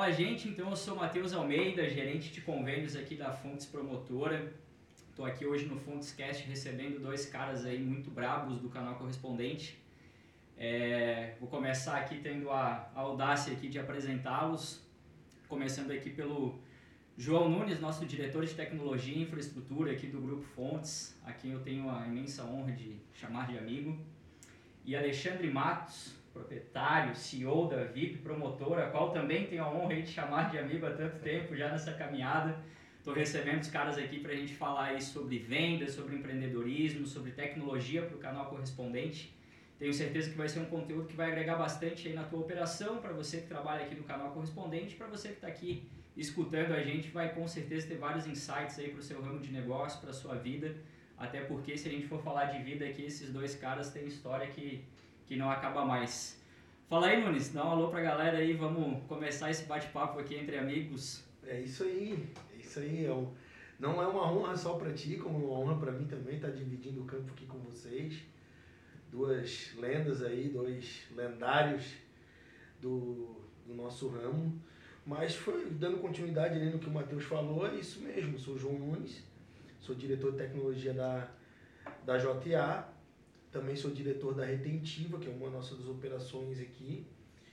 Fala, gente, então eu sou Matheus Almeida, gerente de convênios aqui da Fontes Promotora. Estou aqui hoje no FontesCast recebendo dois caras aí muito brabos do canal Correspondente. Vou começar aqui tendo a audácia aqui de apresentá-los, começando aqui pelo João Nunes, nosso diretor de tecnologia e infraestrutura aqui do Grupo Fontes, a quem eu tenho a imensa honra de chamar de amigo, e Alexandre Matos, proprietário, CEO da VIP Promotora, a qual também tenho a honra de chamar de amigo há tanto tempo já nessa caminhada. Estou recebendo os caras aqui para a gente falar aí sobre vendas, sobre empreendedorismo, sobre tecnologia para o canal Correspondente. Tenho certeza que vai ser um conteúdo que vai agregar bastante aí na tua operação, para você que trabalha aqui no canal Correspondente, para você que está aqui escutando a gente, vai com certeza ter vários insights aí para o seu ramo de negócio, para a sua vida, até porque se a gente for falar de vida aqui, esses dois caras têm história que não acaba mais. Fala aí, Nunes, dá um alô pra galera aí, vamos começar esse bate-papo aqui entre amigos. É isso aí. Não é uma honra só para ti, como uma honra para mim também estar dividindo o campo aqui com vocês. Duas lendas aí, dois lendários do nosso ramo. Mas foi dando continuidade ali no que o Matheus falou, é isso mesmo. Sou o João Nunes, sou diretor de tecnologia da JA. Também sou diretor da Retentiva, que é uma das nossas operações aqui.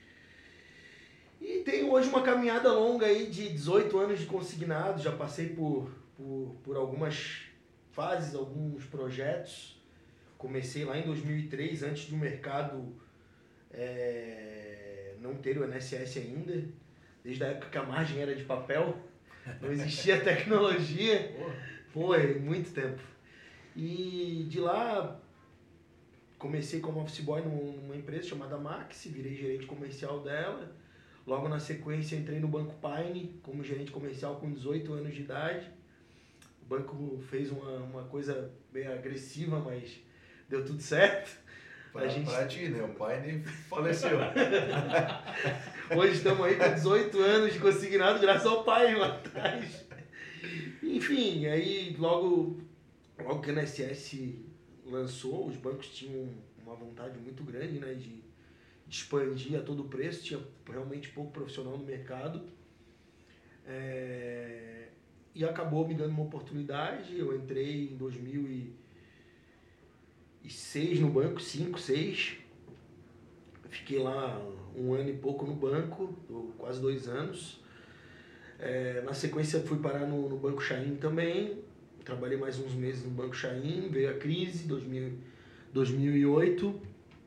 E tenho hoje uma caminhada longa aí de 18 anos de consignado. Já passei por algumas fases, alguns projetos. Comecei lá em 2003, antes do mercado não ter o INSS ainda. Desde a época que a margem era de papel, não existia tecnologia. Foi muito tempo. E de lá comecei como office boy numa empresa chamada Maxi, virei gerente comercial dela. Logo na sequência entrei no Banco Pine como gerente comercial com 18 anos de idade. O banco fez uma coisa bem agressiva, mas deu tudo certo. Pra ti, né? O Pine faleceu. Hoje estamos aí com 18 anos de consignado graças ao Pine lá atrás. Enfim, aí logo que o INSS lançou, os bancos tinham uma vontade muito grande, né, de expandir a todo preço, tinha realmente pouco profissional no mercado, e acabou me dando uma oportunidade. Eu entrei em 2006 no banco, 5, 6, fiquei lá 1 ano e pouco no banco, quase 2 anos. Na sequência fui parar no Banco Chain também. Trabalhei mais uns meses no Banco Chain, veio a crise 2008,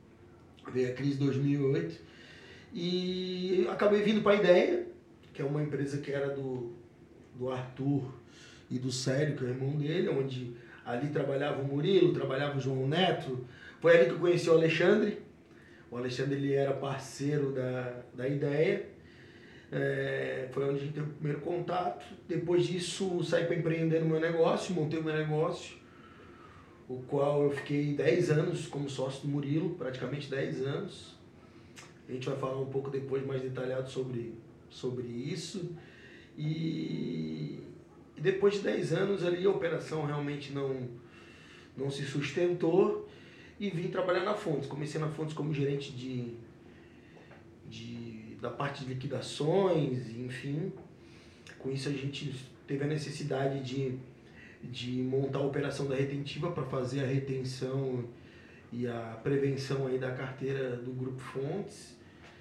e acabei vindo para a Ideia, que é uma empresa que era do Arthur e do Célio, que é o irmão dele, onde ali trabalhava o Murilo, trabalhava o João Neto. Foi ali que eu conheci o Alexandre. O Alexandre ele era parceiro da Ideia. Foi onde a gente teve o primeiro contato. Depois disso, saí para empreender no meu negócio, montei o meu negócio, o qual eu fiquei 10 anos como sócio do Murilo, praticamente 10 anos. A gente vai falar um pouco depois mais detalhado sobre isso. E depois de 10 anos ali, a operação realmente não se sustentou e vim trabalhar na Fontes. Comecei na Fontes como gerente da parte de liquidações, enfim. Com isso a gente teve a necessidade de montar a operação da Retentiva para fazer a retenção e a prevenção aí da carteira do Grupo Fontes.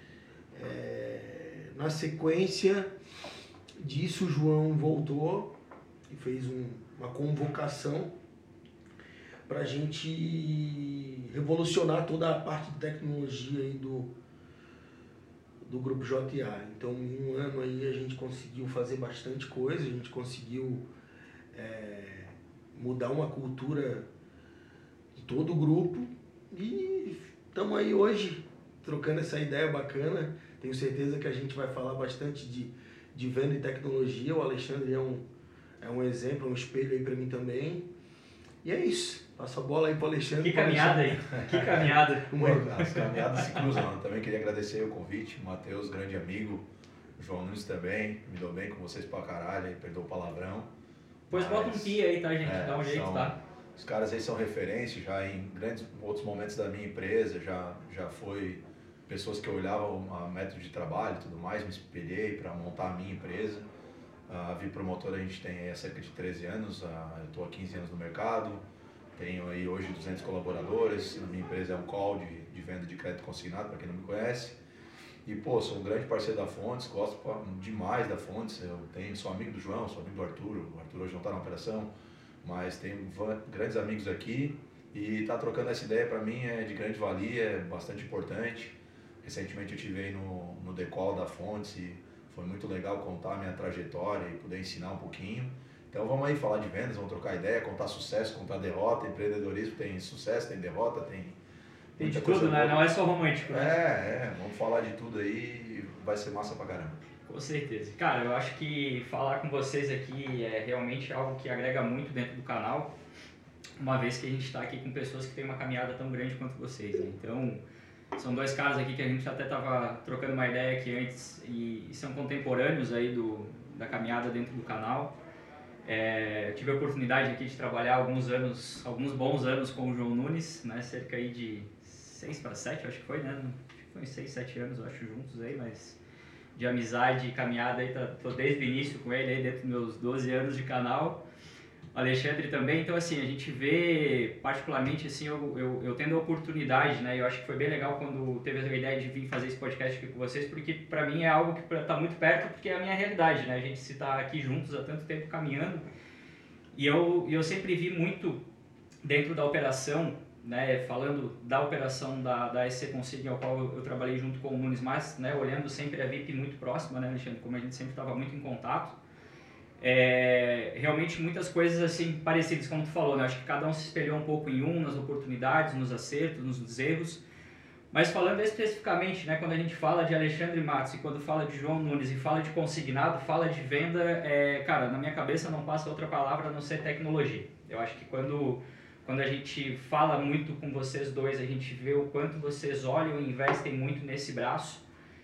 Na sequência disso, o João voltou e fez uma convocação para a gente revolucionar toda a parte de tecnologia aí do Grupo JA. Então, em 1 ano aí a gente conseguiu fazer bastante coisa, a gente conseguiu mudar uma cultura de todo o grupo e estamos aí hoje trocando essa ideia bacana. Tenho certeza que a gente vai falar bastante de venda e tecnologia. O Alexandre é um exemplo, um espelho aí para mim também. E é isso. Passa a bola aí para o Alexandre. Que caminhada aí, que caminhada. As caminhadas se cruzam. Também queria agradecer o convite, Matheus, grande amigo, João Nunes também, me deu bem com vocês pra caralho, aí perdoa o palavrão. Pois bota um pi aí, tá, gente? Dá um jeito, tá? Os caras aí são referência já em grandes outros momentos da minha empresa, já foi pessoas que eu olhava a método de trabalho e tudo mais, me espelhei para montar a minha empresa. A Vi Promotora a gente tem aí há cerca de 13 anos, eu estou há 15 anos no mercado, tenho aí hoje 200 colaboradores, a minha empresa é um call de venda de crédito consignado, para quem não me conhece. E, pô, sou um grande parceiro da Fontes, gosto demais da Fontes, sou amigo do João, sou amigo do Arthur, o Arthur hoje não está na operação, mas tenho grandes amigos aqui e estar trocando essa ideia para mim é de grande valia, é bastante importante. Recentemente eu estive aí no Decol da Fontes e foi muito legal contar a minha trajetória e poder ensinar um pouquinho. Então vamos aí falar de vendas, vamos trocar ideia, contar sucesso, contar derrota, empreendedorismo tem sucesso, tem derrota, tem de tudo, né? Não é só romântico, né? Vamos falar de tudo aí, vai ser massa pra caramba. Com certeza. Cara, eu acho que falar com vocês aqui é realmente algo que agrega muito dentro do canal, uma vez que a gente está aqui com pessoas que têm uma caminhada tão grande quanto vocês, né? Então, são dois caras aqui que a gente até estava trocando uma ideia aqui antes e são contemporâneos aí da caminhada dentro do canal. Tive a oportunidade aqui de trabalhar alguns bons anos com o João Nunes, né? Cerca aí de 6 para 7, acho que foi, né? Foi 6, 7 anos, eu acho, juntos aí, mas de amizade e caminhada aí, tô desde o início com ele aí, dentro dos meus 12 anos de canal. O Alexandre também, então assim, a gente vê, particularmente assim, eu tendo a oportunidade, né? Eu acho que foi bem legal quando teve a ideia de vir fazer esse podcast aqui com vocês, porque pra mim é algo que tá muito perto, porque é a minha realidade, né? A gente se tá aqui juntos há tanto tempo caminhando, e eu sempre vi muito dentro da operação, né? Falando da operação da SC Consigne, ao qual eu trabalhei junto com o Nunes, mas, né? Olhando sempre a VIP muito próxima, né, Alexandre? Como a gente sempre estava muito em contato. Realmente muitas coisas assim parecidas, como tu falou, né? Acho que cada um se espelhou um pouco nas oportunidades, nos acertos, nos erros. Mas falando especificamente, né, quando a gente fala de Alexandre Matos e quando fala de João Nunes e fala de consignado, fala de venda, cara, na minha cabeça não passa outra palavra a não ser tecnologia. Eu acho que quando a gente fala muito com vocês dois, a gente vê o quanto vocês olham e investem muito nesse braço.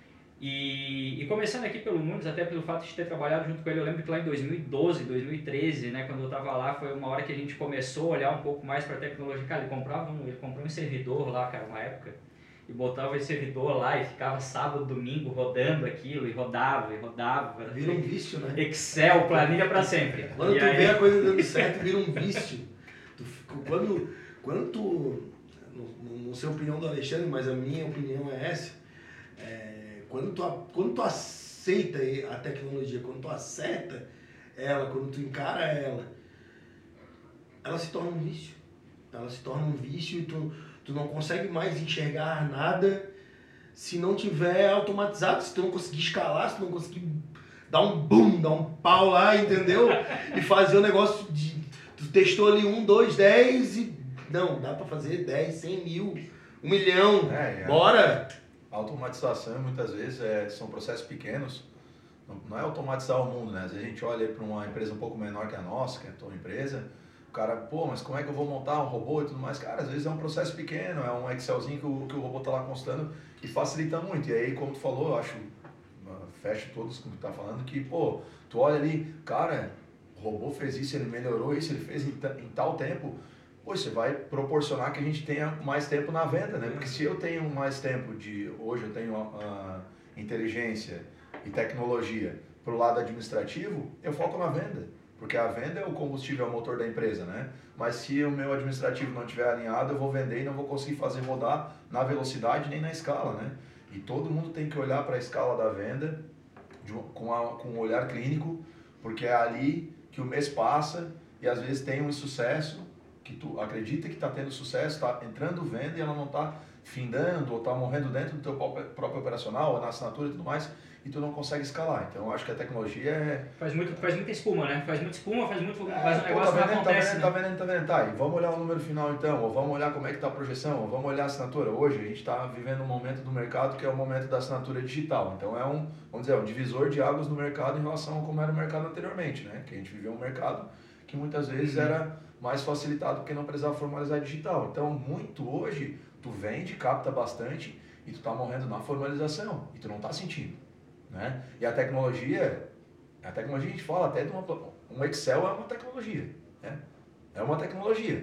E começando aqui pelo Nunes, até pelo fato de ter trabalhado junto com ele, eu lembro que lá em 2012, 2013, né, quando eu estava lá, foi uma hora que a gente começou a olhar um pouco mais para a tecnologia. Cara, ele comprou um servidor lá, cara, uma época, e botava esse servidor lá e ficava sábado, domingo rodando aquilo, e rodava. Vira um vício, né? Excel, planilha para sempre. Quando tu vê a coisa dando certo, vira um vício. Quando tu, não sei a opinião do Alexandre, mas a minha opinião é essa, quando tu aceita a tecnologia, quando tu acerta ela, quando tu encara ela se torna um vício. Ela se torna um vício e tu não consegue mais enxergar nada se não tiver automatizado, se tu não conseguir escalar, se tu não conseguir dar um boom, dar um pau lá, entendeu? E fazer o negócio tu testou ali 1, 2, 10 e não, dá pra fazer 10, 100 mil, 1 milhão, bora! A automatização muitas vezes são processos pequenos, não é automatizar o mundo, né? Às vezes a gente olha para uma empresa um pouco menor que a nossa, que é a tua empresa, o cara, pô, mas como é que eu vou montar um robô e tudo mais? Cara, às vezes é um processo pequeno, é um Excelzinho que o robô tá lá constando e facilita muito. E aí, como tu falou, eu acho, fecho todos com o que tu tá falando, que, pô, tu olha ali, cara, o robô fez isso, ele melhorou isso, ele fez em tal tempo. Pô, você vai proporcionar que a gente tenha mais tempo na venda, né? Porque se eu tenho mais tempo hoje eu tenho inteligência e tecnologia para o lado administrativo, eu foco na venda. Porque a venda é o combustível, é o motor da empresa, né? Mas se o meu administrativo não estiver alinhado, eu vou vender e não vou conseguir fazer rodar na velocidade nem na escala, né? E todo mundo tem que olhar para a escala da venda com um olhar clínico, porque é ali que o mês passa e às vezes tem um insucesso, que tu acredita que está tendo sucesso, está entrando venda e ela não está findando ou está morrendo dentro do teu próprio operacional, ou na assinatura e tudo mais, e tu não consegue escalar. Então eu acho que a tecnologia faz muita espuma, né? Faz muita espuma, faz um negócio que não acontece, tá vendo, tá. E vamos olhar o número final então, ou vamos olhar como é que está a projeção, ou vamos olhar a assinatura. Hoje a gente está vivendo um momento do mercado que é o momento da assinatura digital. Então é um divisor de águas no mercado em relação a como era o mercado anteriormente, né? Que a gente viveu um mercado que muitas vezes era mais facilitado porque não precisava formalizar digital. Então, muito hoje, tu vende, capta bastante e tu tá morrendo na formalização e tu não tá sentindo, né? E a tecnologia a gente fala até de um Excel é uma tecnologia, né? É uma tecnologia.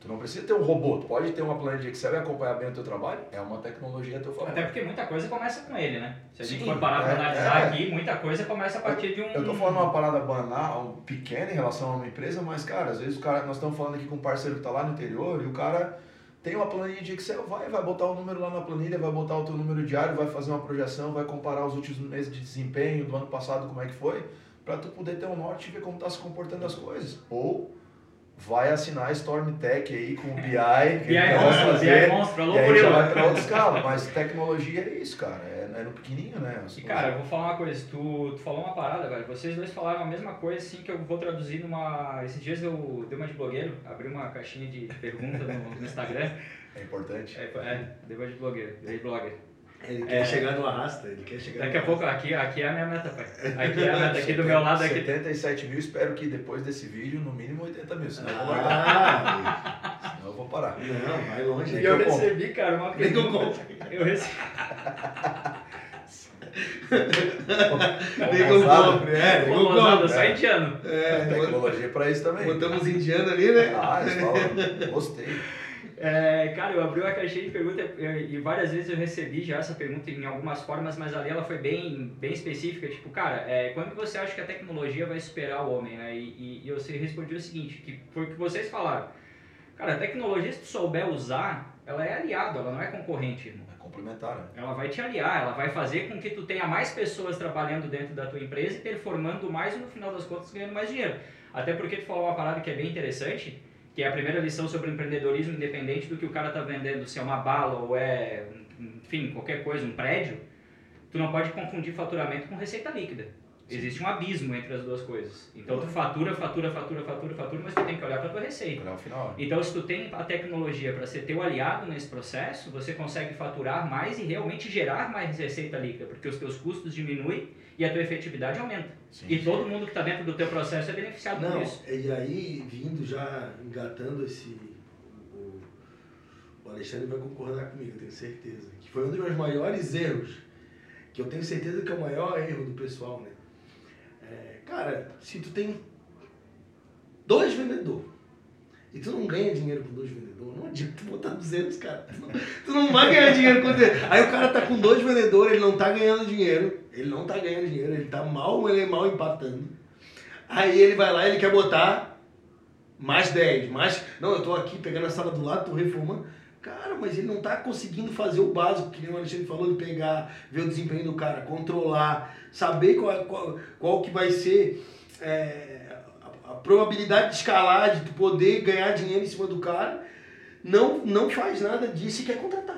Tu não precisa ter um robô, tu pode ter uma planilha de Excel e acompanhar bem o teu trabalho, é uma tecnologia a teu favor. Até porque muita coisa começa com ele, né? Se a gente Sim, for parar para analisar aqui, muita coisa começa a partir de um... Eu tô falando uma parada banal, pequena em relação a uma empresa, mas, cara, às vezes nós estamos falando aqui com um parceiro que tá lá no interior e o cara tem uma planilha de Excel, vai botar o número lá na planilha, vai botar o teu número diário, vai fazer uma projeção, vai comparar os últimos meses de desempenho do ano passado, como é que foi, para tu poder ter um norte e ver como tá se comportando as coisas. Ou vai assinar a Storm Tech aí com o BI, que BI monstro, BI monstro, e aí já vai para outra escala, mas tecnologia é isso, cara, é no pequenininho, né? E cara, eu vou falar uma coisa, tu falou uma parada, velho, vocês dois falaram a mesma coisa, assim, que eu vou traduzir numa... Esses dias eu dei uma de blogueiro, abri uma caixinha de pergunta no Instagram. É importante. Dei uma de blogueiro, virei blogger. Ele quer chegar no arrasta, ele quer chegar. Daqui a pouco, aqui é a minha meta, pai. Aqui é a meta, aqui do meu lado. Aqui. 77 mil, espero que depois desse vídeo, no mínimo 80 mil, senão eu vou largar. Senão eu vou parar. Não, vai longe. E eu recebi, cara, uma pergunta. Eu recebi. Só indiano. Tecnologia pra isso também. Botamos indiano ali, né? Eles falam, gostei. Cara, eu abri uma caixinha de perguntas e várias vezes eu recebi já essa pergunta em algumas formas, mas ali ela foi bem específica, tipo, cara, quando você acha que a tecnologia vai superar o homem, né? E eu respondi o seguinte, que foi o que vocês falaram. Cara, a tecnologia, se tu souber usar, ela é aliado, ela não é concorrente, irmão. É complementar, né? Ela vai te aliar, ela vai fazer com que tu tenha mais pessoas trabalhando dentro da tua empresa e performando mais e no final das contas ganhando mais dinheiro. Até porque tu falou uma parada que é bem interessante, que é a primeira lição sobre empreendedorismo, independente do que o cara está vendendo, se é uma bala ou enfim, qualquer coisa, um prédio, tu não pode confundir faturamento com receita líquida. Existe um abismo entre as duas coisas. Então tu fatura, mas tu tem que olhar para a tua receita. Olhar o final. Então se tu tem a tecnologia para ser teu aliado nesse processo, você consegue faturar mais e realmente gerar mais receita líquida, porque os teus custos diminuem e a tua efetividade aumenta. Sim, e todo mundo que está dentro do teu processo é beneficiado por isso. E aí, vindo já, engatando o Alexandre vai concordar comigo, eu tenho certeza. Que foi um dos meus maiores erros, que eu tenho certeza que é o maior erro do pessoal, né? Cara, se tu tem 2 vendedores e tu não ganha dinheiro com 2 vendedores, não adianta tu botar 200, cara. Tu não vai ganhar dinheiro com 200. Aí o cara tá com 2 vendedores, ele não tá ganhando dinheiro. Ele tá mal empatando. Aí ele vai lá e ele quer botar mais 10, não, eu tô aqui pegando a sala do lado, tô reformando. Cara, mas ele não tá conseguindo fazer o básico, que nem o Alexandre falou, de pegar, ver o desempenho do cara, controlar, saber qual que vai ser a probabilidade de escalar, de tu poder ganhar dinheiro em cima do cara. Não faz nada disso e quer contratar.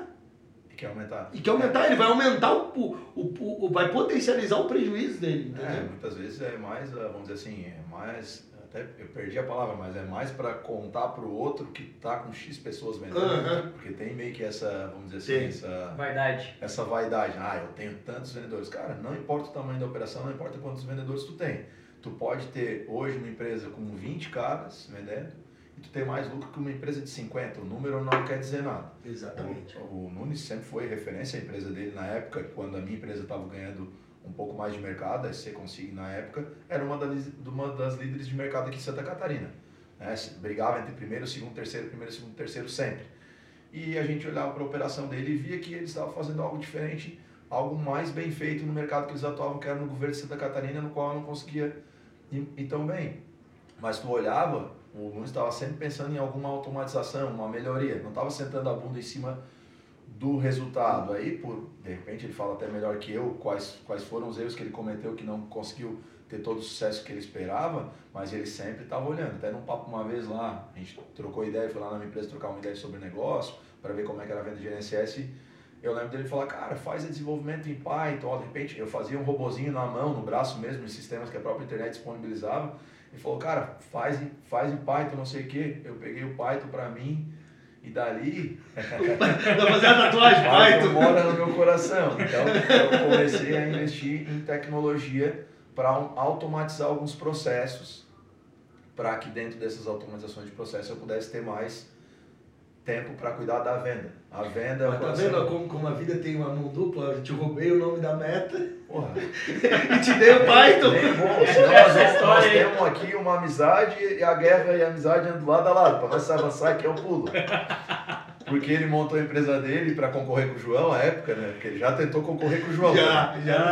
E quer aumentar. Ele vai aumentar vai potencializar o prejuízo dele. Muitas vezes é mais, vamos dizer assim, até eu perdi a palavra, mas é mais para contar para o outro que tá com X pessoas vendendo, porque tem meio que essa, vamos dizer assim, essa vaidade. Eu tenho tantos vendedores. Cara, não importa o tamanho da operação, não importa quantos vendedores tu tem. Tu pode ter hoje uma empresa com 20 caras vendendo, e tu tem mais lucro que uma empresa de 50. O número não quer dizer nada. Exatamente. O Nunes sempre foi referência, a empresa dele na época, quando a minha empresa estava ganhando um pouco mais de mercado, a SC Consig na época, era uma das líderes de mercado aqui em Santa Catarina. Né? Brigava entre primeiro, segundo, terceiro sempre. E a gente olhava para a operação dele e via que eles estavam fazendo algo diferente, algo mais bem feito no mercado que eles atuavam, que era no governo de Santa Catarina, no qual eu não conseguia ir tão bem. Mas tu olhava, o Nunes estava sempre pensando em alguma automatização, uma melhoria, não estava sentando a bunda em cima do resultado. Aí, de repente, ele fala até melhor que eu quais foram os erros que ele cometeu, que não conseguiu ter todo o sucesso que ele esperava, mas ele sempre estava olhando. Até num papo uma vez lá, a gente trocou ideia, foi lá na minha empresa trocar uma ideia sobre negócio, para ver como é que era a venda de GNSS. Eu lembro dele falar, cara, faz desenvolvimento em Python. De repente, eu fazia um robozinho na mão, no braço mesmo, em sistemas que a própria internet disponibilizava. Ele falou, cara, faz em Python, não sei o quê. Eu peguei o Python para mim. E dali... Vai fazer a tatuagem, Python mora no meu coração. Então, eu comecei a investir em tecnologia para automatizar alguns processos, para que dentro dessas automatizações de processo eu pudesse ter mais tempo para cuidar da venda. A venda... Mas tá vendo como a vida tem uma mão dupla? Eu te roubei o nome da meta Porra. e te dei o Python. Bem bom, senão nós temos aqui uma amizade e a guerra e a amizade andam lado a lado. Para você avançar aqui é o pulo. Porque ele montou a empresa dele para concorrer com o João na época, né? Porque ele já tentou concorrer com o João. Já.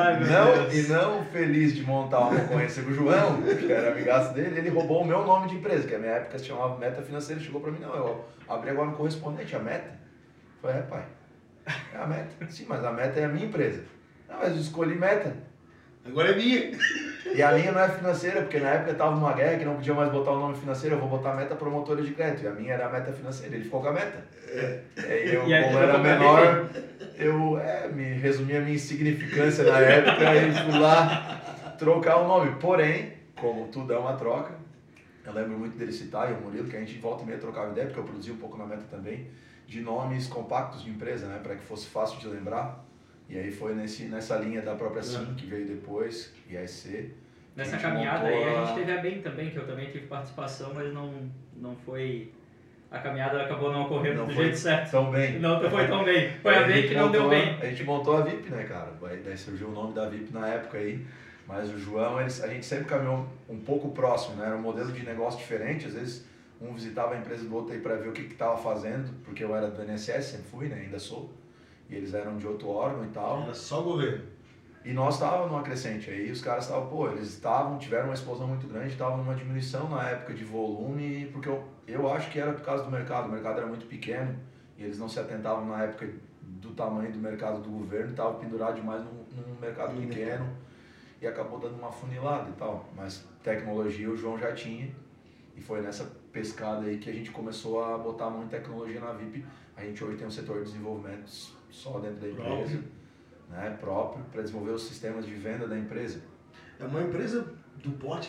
Não feliz de montar uma concorrência com o João, que era amigaço dele, ele roubou o meu nome de empresa, que na minha época se chamava Meta Financeira. Chegou para mim, não, eu abri agora no correspondente, a Meta. Eu falei, pai, é a Meta. Sim, mas a Meta é a minha empresa. Não, mas eu escolhi Meta. Agora é minha. E a minha não é financeira, porque na época estava numa guerra que não podia mais botar o nome financeiro, eu vou botar Meta Promotora de Crédito. E a minha era a Meta Financeira, ele ficou com a Meta. Aí eu, como era menor, eu me resumi a minha insignificância na época e fui lá trocar o nome. Porém, como tudo é uma troca, eu lembro muito dele citar, e o Murilo, que a gente volta e meia trocava ideia, porque eu produzi um pouco na Meta também, de nomes compactos de empresa, né, para que fosse fácil de lembrar. E aí foi nessa linha da própria SIM, que veio depois, e a EC. Nessa caminhada aí a gente teve a BEM também, que eu também tive participação, mas não foi... A caminhada acabou não ocorrendo do jeito certo. Tão bem. Não foi tão bem. Foi a BEM que não deu bem. A gente montou a VIP, né, cara? Daí surgiu o nome da VIP na época aí. Mas o João, a gente sempre caminhou um pouco próximo, né? Era um modelo de negócio diferente. Às vezes um visitava a empresa do outro aí para ver o que estava fazendo, porque eu era do INSS, sempre fui, né? Ainda sou. E eles eram de outro órgão e tal. Era só governo. E nós estávamos numa crescente aí, os caras estavam, eles tiveram uma explosão muito grande, estavam numa diminuição na época de volume, porque eu acho que era por causa do mercado, o mercado era muito pequeno e eles não se atentavam na época do tamanho do mercado do governo, estavam pendurados demais num mercado pequeno e acabou dando uma funilada e tal. Mas tecnologia o João já tinha e foi nessa pescada aí que a gente começou a botar a mão em tecnologia na VIP. A gente hoje tem um setor de desenvolvimento só dentro da empresa. Né, próprio para desenvolver os sistemas de venda da empresa. É uma empresa do porte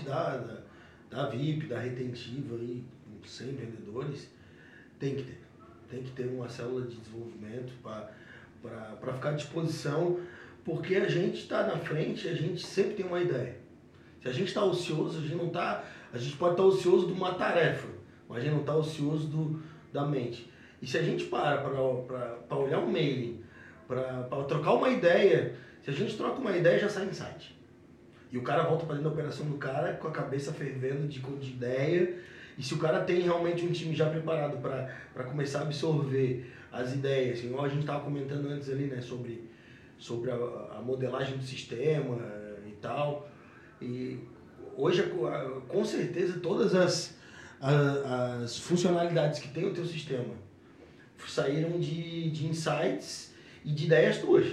da VIP, da retentiva, aí, com 100 vendedores, tem que ter uma célula de desenvolvimento para ficar à disposição, porque a gente está na frente, a gente sempre tem uma ideia. Se a gente está ocioso, a gente pode estar ocioso de uma tarefa, mas a gente não está ocioso da mente. E se a gente para olhar um mailing, para trocar uma ideia, se a gente troca uma ideia, já sai insight. E o cara volta para dentro da operação do cara com a cabeça fervendo de ideia. E se o cara tem realmente um time já preparado para começar a absorver as ideias, igual a gente estava comentando antes ali, né, sobre a modelagem do sistema e tal. E hoje, com certeza, todas as funcionalidades que tem o teu sistema saíram de insights e de ideias tuas.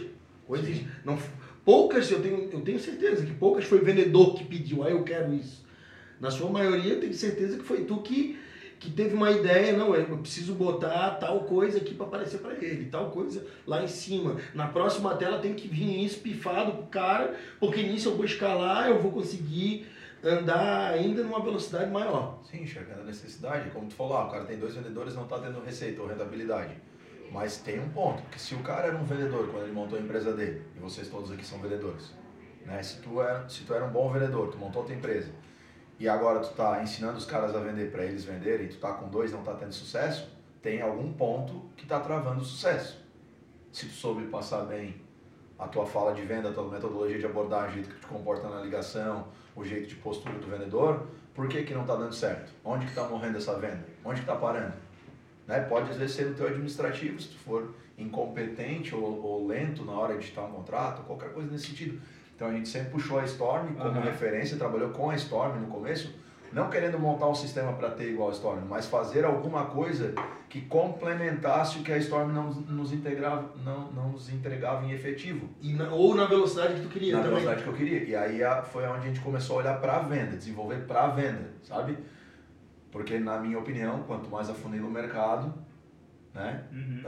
Poucas, eu tenho certeza que poucas foi o vendedor que pediu, eu quero isso. Na sua maioria, eu tenho certeza que foi tu que teve uma ideia, não, eu preciso botar tal coisa aqui para aparecer para ele, tal coisa lá em cima. Na próxima tela tem que vir isso pifado pro cara, porque nisso eu vou escalar, eu vou conseguir andar ainda numa velocidade maior. Sim, enxergando a necessidade. Como tu falou, o cara tem 2 vendedores, não está tendo receita ou rentabilidade. Mas tem um ponto, porque se o cara era um vendedor quando ele montou a empresa dele, e vocês todos aqui são vendedores, né? Se tu era um bom vendedor, tu montou a tua empresa, e agora tu tá ensinando os caras a vender para eles venderem, e tu tá com 2 não tá tendo sucesso, tem algum ponto que tá travando o sucesso. Se tu soube passar bem a tua fala de venda, a tua metodologia de abordagem, o jeito que tu te comporta na ligação, o jeito de postura do vendedor, por que não tá dando certo? Onde que tá morrendo essa venda? Onde que tá parando? Né? Pode às vezes ser no teu administrativo, se tu for incompetente ou lento na hora de digitar um contrato, qualquer coisa nesse sentido. Então a gente sempre puxou a Storm como referência, trabalhou com a Storm no começo, não querendo montar um sistema para ter igual a Storm, mas fazer alguma coisa que complementasse o que a Storm não nos entregava em efetivo. Ou na velocidade que tu queria na também. Na velocidade que eu queria. E aí foi onde a gente começou a olhar para a venda, desenvolver para a venda, sabe? Porque, na minha opinião, quanto mais afunila o mercado, né,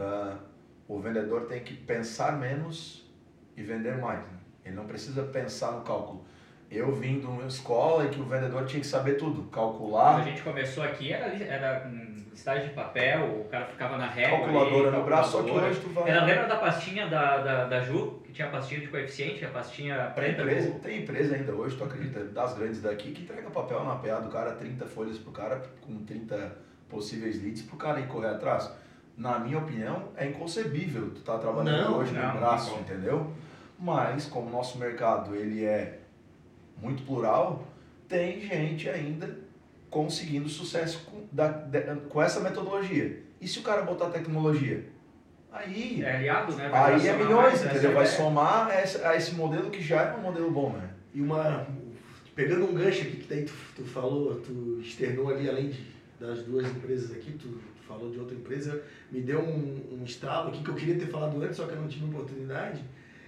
o vendedor tem que pensar menos e vender mais. Né? Ele não precisa pensar no cálculo. Eu vim de uma escola em que o vendedor tinha que saber tudo, calcular. Quando a gente começou aqui, era com listagem de papel, o cara ficava na régua. Calculadora no braço, só que hoje tu vai... Lembra da pastinha da Ju, que tinha a pastinha de coeficiente, a pastinha preta? Tem empresa ainda hoje, tu acredita, das grandes daqui, que entrega papel na PA do cara, 30 folhas pro cara, com 30 possíveis leads pro cara ir correr atrás. na minha opinião, é inconcebível tu tá trabalhando hoje no braço, entendeu? Mas, como o nosso mercado ele é muito plural, tem gente ainda conseguindo sucesso com essa metodologia. E se o cara botar tecnologia? Aí é aliado, né? Aí é milhões, entendeu? Vai somar a esse modelo que já é um modelo bom, né? E pegando um gancho aqui que daí tu falou, tu externou ali, além das duas empresas aqui, tu falou de outra empresa, me deu um estalo aqui que eu queria ter falado antes, só que eu não tive oportunidade,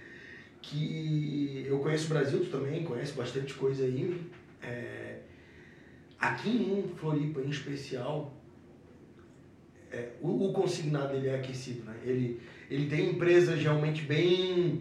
que eu conheço o Brasil, tu também conhece bastante coisa aí. Aqui em Floripa, em especial, o consignado ele é aquecido, né? Ele tem empresas realmente bem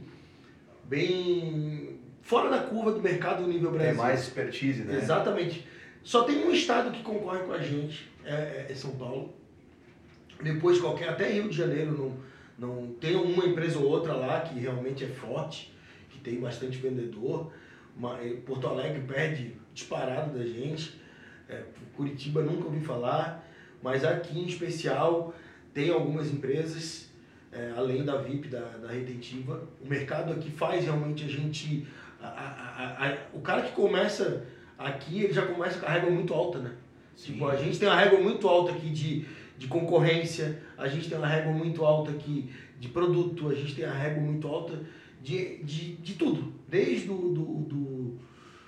fora da curva do mercado do nível Brasil. Tem mais expertise, né? Exatamente. Só tem um estado que concorre com a gente, é São Paulo. Depois até Rio de Janeiro não tem uma empresa ou outra lá que realmente é forte, que tem bastante vendedor. Porto Alegre perde disparado da gente. Curitiba nunca ouvi falar, mas aqui em especial tem algumas empresas, além da VIP, da Retentiva. O mercado aqui faz realmente a gente... o cara que começa aqui, ele já começa com a régua muito alta, né? Tipo, a gente tem uma régua muito alta aqui de concorrência, a gente tem uma régua muito alta aqui de produto, a gente tem uma régua muito alta de tudo. Desde do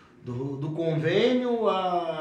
convênio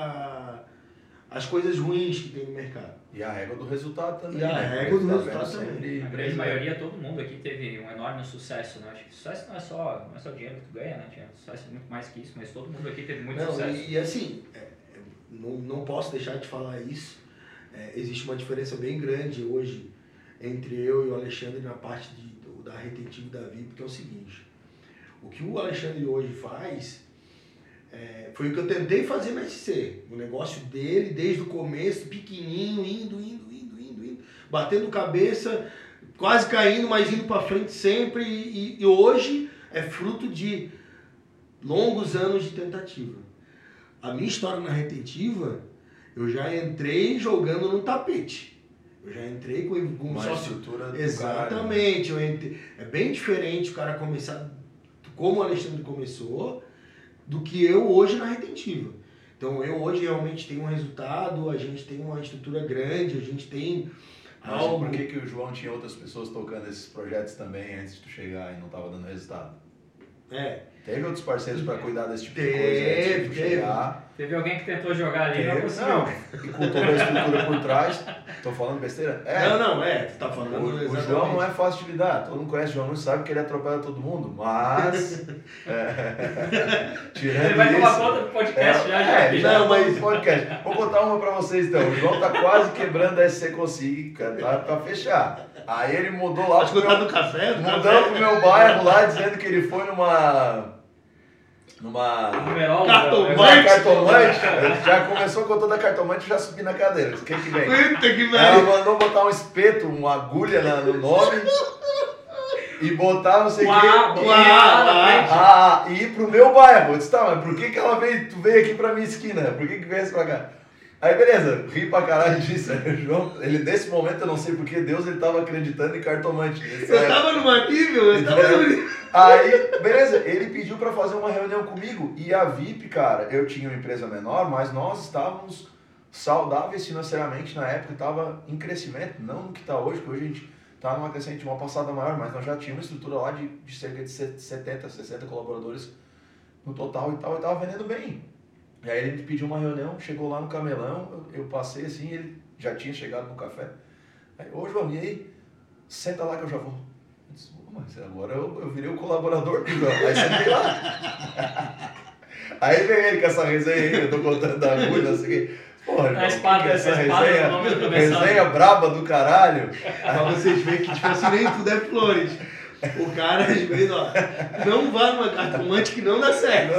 as coisas ruins que tem no mercado. E a régua do resultado também. E a régua do resultado também. A grande maioria, todo mundo aqui teve um enorme sucesso, né? Acho que sucesso não é só o dinheiro que tu ganha, né? Sucesso é muito mais que isso, mas todo mundo aqui teve muito sucesso. E assim, não posso deixar de falar isso. Existe uma diferença bem grande hoje entre eu e o Alexandre na parte da Retentiva e da VIP, que é o seguinte. O que o Alexandre hoje faz... foi o que eu tentei fazer na SC. O negócio dele, desde o começo, pequenininho, indo, batendo cabeça, quase caindo, mas indo para frente sempre. E hoje é fruto de longos anos de tentativa. A minha história na Retentiva, eu já entrei jogando no tapete. Eu já entrei com uma sócio... estrutura do Exatamente. É bem diferente o cara começar como o Alexandre começou, do que eu hoje na Retentiva. Então eu hoje realmente tenho um resultado, a gente tem uma estrutura grande, a gente tem algo... Por que o João tinha outras pessoas tocando esses projetos também antes de tu chegar e não estava dando resultado? Teve outros parceiros para cuidar desse tipo de coisa antes de tu chegar? Teve alguém que tentou jogar ali e não conseguiu. Não, e com toda a estrutura por trás. Tô falando besteira? Tu tá falando o João não é fácil de lidar. Todo mundo conhece o João, não sabe que ele atropela todo mundo, mas... tirando ele vai tomar isso, conta do podcast já. Já mas podcast. Vou contar uma pra vocês então. O João tá quase quebrando a SC Consigo, cara, pra fechar. Aí ele mudou lá pro meu bairro lá, dizendo que ele foi numa cartomante, já começou contando a cartomante e já subi na cadeira. O que vem? Ela mandou botar um espeto, uma agulha no nome e botar não sei o que. E ir pro meu bairro. Eu disse, tá, mas por que ela veio? Tu veio aqui pra minha esquina? Por que veio pra cá? Aí beleza, ri pra caralho disso. João, nesse momento, eu não sei porque Deus ele tava acreditando em cartomante. Eu tava numa nível, Aí, beleza, ele pediu pra fazer uma reunião comigo. E a VIP, cara, eu tinha uma empresa menor, mas nós estávamos saudáveis financeiramente na época, estava em crescimento, não no que está hoje, que hoje a gente está numa crescente, uma passada maior, mas nós já tínhamos uma estrutura lá de cerca de 70, 60 colaboradores no total e tal, e estava vendendo bem. E aí ele me pediu uma reunião, chegou lá no Camelão, eu passei assim, ele já tinha chegado no café. Aí, ô João, e aí? Senta lá que eu já vou. Eu disse, mas agora eu virei o colaborador do João. Aí sentei lá. Aí veio ele com essa resenha aí, eu tô contando da agulha, assim, porra, João, essa resenha braba do caralho. Pra vocês verem que tipo assim, nem tudo é flores. O cara, às vezes, não vai numa cartomante que não dá certo.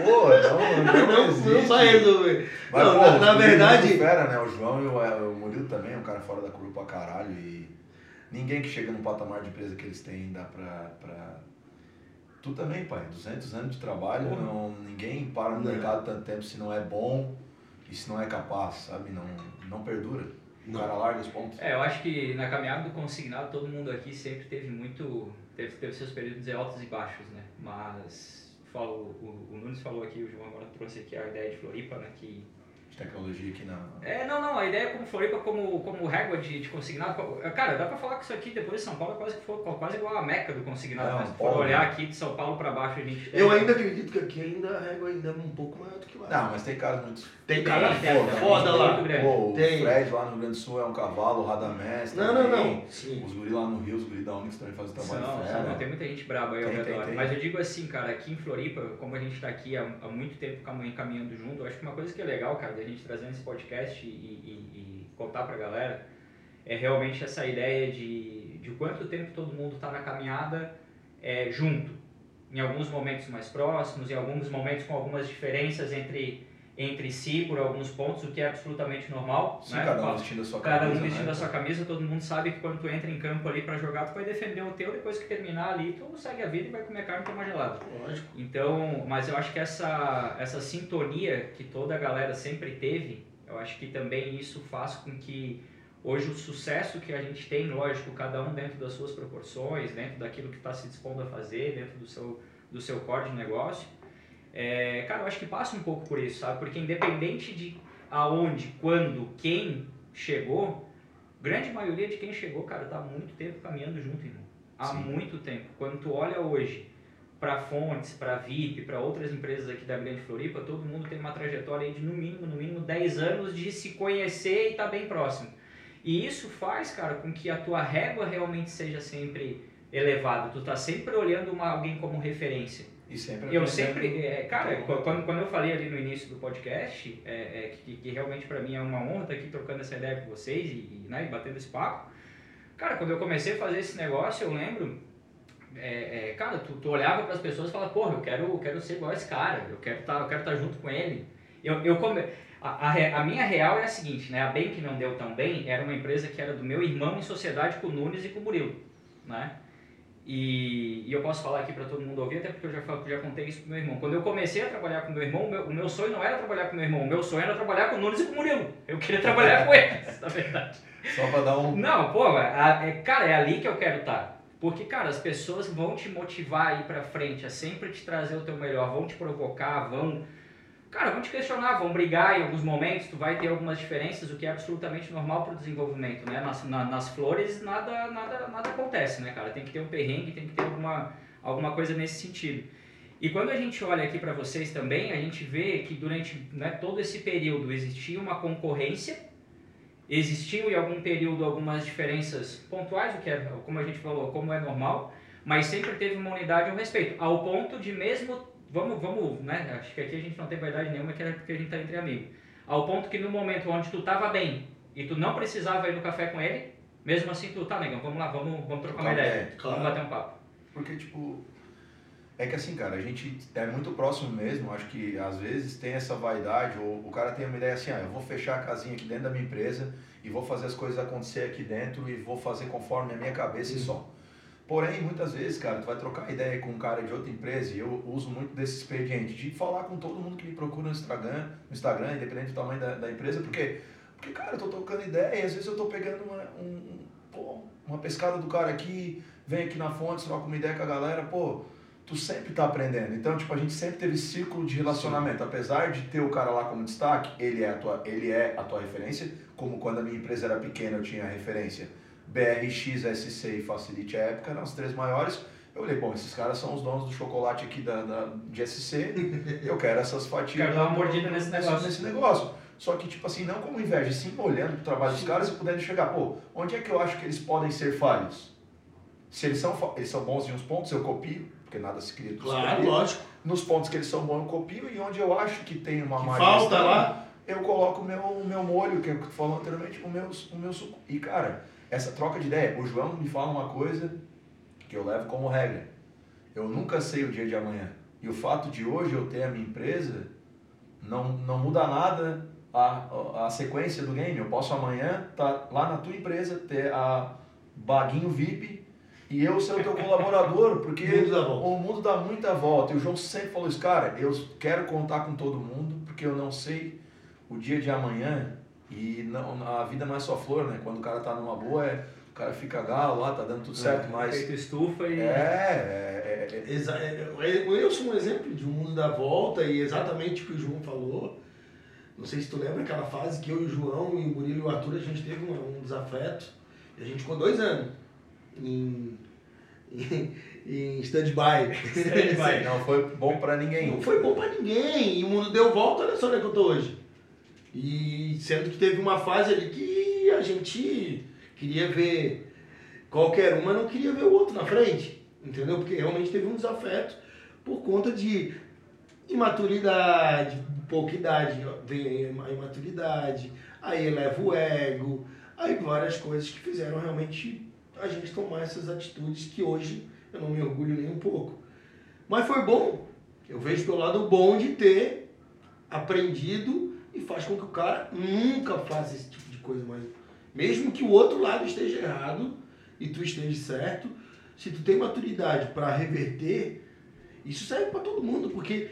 Não vai resolver. Mas, não, na verdade... Fera, né? O João e o Murilo também é um cara fora da curva pra caralho e ninguém que chega no patamar de empresa que eles têm dá pra... Tu também, pai. 200 anos de trabalho, ninguém para no mercado tanto tempo se não é bom e se não é capaz, sabe? Não perdura. O cara larga os pontos. Eu acho que na caminhada do consignado todo mundo aqui sempre teve teve seus períodos de altos e baixos, né? Mas o Nunes falou aqui, o João agora trouxe aqui a ideia de Floripa, né? Que De tecnologia aqui na... não, a ideia como Floripa, como régua de consignado, cara, dá pra falar que isso aqui depois de São Paulo é quase igual a meca do consignado, né? Se for olhar aqui de São Paulo pra baixo, a gente... Eu ainda acredito que aqui a régua ainda é um pouco maior do que lá. Não, mas tem caras muito... Tem cara foda lá. Pô, o Fred lá no Rio Grande do Sul é um cavalo, o Radamés. Não. Sim. Os guri lá no Rio, os guri da Unix também fazem trabalho fera. Não, tem muita gente braba aí ao redor. Mas eu digo assim, cara, aqui em Floripa, como a gente tá aqui há muito tempo caminhando junto, eu acho que uma coisa que é legal, cara, da gente trazer esse podcast e contar pra galera, é realmente essa ideia de quanto tempo todo mundo tá na caminhada junto. Em alguns momentos mais próximos, em alguns momentos com algumas diferenças entre si por alguns pontos, o que é absolutamente normal. Sim, né? cada um vestindo a sua camisa. Cada um vestindo a sua camisa, todo mundo sabe que quando tu entra em campo ali pra jogar, tu vai defender o teu, depois que terminar ali, tu segue a vida e vai comer carne e tomar gelado. Lógico. Então, mas eu acho que essa sintonia que toda a galera sempre teve, eu acho que também isso faz com que hoje o sucesso que a gente tem, lógico, cada um dentro das suas proporções, dentro daquilo que está se dispondo a fazer, dentro do seu core de negócio, cara, eu acho que passa um pouco por isso, sabe? Porque independente de aonde, quando, quem chegou, grande maioria de quem chegou, cara, tá há muito tempo caminhando junto, irmão. Há muito tempo. Quando tu olha hoje para Fontes, para VIP, para outras empresas aqui da Grande Floripa, todo mundo tem uma trajetória aí de no mínimo 10 anos de se conhecer e tá bem próximo. E isso faz, cara, com que a tua régua realmente seja sempre elevada. Tu tá sempre olhando alguém como referência. E sempre eu sempre, cara, quando eu falei ali no início do podcast, que realmente para mim é uma honra estar aqui trocando essa ideia com vocês e batendo esse papo. Cara, quando eu comecei a fazer esse negócio, eu lembro, cara, tu olhava para as pessoas e falava, porra, eu quero ser igual a esse cara, eu quero estar junto com ele. A minha real é a seguinte, né? A Bem Que Não Deu Tão Bem era uma empresa que era do meu irmão em sociedade com o Nunes e com o Murilo, né? E eu posso falar aqui para todo mundo ouvir, até porque eu já contei isso pro meu irmão. Quando eu comecei a trabalhar com meu irmão, o meu sonho não era trabalhar com meu irmão, o meu sonho era trabalhar com o Nunes e com o Murilo. Eu queria trabalhar com eles, na verdade. Só para dar um... Não, pô, cara, é ali que eu quero estar. Porque, cara, as pessoas vão te motivar a ir pra frente, a sempre te trazer o teu melhor, vão te provocar, vão te questionar, vão brigar em alguns momentos, tu vai ter algumas diferenças, o que é absolutamente normal pro desenvolvimento, né? Nas flores nada acontece, né, cara? Tem que ter um perrengue, tem que ter alguma coisa nesse sentido. E quando a gente olha aqui para vocês também, a gente vê que durante todo esse período existia uma concorrência, existiam em algum período algumas diferenças pontuais, o que é, como a gente falou, como é normal, mas sempre teve uma unidade e um respeito, ao ponto de mesmo... Vamos, né? Acho que aqui a gente não tem vaidade nenhuma, que é porque a gente tá entre amigos. Ao ponto que no momento onde tu tava bem e tu não precisava ir no café com ele, mesmo assim tu, tá, negão, vamos lá, vamos trocar uma ideia, claro. Vamos bater um papo. Porque, tipo, é que assim, cara, a gente é muito próximo mesmo, acho que às vezes tem essa vaidade, ou o cara tem uma ideia assim, eu vou fechar a casinha aqui dentro da minha empresa e vou fazer as coisas acontecer aqui dentro e vou fazer conforme a minha cabeça e só. Porém, muitas vezes, cara, tu vai trocar ideia com um cara de outra empresa, e eu uso muito desse expediente, de falar com todo mundo que me procura no Instagram, independente do tamanho da empresa, porque, cara, eu tô trocando ideia e às vezes eu tô pegando uma pescada do cara aqui, vem aqui na fonte, troca uma ideia com a galera, tu sempre tá aprendendo. Então, tipo, a gente sempre teve esse círculo de relacionamento. Sim. Apesar de ter o cara lá como destaque, ele é a tua referência, como quando a minha empresa era pequena eu tinha a referência BRX, SC e Facility à época, eram as 3 maiores. Eu olhei, esses caras são os donos do chocolate aqui de SC, eu quero essas fatias. Quero dar uma mordida nesse negócio. Só que, tipo assim, não como inveja, sim olhando pro trabalho dos caras e podendo chegar, onde é que eu acho que eles podem ser falhos? Se eles são bons em uns pontos, eu copio, porque nada se cria. Claro, lógico. Nos pontos que eles são bons, eu copio, e onde eu acho que tem uma má falta lá, eu coloco o meu molho, que eu falei anteriormente, o meu suco. E, cara, essa troca de ideia, o João me fala uma coisa que eu levo como regra. Eu nunca sei o dia de amanhã. E o fato de hoje eu ter a minha empresa não muda nada a sequência do game. Eu posso amanhã estar lá na tua empresa, ter a Baguinho VIP e eu ser o teu colaborador, porque o mundo dá muita volta. E o João sempre falou isso, cara, eu quero contar com todo mundo, porque eu não sei o dia de amanhã. E não, a vida não é só flor, né? Quando o cara tá numa boa, o cara fica galo lá, tá dando tudo certo, mas... Feito estufa e... Eu sou um exemplo de um mundo da volta e exatamente o que o João falou. Não sei se tu lembra aquela fase que eu e o João e o Murilo e o Arthur, a gente teve um desafeto. E a gente ficou 2 anos em stand-by. Não foi bom pra ninguém. Não foi bom pra ninguém. E o mundo deu volta, olha só onde é que eu tô hoje. E sendo que teve uma fase ali que a gente queria ver qualquer um, mas não queria ver o outro na frente. Entendeu? Porque realmente teve um desafeto por conta de imaturidade, pouca idade, vem a imaturidade, aí eleva o ego, aí várias coisas que fizeram realmente a gente tomar essas atitudes que hoje eu não me orgulho nem um pouco. Mas foi bom, eu vejo pelo lado bom de ter aprendido e faz com que o cara nunca faça esse tipo de coisa mais. Mesmo que o outro lado esteja errado e tu esteja certo, se tu tem maturidade para reverter, isso serve para todo mundo, porque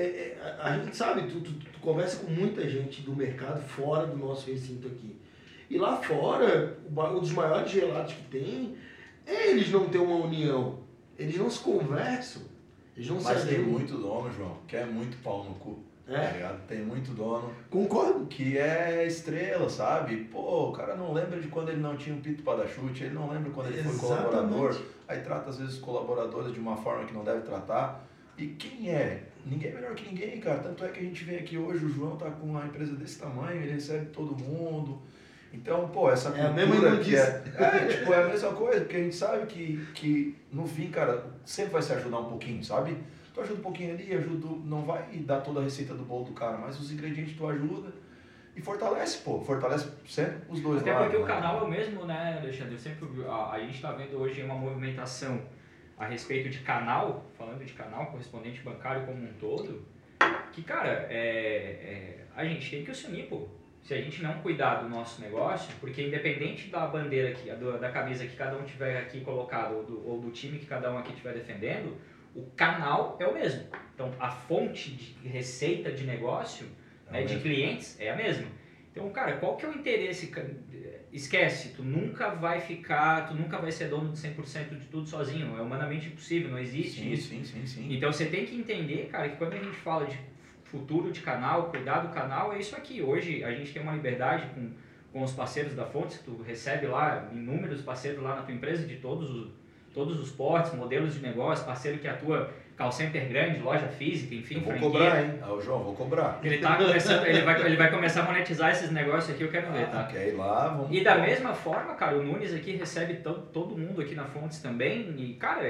a gente sabe, tu conversa com muita gente do mercado fora do nosso recinto aqui. E lá fora, um dos maiores relatos que tem é eles não ter uma união. Eles não se conversam. Eles não se ajudam. Mas tem muito dono, João, que é muito pau no cu. Tá ligado? Tem muito dono. Concordo. Que é estrela, sabe? Pô, o cara não lembra de quando ele não tinha um pito para dar chute, ele não lembra quando ele foi colaborador. Aí trata às vezes os colaboradores de uma forma que não deve tratar. E quem é? Ninguém é melhor que ninguém, cara. Tanto é que a gente vem aqui hoje, o João tá com uma empresa desse tamanho, ele recebe todo mundo. Então, pô, essa cultura que tipo, é a mesma coisa, porque a gente sabe que no fim, cara, sempre vai se ajudar um pouquinho, sabe? Tu ajuda um pouquinho ali, não vai dar toda a receita do bolo do cara, mas os ingredientes tu ajuda e fortalece sempre os dois lados. Até porque o canal é o mesmo, né, Alexandre? A gente tá vendo hoje uma movimentação a respeito de canal, falando de canal, correspondente bancário como um todo, que, cara, a gente tem que se unir, pô. Se a gente não cuidar do nosso negócio, porque independente da bandeira aqui, da camisa que cada um tiver aqui colocado, ou do time que cada um aqui estiver defendendo, o canal é o mesmo. Então, a fonte de receita de negócio, né, de clientes, é a mesma. Então, cara, qual que é o interesse? Esquece, tu nunca vai ser dono de 100% de tudo sozinho, é humanamente impossível, não existe isso. Sim. Então, você tem que entender, cara, que quando a gente fala de futuro de canal, cuidar do canal, é isso aqui. Hoje a gente tem uma liberdade com os parceiros da Fontes, tu recebe lá inúmeros parceiros lá na tua empresa de todos os portes, modelos de negócio, parceiro que atua call center grande, loja física, enfim, franquia. Vou cobrar, hein? João, vou cobrar. Ele tá começando, ele vai começar a monetizar esses negócios aqui, eu quero ver, tá? Quer ir lá, vamos... E da mesma forma, cara, o Nunes aqui recebe todo mundo aqui na Fontes também, e, cara,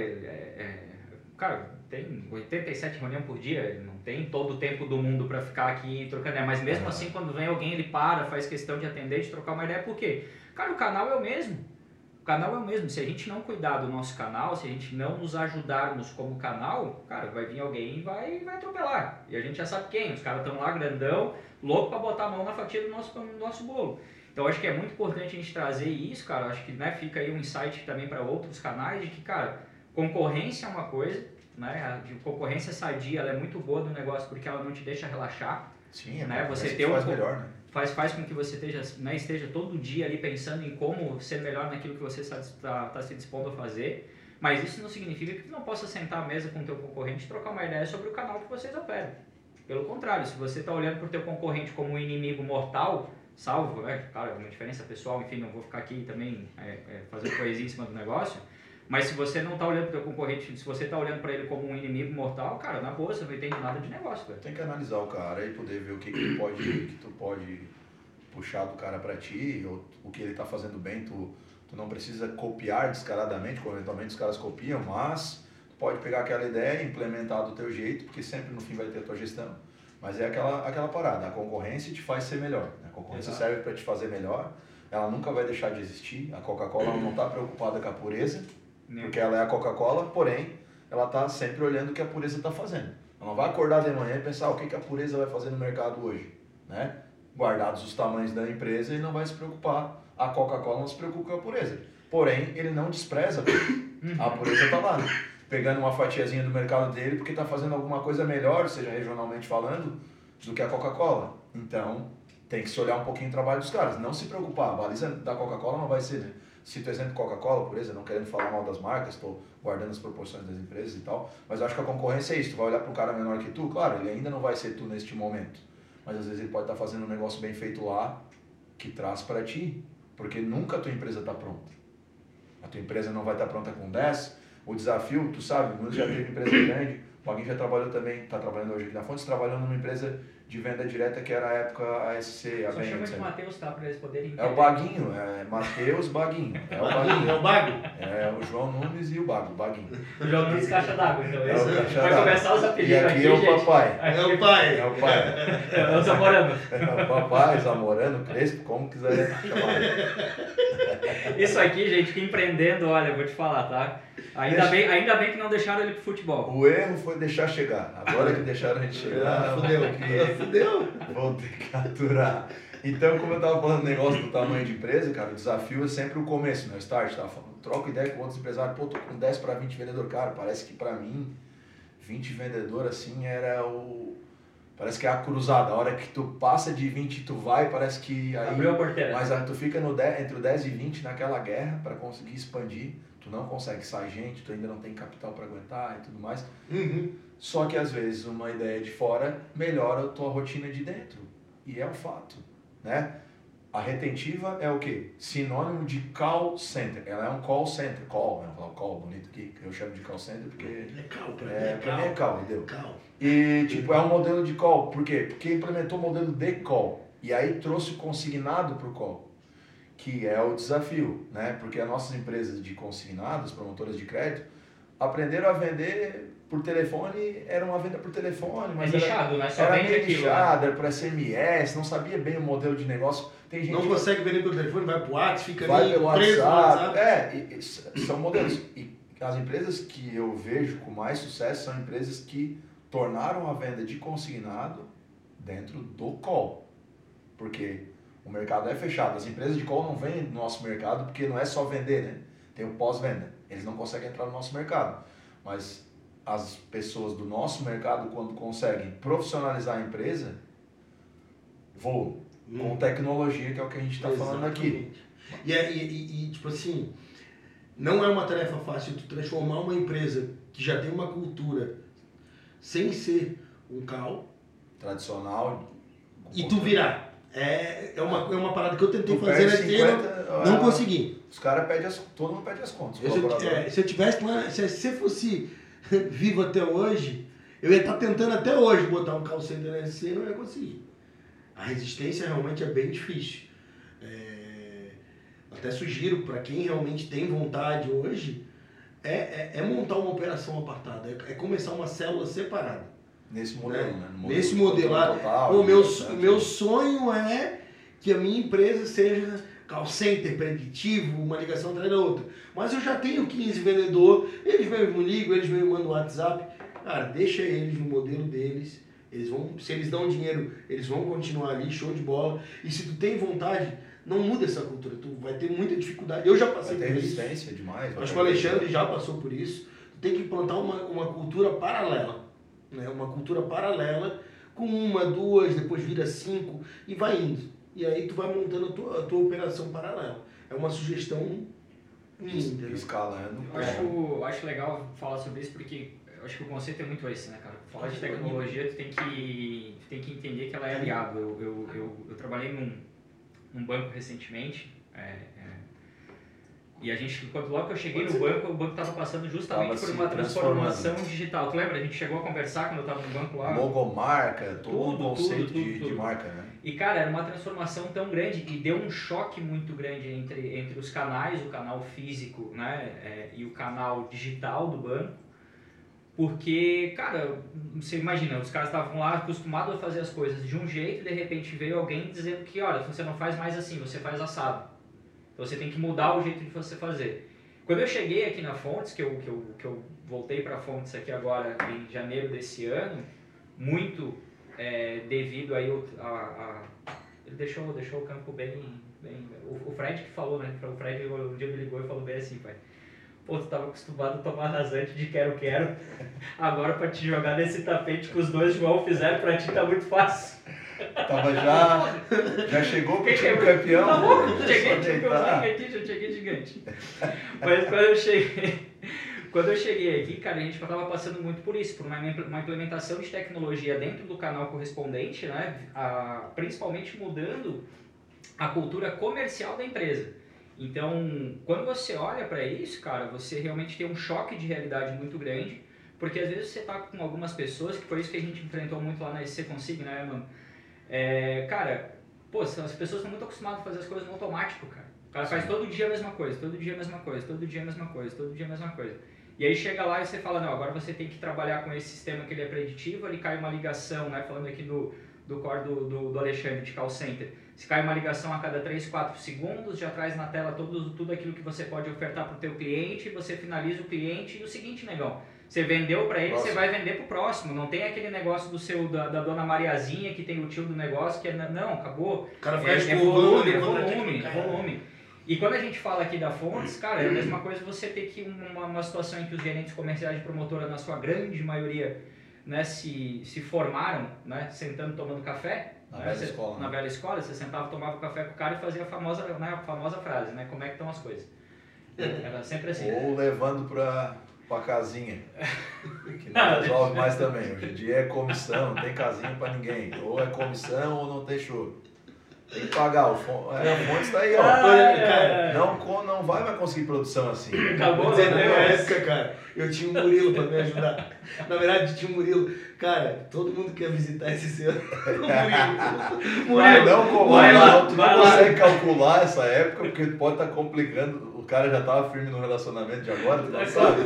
cara, tem 87 reuniões por dia, não tem todo o tempo do mundo para ficar aqui trocando ideia, mas mesmo assim, quando vem alguém, ele faz questão de atender, de trocar uma ideia, por quê? Cara, o canal é o mesmo. O canal é o mesmo. Se a gente não cuidar do nosso canal, se a gente não nos ajudarmos como canal, cara, vai vir alguém e vai atropelar. E a gente já sabe quem. Os caras estão lá grandão, louco para botar a mão na fatia do nosso bolo. Então, acho que é muito importante a gente trazer isso, cara. Acho que, né, fica aí um insight também para outros canais de que, cara, concorrência é uma coisa, né? A concorrência sadia, ela é muito boa do negócio porque ela não te deixa relaxar. Sim, né? Você faz melhor, né? Faz com que você esteja todo dia ali pensando em como ser melhor naquilo que você está se dispondo a fazer. Mas isso não significa que tu não possa sentar à mesa com o teu concorrente e trocar uma ideia sobre o canal que vocês operam. Pelo contrário, se você está olhando para o teu concorrente como um inimigo mortal, salvo, claro, uma diferença pessoal, enfim, não vou ficar aqui também fazendo poesia em cima do negócio, mas se você não está olhando para o teu concorrente, se você está olhando para ele como um inimigo mortal, cara, na boa, você não entende nada de negócio, velho. Tem que analisar o cara e poder ver o que tu pode puxar do cara para ti, ou o que ele está fazendo bem, tu não precisa copiar descaradamente, como eventualmente os caras copiam, mas tu pode pegar aquela ideia e implementar do teu jeito, porque sempre no fim vai ter a tua gestão. Mas é aquela parada, a concorrência te faz ser melhor, né? A concorrência serve para te fazer melhor, ela nunca vai deixar de existir, a Coca-Cola não está preocupada com a pureza, porque ela é a Coca-Cola, porém, ela está sempre olhando o que a pureza está fazendo. Ela não vai acordar de manhã e pensar o que a pureza vai fazer no mercado hoje, né? Guardados os tamanhos da empresa, ele não vai se preocupar. A Coca-Cola não se preocupa com a pureza. Porém, ele não despreza a pureza está lá, pegando uma fatiazinha do mercado dele porque está fazendo alguma coisa melhor, seja regionalmente falando, do que a Coca-Cola. Então, tem que se olhar um pouquinho o trabalho dos caras. Não se preocupar, a baliza da Coca-Cola não vai ser, né? Cito o exemplo Coca-Cola, por exemplo, não querendo falar mal das marcas, estou guardando as proporções das empresas e tal, mas eu acho que a concorrência é isso, tu vai olhar para um cara menor que tu, claro, ele ainda não vai ser tu neste momento, mas às vezes ele pode estar fazendo um negócio bem feito lá, que traz para ti, porque nunca a tua empresa está pronta. A tua empresa não vai estar pronta com 10, o desafio, tu sabe, o Nuno já teve empresa grande, o Baguinho já trabalhou também, está trabalhando hoje aqui na Fontes, trabalhando numa empresa de venda direta que era a época ASC, a Só chama de Matheus, tá? Para eles poderem entender. É o Baguinho, é Matheus Baguinho. É o Baguinho. É o Bago? É o João Nunes e o Bago, o Baguinho. O João Nunes Caixa d'Água, então. É o Caixa Vai d'Água. começar os E apelidos aqui aqui, é o gente. papai. É o pai. É o pai. É o Zamorano. É o papai, Zamorano, Crespo, como quiser chamar. Isso aqui, gente, que empreendendo, olha, eu vou te falar, tá? Ainda bem que não deixaram ele pro futebol. O erro foi deixar chegar. Agora que deixaram a gente chegar, Fudeu. vão ter que aturar. Então, como eu estava falando do negócio do tamanho de empresa, cara, o desafio é sempre o começo, né? O start, tava falando, troco ideia com outros empresários, pô, tô com 10 para 20 vendedores, cara, parece que para mim, 20 vendedores assim era o... Parece que é a cruzada, a hora que tu passa de 20 tu vai, parece que aí... Abriu a porteira. Mas tu fica no 10, entre o 10 e 20 naquela guerra para conseguir expandir, tu não consegue sair gente, tu ainda não tem capital para aguentar e tudo mais. Uhum. Só que às vezes uma ideia de fora melhora a tua rotina de dentro. E é um fato, né? A retentiva é o quê? Sinônimo de call center. Ela é um call center. Call, né? Vou falar call bonito aqui, que eu chamo de call center porque... É cal, pra mim é call, entendeu? Cal. E tipo, é um modelo de call. Por quê? Porque implementou o modelo de call. E aí trouxe o consignado para o call. Que é o desafio, né? Porque as nossas empresas de consignados, promotoras de crédito, aprenderam a vender por telefone, era uma venda por telefone, mas nichado, né? Só era vende meio aquilo, nichado, era para SMS, não sabia bem o modelo de negócio. Tem gente Não que consegue vender pelo telefone, vai pro WhatsApp, fica vai ali pelo preso no WhatsApp. WhatsApp. São modelos. E as empresas que eu vejo com mais sucesso são empresas que tornaram a venda de consignado dentro do call. Porque o mercado é fechado. As empresas de call não vêm no nosso mercado porque não é só vender, né? Tem o pós-venda. Eles não conseguem entrar no nosso mercado. Mas as pessoas do nosso mercado, quando conseguem profissionalizar a empresa, voam. Com tecnologia, que é o que a gente está falando aqui. E, tipo assim, não é uma tarefa fácil tu transformar uma empresa que já tem uma cultura sem ser um call Tradicional. e tu virar. É uma parada que eu tentei Tu fazer perde nesse ano, 50, não consegui. Os caras pedem todo mundo pede as contas. Se eu tivesse, se fosse vivo até hoje, eu ia estar tentando até hoje botar um call center nesse e não ia conseguir. A resistência realmente é bem difícil. Até sugiro para quem realmente tem vontade hoje, é montar uma operação apartada, é começar uma célula separada. Nesse modelo, né? Nesse modelo. O meu sonho é que a minha empresa seja call center, preditivo, uma ligação atrás da outra. Mas eu já tenho 15 vendedores, eles mesmo ligam, eles mesmo mandam WhatsApp. Cara, deixa eles no modelo deles. Se eles dão dinheiro, eles vão continuar ali, show de bola. E se tu tem vontade, não muda essa cultura. Tu vai ter muita dificuldade. Eu já passei por isso. Resistência demais. Acho que o Alexandre já passou por isso. Tu tem que implantar uma cultura paralela. Né? Uma cultura paralela com 1, 2, depois vira 5 e vai indo. E aí tu vai montando a tua operação paralela. É uma sugestão minha. Escalando. Eu acho legal falar sobre isso porque eu acho que o conceito é muito esse, né, cara? Falar de tecnologia, tu tem que entender que ela é aliado. Eu trabalhei num banco recentemente, e a gente, logo que eu cheguei no banco, o banco estava passando justamente por uma transformação digital. Tu lembra? A gente chegou a conversar quando eu estava no banco lá. Logomarca, todo o conceito de marca, né? E, cara, era uma transformação tão grande e deu um choque muito grande entre os canais, o canal físico, né, e o canal digital do banco. Porque, cara, você imagina, os caras estavam lá acostumados a fazer as coisas de um jeito e de repente veio alguém dizendo que, olha, você não faz mais assim, você faz assado. Então você tem que mudar o jeito de você fazer. Quando eu cheguei aqui na Fontes, que eu voltei para a Fontes aqui agora em janeiro desse ano, muito devido aí ele deixou o campo bem... O Fred que falou, né? O Fred um dia me ligou e falou bem assim, pai. Pô, tu tava acostumado a tomar rasante de quero, agora pra te jogar nesse tapete que os dois João fizeram, pra ti tá muito fácil. Tava já chegou pro time campeão. Tá bom, pô, cheguei, só tipo, deitar. já cheguei gigante. Mas quando eu cheguei aqui, cara, a gente estava passando muito por isso, por uma implementação de tecnologia dentro do canal correspondente, né? Principalmente mudando a cultura comercial da empresa. Então, quando você olha para isso, cara, você realmente tem um choque de realidade muito grande, porque às vezes você tá com algumas pessoas, que foi isso que a gente enfrentou muito lá na SC Consig, né, mano? Cara, pô, as pessoas estão muito acostumadas a fazer as coisas no automático, cara. O cara faz todo dia a mesma coisa, todo dia a mesma coisa, todo dia a mesma coisa, todo dia a mesma coisa. E aí chega lá e você fala, não, agora você tem que trabalhar com esse sistema que ele é preditivo, ele cai uma ligação, né, falando aqui do core do Alexandre, de call center. Se cai uma ligação a cada 3, 4 segundos, já traz na tela tudo aquilo que você pode ofertar para o teu cliente, você finaliza o cliente e o seguinte, negão, você vendeu para ele, você vai vender para o próximo. Não tem aquele negócio da dona Mariazinha que tem o tio do negócio que não, acabou. O cara fica volume. E quando a gente fala aqui da Fontes, cara, é a mesma coisa você ter que uma situação em que os gerentes comerciais de promotora, na sua grande maioria, né, se formaram, né, sentando tomando café. Na velha escola. Na velha escola, você sentava, tomava café com o cara e fazia a famosa frase, né, como é que estão as coisas. Era sempre assim. Ou levando pra casinha, que não resolve mais também. Hoje em dia é comissão, não tem casinha pra ninguém. Ou é comissão ou não tem choro. Tem que pagar, a Fontes tá aí, ó. Cara, não vai mais conseguir produção assim. Acabou, dizer, na né? minha época, cara, eu tinha um Murilo pra me ajudar. Na verdade, tinha um Murilo. Cara, todo mundo quer visitar esse seu. Murilo, tu não vai consegue calcular essa época, porque pode estar complicando. O cara já tava firme no relacionamento de agora, tu não sabe.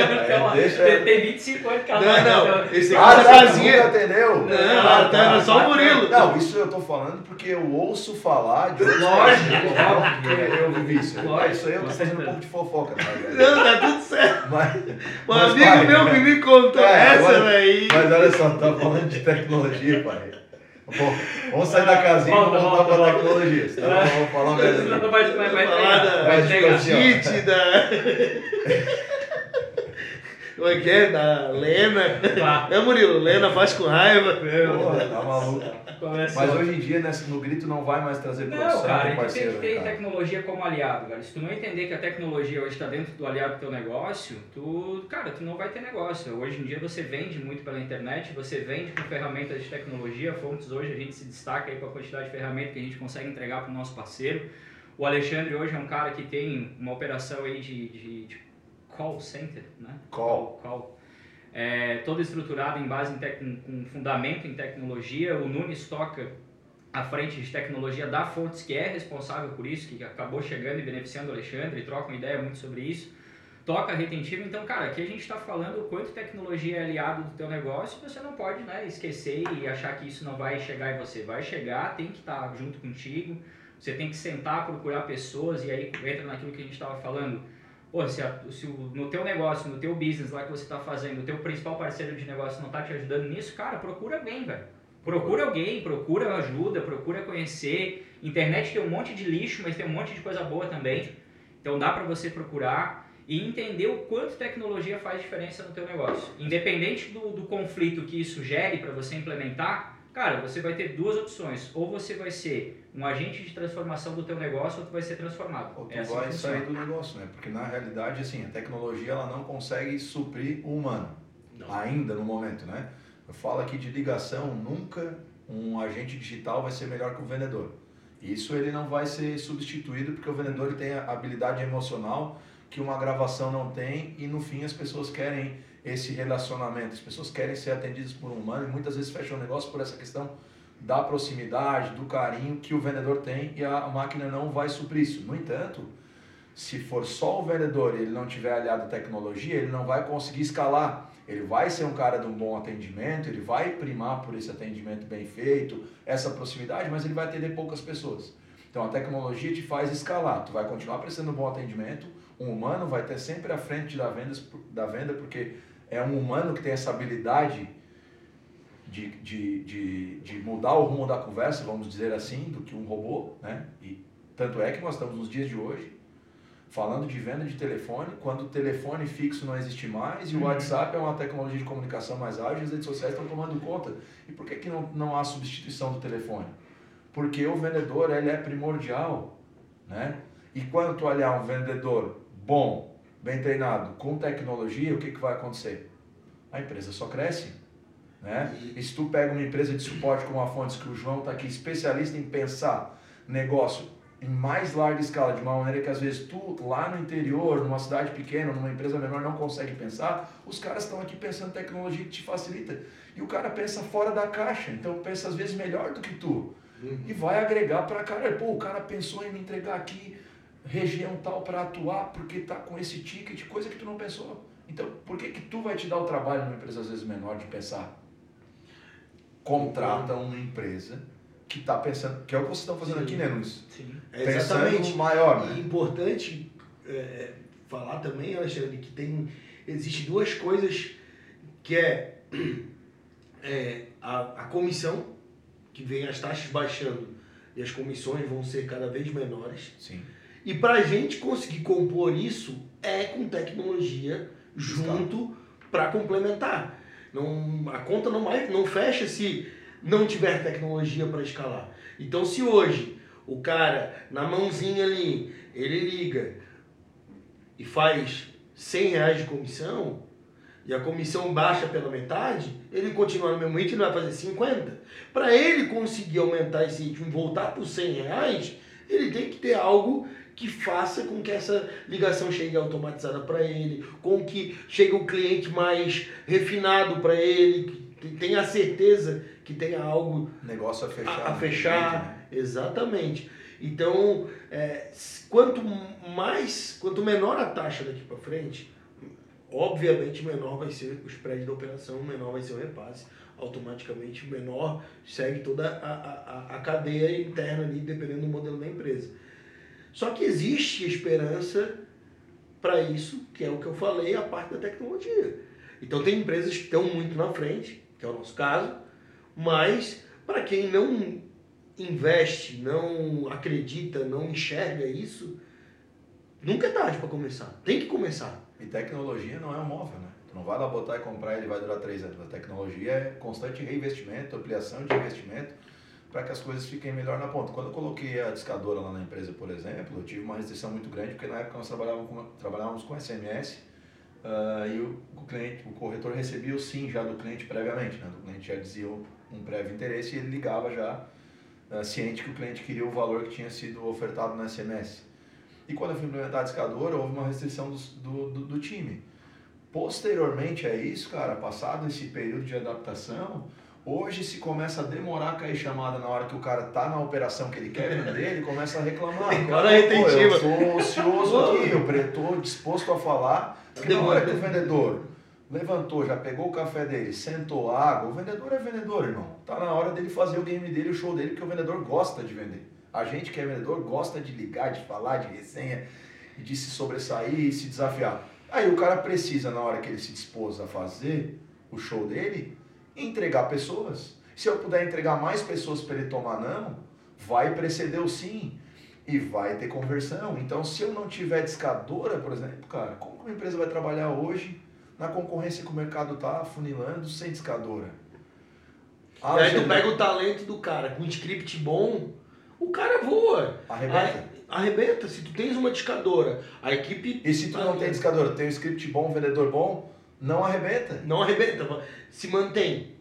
Tem 25 anos de casado. Não, esse Ah, cara você nunca entendeu? Não, era só o Murilo. Não, isso eu tô falando porque eu ouço falar de outros Lógico, eu vivi isso. Lógico, Isso aí eu tô fazendo um pouco de fofoca, tá? Não, tá tudo certo. Um Mas, amigo pai, meu que me contou essa daí. Mas olha só, tá falando de tecnologia, pai. Bom, vamos sair da casinha e voltar pra tecnologia. Senão vamos falar mais. Não vai Vai da como é que é? Da Lena. É, Murilo, Lena faz com raiva. Porra, tá maluco. Mas hoje em dia, no grito, não vai mais trazer produção. Não, cara, parceiro, tu tem que ter cara. tecnologia como aliado, cara. Se tu não entender que a tecnologia hoje está dentro do aliado do teu negócio, tu não vai ter negócio. Hoje em dia você vende muito pela internet, você vende com ferramentas de tecnologia. Fontes hoje a gente se destaca aí com a quantidade de ferramentas que a gente consegue entregar para o nosso parceiro. O Alexandre hoje é um cara que tem uma operação aí de call center, né? Call. Todo estruturado em base com fundamento em tecnologia. O Nunes toca à frente de tecnologia da Fontes, que é responsável por isso, que acabou chegando e beneficiando o Alexandre, troca uma ideia muito sobre isso. Toca retentivo. Então, cara, aqui a gente está falando o quanto tecnologia é aliado do teu negócio, você não pode, né, esquecer e achar que isso não vai chegar em você. Vai chegar, tem que estar junto contigo, você tem que sentar, procurar pessoas, e aí entra naquilo que a gente estava falando. Pô, se no teu negócio, no teu business lá que você está fazendo, o teu principal parceiro de negócio não está te ajudando nisso, cara, procura alguém, velho. Procura alguém, procura ajuda, procura conhecer. Internet tem um monte de lixo, mas tem um monte de coisa boa também. Então dá para você procurar e entender o quanto tecnologia faz diferença no teu negócio. Independente do conflito que isso gere para você implementar, cara, você vai ter duas opções. Ou você vai ser um agente de transformação do teu negócio, ou tu vai ser transformado. Ou tu vai sair do negócio, né? Porque na realidade, assim, a tecnologia ela não consegue suprir o humano. Não. Ainda no momento, né? Eu falo aqui de ligação, nunca um agente digital vai ser melhor que o vendedor. Isso ele não vai ser substituído porque o vendedor ele tem a habilidade emocional que uma gravação não tem e no fim as pessoas querem esse relacionamento, as pessoas querem ser atendidas por um humano e muitas vezes fecham o negócio por essa questão da proximidade, do carinho que o vendedor tem e a máquina não vai suprir isso. No entanto, se for só o vendedor e ele não tiver aliado à tecnologia, ele não vai conseguir escalar. Ele vai ser um cara de um bom atendimento, ele vai primar por esse atendimento bem feito, essa proximidade, mas ele vai atender poucas pessoas. Então a tecnologia te faz escalar, tu vai continuar prestando um bom atendimento, um humano vai ter sempre à frente da venda porque é um humano que tem essa habilidade de mudar o rumo da conversa, vamos dizer assim, do que um robô, né? E tanto é que nós estamos nos dias de hoje falando de venda de telefone, quando o telefone fixo não existe mais e o WhatsApp é uma tecnologia de comunicação mais ágil e as redes sociais estão tomando conta. E por que não há substituição do telefone? Porque o vendedor ele é primordial, né? E quando tu olhar um vendedor bom, bem treinado, com tecnologia, o que vai acontecer? A empresa só cresce, né? E se tu pega uma empresa de suporte como a Fontes, que o João está aqui, especialista em pensar negócio em mais larga escala, de uma maneira que às vezes tu lá no interior, numa cidade pequena, numa empresa menor não consegue pensar, os caras estão aqui pensando em tecnologia que te facilita. E o cara pensa fora da caixa, então pensa às vezes melhor do que tu. E vai agregar para cara, pô, o cara pensou em me entregar aqui região tal para atuar porque tá com esse ticket, coisa que tu não pensou. Então, por que tu vai te dar o trabalho numa empresa às vezes menor de pensar? Contrata uma empresa que está pensando, que é o que vocês estão fazendo aqui, né, Luiz? Sim. Exatamente. Maior, né? E importante falar também, Alexandre, que existe duas coisas que a comissão, que vem as taxas baixando e as comissões vão ser cada vez menores. Sim. E para a gente conseguir compor isso com tecnologia junto para complementar. A conta não fecha se não tiver tecnologia para escalar. Então, se hoje o cara, na mãozinha ali, ele liga e faz R$100 de comissão e a comissão baixa pela metade, ele continua no mesmo ritmo e vai fazer 50. Para ele conseguir aumentar esse ritmo e voltar para os R$100, ele tem que ter algo que faça com que essa ligação chegue automatizada para ele, com que chegue o cliente mais refinado para ele, que tenha a certeza que tenha algo negócio a fechar. Exatamente. Então, quanto menor a taxa daqui para frente, obviamente menor vai ser o spread da operação, menor vai ser o repasse. Automaticamente menor segue toda a cadeia interna ali, dependendo do modelo da empresa. Só que existe esperança para isso, que é o que eu falei, a parte da tecnologia. Então tem empresas que estão muito na frente, que é o nosso caso, mas para quem não investe, não acredita, não enxerga isso, nunca é tarde para começar. Tem que começar. E tecnologia não é um móvel, né? Tu não vai lá botar e comprar e ele vai durar 3 anos. A tecnologia é constante reinvestimento, ampliação de investimento, para que as coisas fiquem melhor na ponta. Quando eu coloquei a discadora lá na empresa, por exemplo, eu tive uma restrição muito grande, porque na época nós trabalhávamos com SMS, e o corretor recebia o sim já do cliente previamente, né? O cliente já dizia um prévio interesse e ele ligava já ciente que o cliente queria o valor que tinha sido ofertado no SMS. E quando eu fui implementar a discadora, houve uma restrição do time. Posteriormente a isso, cara, passado esse período de adaptação, hoje se começa a demorar a cair chamada na hora que o cara tá na operação que ele quer vender, ele começa a reclamar. Agora é retentiva. Eu tô ocioso aqui, eu tô disposto a falar. Porque na hora que o vendedor levantou, já pegou o café dele, sentou a água, o vendedor é vendedor, irmão. Tá na hora dele fazer o game dele, o show dele, porque o vendedor gosta de vender. A gente que é vendedor gosta de ligar, de falar, de resenha, de se sobressair e se desafiar. Aí o cara precisa, na hora que ele se dispôs a fazer o show dele, entregar pessoas. Se eu puder entregar mais pessoas para ele tomar não, vai preceder o sim e vai ter conversão. Então, se eu não tiver discadora, por exemplo, cara, como uma empresa vai trabalhar hoje na concorrência que o mercado está afunilando sem discadora? E aí tu pega o talento do cara com um script bom, o cara voa. Arrebenta. Se tu tens uma discadora, a equipe... E se tu não tem discadora, tem um script bom, um vendedor bom, não arrebenta. Não arrebenta, se mantém.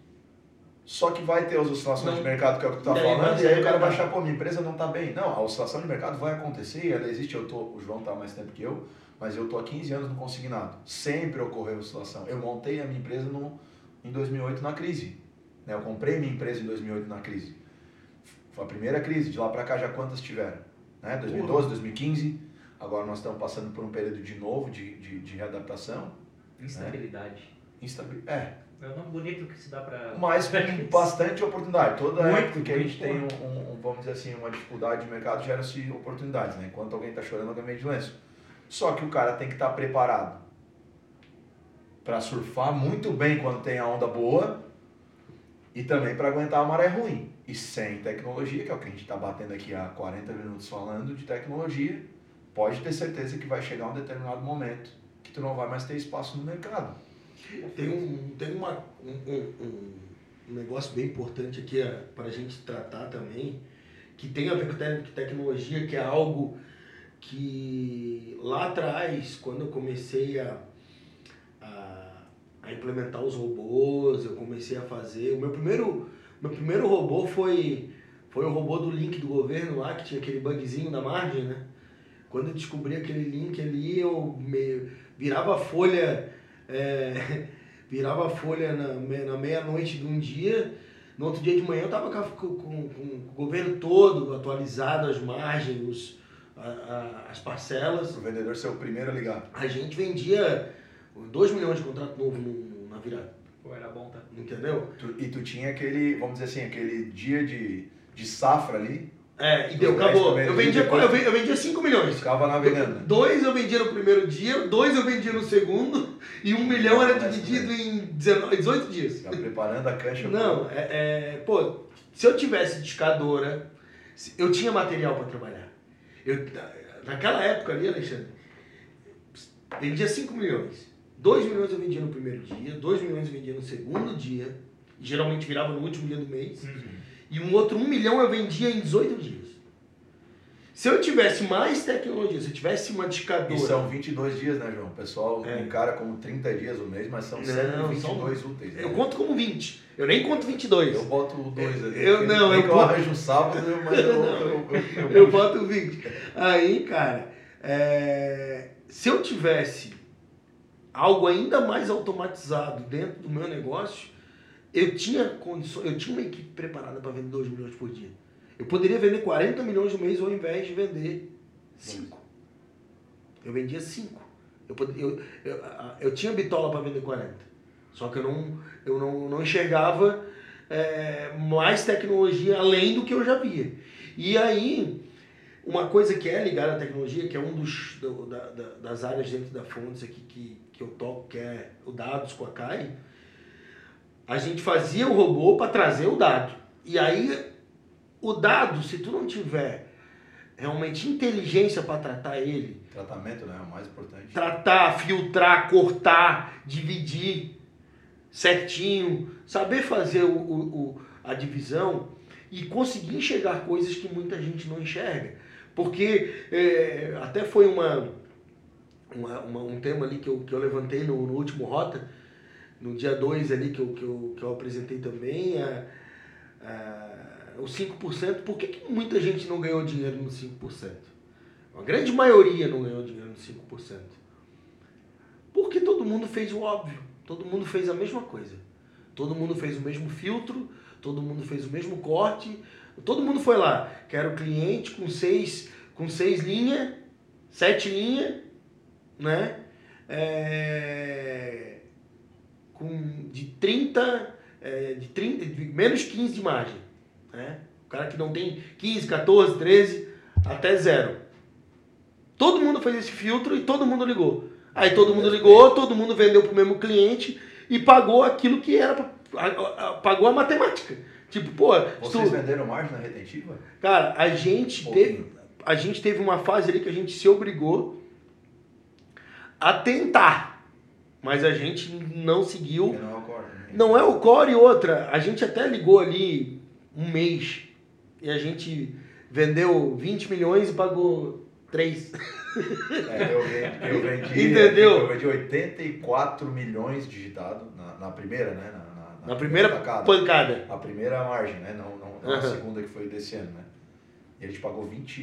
Só que vai ter as oscilações de mercado, que é o que tu tá falando, e aí o cara vai achar, pô, minha empresa não tá bem. Não, a oscilação de mercado vai acontecer, ela existe, o João tá há mais tempo que eu, mas eu tô há 15 anos no consignado. Sempre ocorreu oscilação. Eu montei a minha empresa em 2008 na crise. Né? Eu comprei minha empresa em 2008 na crise. Foi a primeira crise, de lá para cá já quantas tiveram? Né? 2012, 2015, agora nós estamos passando por um período de novo de readaptação. Instabilidade. Instabilidade. É um nome bonito que se dá para... Mas com bastante oportunidade. Toda época que a gente tem vamos dizer assim, uma dificuldade de mercado, gera-se oportunidades. Né? Enquanto alguém está chorando, alguém meio de lenço. Só que o cara tem que estar preparado para surfar muito bem quando tem a onda boa e também para aguentar a maré ruim. E sem tecnologia, que é o que a gente está batendo aqui há 40 minutos falando de tecnologia, pode ter certeza que vai chegar um determinado momento que tu não vai mais ter espaço no mercado. Tem um negócio bem importante aqui para a gente tratar também, que tem a ver com tecnologia, que é algo que lá atrás, quando eu comecei a implementar os robôs, eu comecei a fazer... O meu primeiro robô foi o robô do link do governo lá, que tinha aquele bugzinho na margem, né? Quando eu descobri aquele link ali, eu virava a folha na meia-noite de um dia. No outro dia de manhã eu tava com o governo todo atualizado, as margens, as parcelas. O vendedor ser o primeiro a ligar. A gente vendia 2 milhões de contrato novo na virada. Pô, era bom, tá? Entendeu? E tu tinha aquele, vamos dizer assim, aquele dia de safra ali. E deu, acabou. Eu vendia 5 milhões. Ficava navegando. 2 eu vendia no primeiro dia, 2 eu vendia no segundo, e 1 milhão era dividido em 18 dias. Tá preparando a cancha. Não, pô, se eu tivesse discadora, eu tinha material para trabalhar. Naquela época ali, Alexandre, vendia 5 milhões. 2 milhões eu vendia no primeiro dia, 2 milhões eu vendia no segundo dia, geralmente virava no último dia do mês, e um outro 1 milhão eu vendia em 18 dias. Se eu tivesse mais tecnologia, se eu tivesse uma discadora... E são 22 dias, né, João? O pessoal encara como 30 dias o mês, mas são 22 úteis. Né? Eu conto como 20, eu nem conto 22. Eu boto 2 ali. Eu arranjo um sábado, mas eu boto 20. Aí, cara, se eu tivesse algo ainda mais automatizado dentro do meu negócio, eu tinha uma equipe preparada para vender 2 milhões por dia. Eu poderia vender 40 milhões no mês ao invés de vender 5. Eu vendia 5. Eu tinha bitola para vender 40. Só que eu não enxergava mais tecnologia além do que eu já via. E aí, uma coisa que é ligada à tecnologia, que é das áreas dentro da Fontes aqui que eu toco, que é o dados com a CAI, a gente fazia o robô para trazer o dado. E aí, o dado, se tu não tiver realmente inteligência para tratar ele... Tratamento, né? É o mais importante. Tratar, filtrar, cortar, dividir certinho, saber fazer a divisão e conseguir enxergar coisas que muita gente não enxerga. Porque até foi um tema ali que eu levantei no último Rota, no dia 2 ali que eu apresentei também, os 5%. Por que muita gente não ganhou dinheiro no 5%? A grande maioria não ganhou dinheiro no 5%. Porque todo mundo fez o óbvio, todo mundo fez a mesma coisa. Todo mundo fez o mesmo filtro, todo mundo fez o mesmo corte, todo mundo foi lá. Quero cliente com 6 linhas, 7 linhas, né? De menos 15 de margem, né? O cara que não tem 15, 14, 13, até 0. Todo mundo fez esse filtro e todo mundo ligou. Aí todo mundo ligou, todo mundo vendeu para o mesmo cliente e pagou aquilo que era, pagou a matemática. Tipo, pô... Vocês venderam margem na retentiva? Cara, a gente teve uma fase ali que a gente se obrigou a tentar, mas a gente não seguiu. Não é o core. Não é o core. E outra, a gente até ligou ali um mês e a gente vendeu 20 milhões e pagou 3. Eu vendi, entendeu? Eu vendi 84 milhões digitado na primeira, né? Na primeira pancada. A primeira margem, né? Não a segunda que foi desse ano, né? E a gente pagou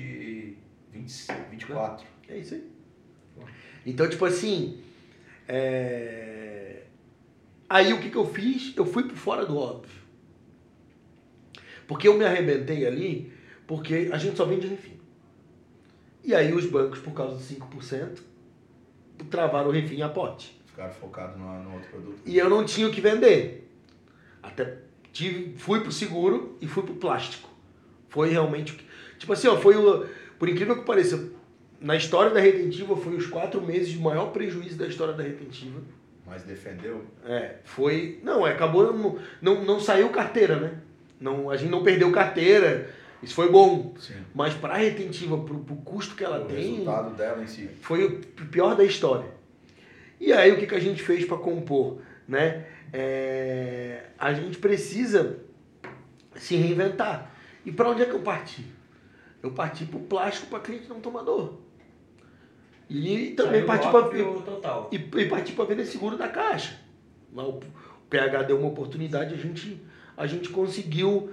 24. É isso aí. Então, tipo assim, aí o que eu fiz? Eu fui por fora do óbvio. Porque eu me arrebentei ali, porque a gente só vende refim. E aí os bancos, por causa dos 5%, travaram o refim a pote. Ficaram focados no outro produto. E eu não tinha o que vender. Até fui pro seguro e fui pro plástico. Foi realmente... Tipo assim, por incrível que pareça, na história da retentiva, foi os 4 meses de maior prejuízo da história da retentiva. Mas defendeu? Foi... Não, acabou... Não saiu carteira, né? Não, a gente não perdeu carteira Isso foi bom. Sim. Mas para a retentiva, pro custo que ela O tem, resultado dela em si. foi o pior da história. E aí o que a gente fez para compor? Né? A gente precisa se reinventar. E para onde é que eu parti? Eu parti para o plástico para cliente não tomador. E também parti para vender seguro da Caixa. Lá o PH deu uma oportunidade, a gente conseguiu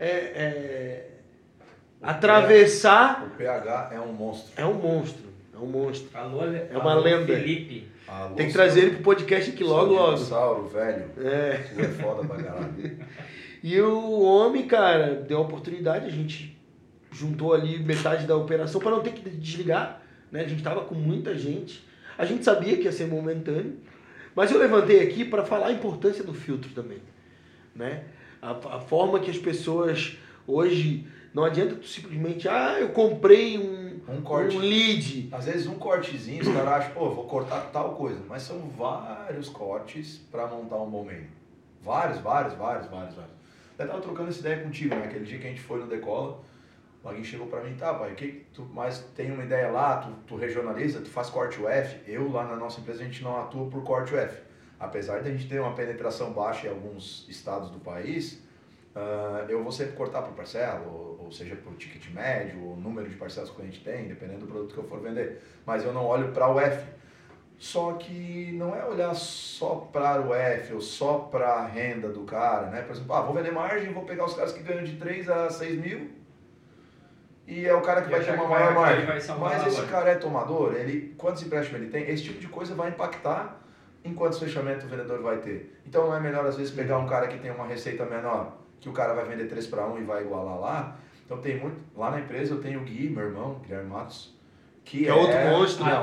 atravessar. O PH é um monstro. É um monstro. Alô, é uma lenda. Felipe. Alô, tem que trazer ele pro podcast aqui logo. Dinossauro, velho. Tu é foda pra caralho. E o homem, cara, deu uma oportunidade, a gente juntou ali metade da operação para não ter que desligar, né? A gente tava com muita gente. A gente sabia que ia ser momentâneo, mas eu levantei aqui para falar a importância do filtro também, né? A forma que as pessoas hoje, não adianta tu simplesmente, eu comprei um corte. Um lead. Às vezes um cortezinho, os caras acham, vou cortar tal coisa, mas são vários cortes para montar um bom meio. Vários. Eu tava trocando essa ideia contigo, né? Aquele dia que a gente foi no Decola, alguém chegou pra mim, tá, pai, mas tem uma ideia lá, tu regionaliza, tu faz corte UF. Eu, lá na nossa empresa, a gente não atua por corte UF. Apesar de a gente ter uma penetração baixa em alguns estados do país, eu vou sempre cortar por parcela, ou seja, por ticket médio, o número de parcelas que a gente tem, dependendo do produto que eu for vender. Mas eu não olho para o UF. Só que não é olhar só para o UF ou só para a renda do cara, né? Por exemplo, vou vender margem, vou pegar os caras que ganham de 3 a 6 mil e é o cara que vai ter uma maior margem. Mas esse cara é tomador, quantos empréstimos ele tem? Esse tipo de coisa vai impactar em quantos fechamentos o vendedor vai ter. Então não é melhor às vezes pegar um cara que tem uma receita menor, que o cara vai vender 3 para 1 e vai igualar lá. Então tem muito, lá na empresa eu tenho o Gui, meu irmão, Guilherme Matos, que é outro monstro, né?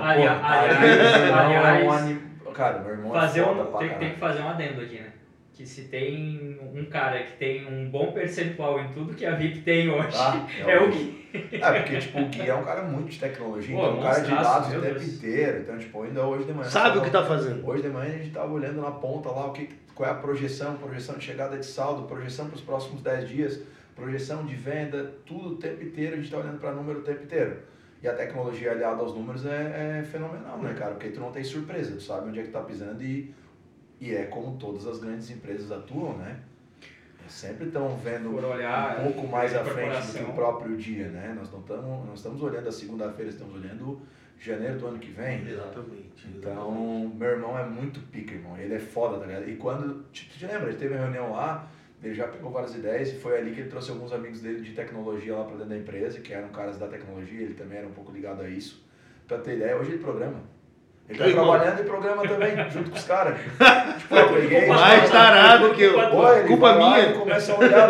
Cara, meu irmão tem que fazer um adendo aqui, né? Que se tem um cara que tem um bom percentual em tudo que a VIP tem hoje, é o Gui. Porque tipo, o Gui é um cara muito de tecnologia, então um cara de dados o tempo inteiro. Então, tipo, ainda hoje de manhã. Sabe o que tá fazendo? Hoje de manhã a gente tava olhando na ponta lá qual é a projeção de chegada de saldo, projeção para os próximos 10 dias, projeção de venda, tudo o tempo inteiro, a gente tá olhando para número o tempo inteiro. E a tecnologia aliada aos números é fenomenal, né, cara? Porque tu não tem surpresa, tu sabe onde é que tá pisando e é como todas as grandes empresas atuam, né? Sempre estão vendo um pouco mais à frente do que o próprio dia, né? Nós não estamos olhando a segunda-feira, estamos olhando janeiro do ano que vem. Exatamente. Então, meu irmão é muito pica, irmão. Ele é foda, tá ligado? E quando, tu te lembra, ele teve uma reunião lá, ele já pegou várias ideias e foi ali que ele trouxe alguns amigos dele de tecnologia lá pra dentro da empresa, que eram caras da tecnologia, ele também era um pouco ligado a isso. Pra ter ideia, hoje ele programa. Ele tá trabalhando em programa também, junto com os caras. Tipo, eu peguei... Mais tarado que eu. Culpa minha. Ele começa a olhar,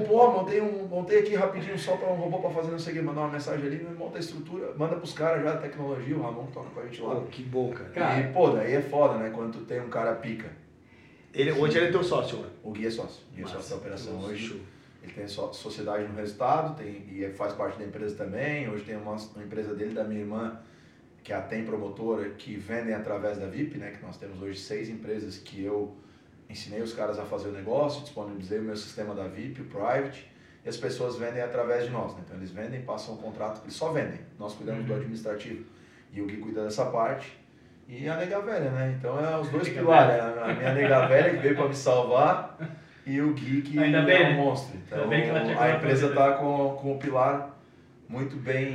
montei aqui rapidinho só para um robô para fazer não sei o que, mandar uma mensagem ali, monta a estrutura, manda pros caras já a tecnologia, o Ramon toca com a gente lá. Que bom, cara. E, daí é foda, né, quando tu tem um cara pica. Hoje ele é teu sócio, né? O Gui é sócio. O Gui é sócio da operação hoje. Ele tem sociedade no resultado, e faz parte da empresa também. Hoje tem uma empresa dele, da minha irmã, que é a Tem Promotora, que vendem através da VIP, né? Que nós temos hoje 6 empresas que eu ensinei os caras a fazer o negócio, disponibilizei o meu sistema da VIP, o Private, e as pessoas vendem através de nós, né? Então eles vendem, passam um contrato, eles só vendem. Nós cuidamos do administrativo. E o Gui cuida dessa parte. E a nega velha, né? Então é os dois pilares. A minha nega velha que veio para me salvar e o Gui que é um monstro. Então a empresa está com o pilar muito bem... O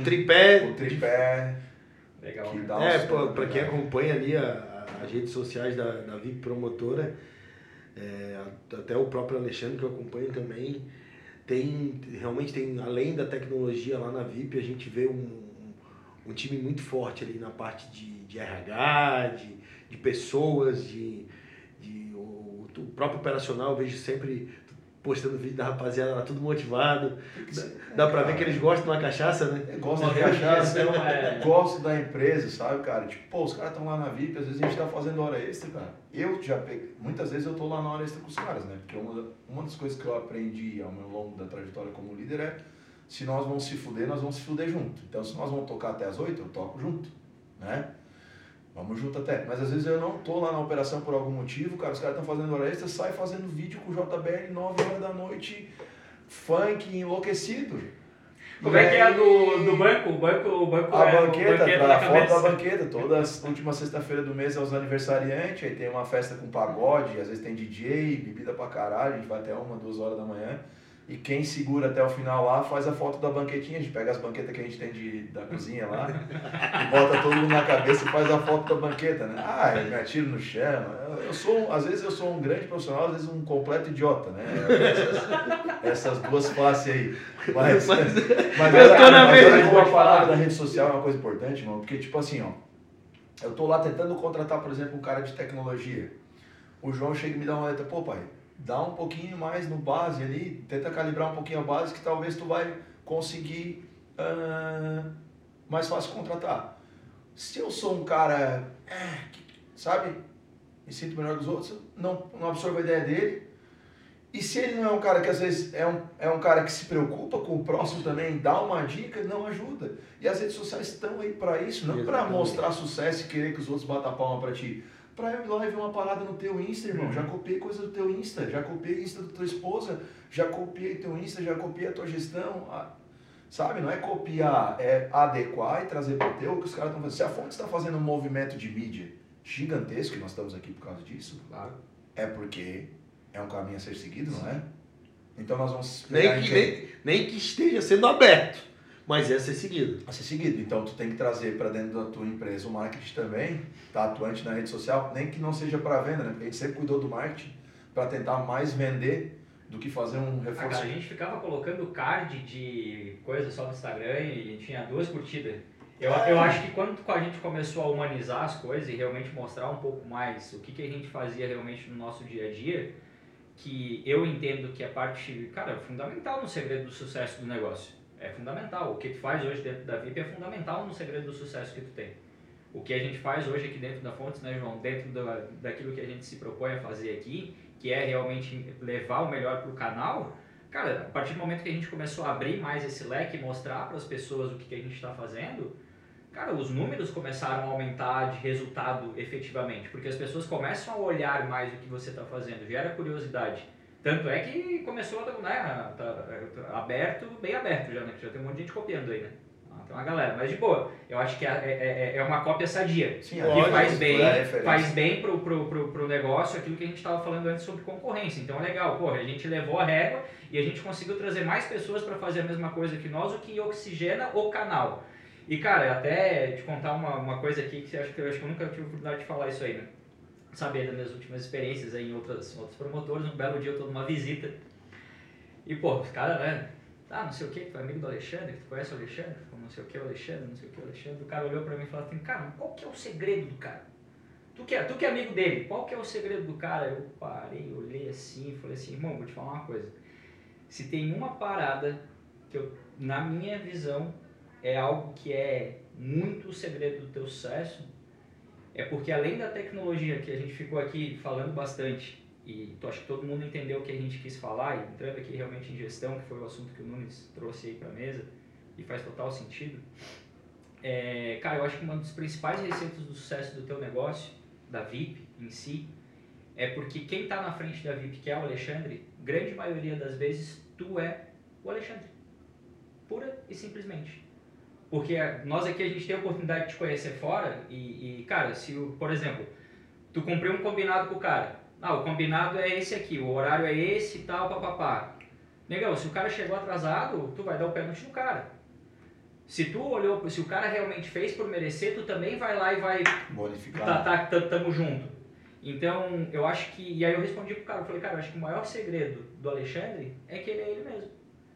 tripé. Legal. Para quem acompanha ali as redes sociais da VIP Promotora, até o próprio Alexandre que eu acompanho também, realmente tem, além da tecnologia lá na VIP, a gente vê um time muito forte ali na parte de RH, de pessoas, o próprio operacional. Eu vejo sempre postando vídeo da rapaziada lá, tudo motivado. Dá pra ver que eles gostam de uma cachaça, né? Gostam da cachaça, gosto da empresa, sabe, cara? Tipo, os caras estão lá na VIP, às vezes a gente tá fazendo hora extra, cara. Muitas vezes eu tô lá na hora extra com os caras, né? Porque uma das coisas que eu aprendi ao meu longo da trajetória como líder é: se nós vamos se fuder, nós vamos se fuder junto. Então, se nós vamos tocar até as 8, eu toco junto, né? Vamos junto até. Mas às vezes eu não tô lá na operação por algum motivo, cara, os caras estão fazendo hora extra, sai fazendo vídeo com o JBL 9 horas da noite, funk enlouquecido. Como é que é a do banco? O banco A é banqueta, na a foto cabeça. da banqueta. Toda última sexta-feira do mês é os aniversariantes, aí tem uma festa com pagode, às vezes tem DJ, bebida pra caralho, a gente vai até 1, 2 horas da manhã. E quem segura até o final lá faz a foto da banquetinha, a gente pega as banquetas que a gente tem da cozinha lá, e bota todo mundo na cabeça e faz a foto da banqueta, né? Ah, eu me atiro no chão. Às vezes eu sou um grande profissional, às vezes um completo idiota, né? Essas duas faces aí. Mas eu tô na mesma. Uma parada da rede social é uma coisa importante, mano, porque tipo assim, ó, eu tô lá tentando contratar, por exemplo, um cara de tecnologia. O João chega e me dá uma letra, pô pai, dá um pouquinho mais no base ali, tenta calibrar um pouquinho a base que talvez tu vai conseguir mais fácil contratar. Se eu sou um cara, sabe, me sinto melhor dos outros, não absorvo a ideia dele. E se ele não é um cara que às vezes é um cara que se preocupa com o próximo também, dá uma dica, não ajuda. E as redes sociais estão aí para isso, não para mostrar sucesso e querer que os outros batam a palma para ti. Pra eu ir lá e ver uma parada no teu Insta, irmão. Já copiei coisa do teu Insta, já copiei Insta da tua esposa, já copiei teu Insta, já copiei a tua gestão. Sabe? Não é copiar, é adequar e trazer pro teu o que os caras estão fazendo. Se a Fonte está fazendo um movimento de mídia gigantesco, e nós estamos aqui por causa disso, claro, é porque é um caminho a ser seguido, não é? Então nós vamos... Nem que esteja sendo aberto. Mas é a ser seguido. A ser seguido. Então, tu tem que trazer para dentro da tua empresa o marketing também, tá atuante na rede social, nem que não seja para venda, né? Porque a gente sempre cuidou do marketing para tentar mais vender do que fazer um reforço. Cara, a gente ficava colocando card de coisa só no Instagram e tinha 2 curtidas. Eu acho que quando a gente começou a humanizar as coisas e realmente mostrar um pouco mais o que a gente fazia realmente no nosso dia a dia, que eu entendo que a parte, cara, fundamental no segredo do sucesso do negócio. É fundamental. O que tu faz hoje dentro da VIP é fundamental no segredo do sucesso que tu tem. O que a gente faz hoje aqui dentro da Fontes, né, João? Dentro daquilo que a gente se propõe a fazer aqui, que é realmente levar o melhor para o canal, cara, a partir do momento que a gente começou a abrir mais esse leque e mostrar para as pessoas o que a gente está fazendo, cara, os números começaram a aumentar de resultado efetivamente, porque as pessoas começam a olhar mais o que você está fazendo, gera curiosidade. Tanto é que começou, né, tá aberto, bem aberto já, né, que já tem um monte de gente copiando aí, né. Tem uma galera, mas de boa, eu acho que é uma cópia sadia. Sim, que faz bem pro negócio aquilo que a gente estava falando antes sobre concorrência. Então é legal, porra, a gente levou a régua e a gente conseguiu trazer mais pessoas para fazer a mesma coisa que nós, o que oxigena o canal. E cara, até te contar uma coisa aqui que eu acho que eu nunca tive a oportunidade de falar isso aí, né? Saber das minhas últimas experiências aí em outros promotores, um belo dia eu tô numa visita e pô, os caras, né? Não sei o que, tu é amigo do Alexandre, tu conhece o Alexandre? Não sei o que, o Alexandre, não sei o que, o Alexandre. O cara olhou pra mim e falou assim, cara, qual que é o segredo do cara? Tu que é amigo dele, qual que é o segredo do cara? Eu parei, olhei assim e falei assim, irmão, vou te falar uma coisa. Se tem uma parada que na minha visão, é algo que é muito o segredo do teu sucesso, é porque além da tecnologia que a gente ficou aqui falando bastante, e acho que todo mundo entendeu o que a gente quis falar, e entrando aqui realmente em gestão, que foi o assunto que o Nunes trouxe aí para a mesa, e faz total sentido. Cara, eu acho que uma das principais receitas do sucesso do teu negócio, da VIP em si, é porque quem está na frente da VIP, que é o Alexandre, grande maioria das vezes, tu é o Alexandre. Pura e simplesmente. Porque nós aqui a gente tem a oportunidade de te conhecer fora e cara, se, por exemplo, tu cumpriu um combinado com o cara, o combinado é esse aqui, o horário é esse e tal, papapá. Negão, se o cara chegou atrasado, tu vai dar o pênalti no cara. Se tu olhou, se o cara realmente fez por merecer, tu também vai lá e vai bonificar. Tamo junto. Então, eu acho que, e aí eu respondi pro cara, eu falei, cara, eu acho que o maior segredo do Alexandre é que ele é ele mesmo.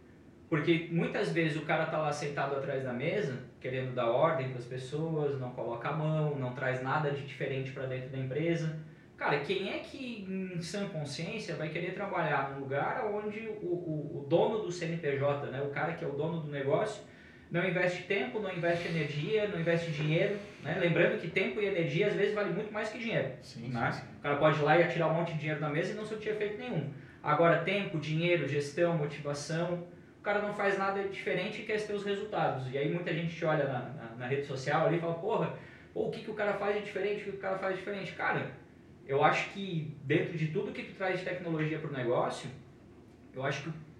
Porque muitas vezes o cara tá lá sentado atrás da mesa, querendo dar ordem para as pessoas, não coloca a mão, não traz nada de diferente para dentro da empresa. Cara, quem é que em sã consciência vai querer trabalhar num lugar onde o dono do CNPJ, né, o cara que é o dono do negócio, não investe tempo, não investe energia, não investe dinheiro, né? Lembrando que tempo e energia às vezes vale muito mais que dinheiro. Sim, né? sim. O cara pode ir lá e atirar um monte de dinheiro na mesa e não surtir efeito nenhum. Agora, tempo, dinheiro, gestão, motivação, o cara não faz nada diferente e quer ter os resultados. E aí muita gente te olha na rede social ali e fala, porra, o que o cara faz de diferente, o que o cara faz de diferente? Cara, eu acho que dentro de tudo que tu traz de tecnologia para o negócio, eu acho que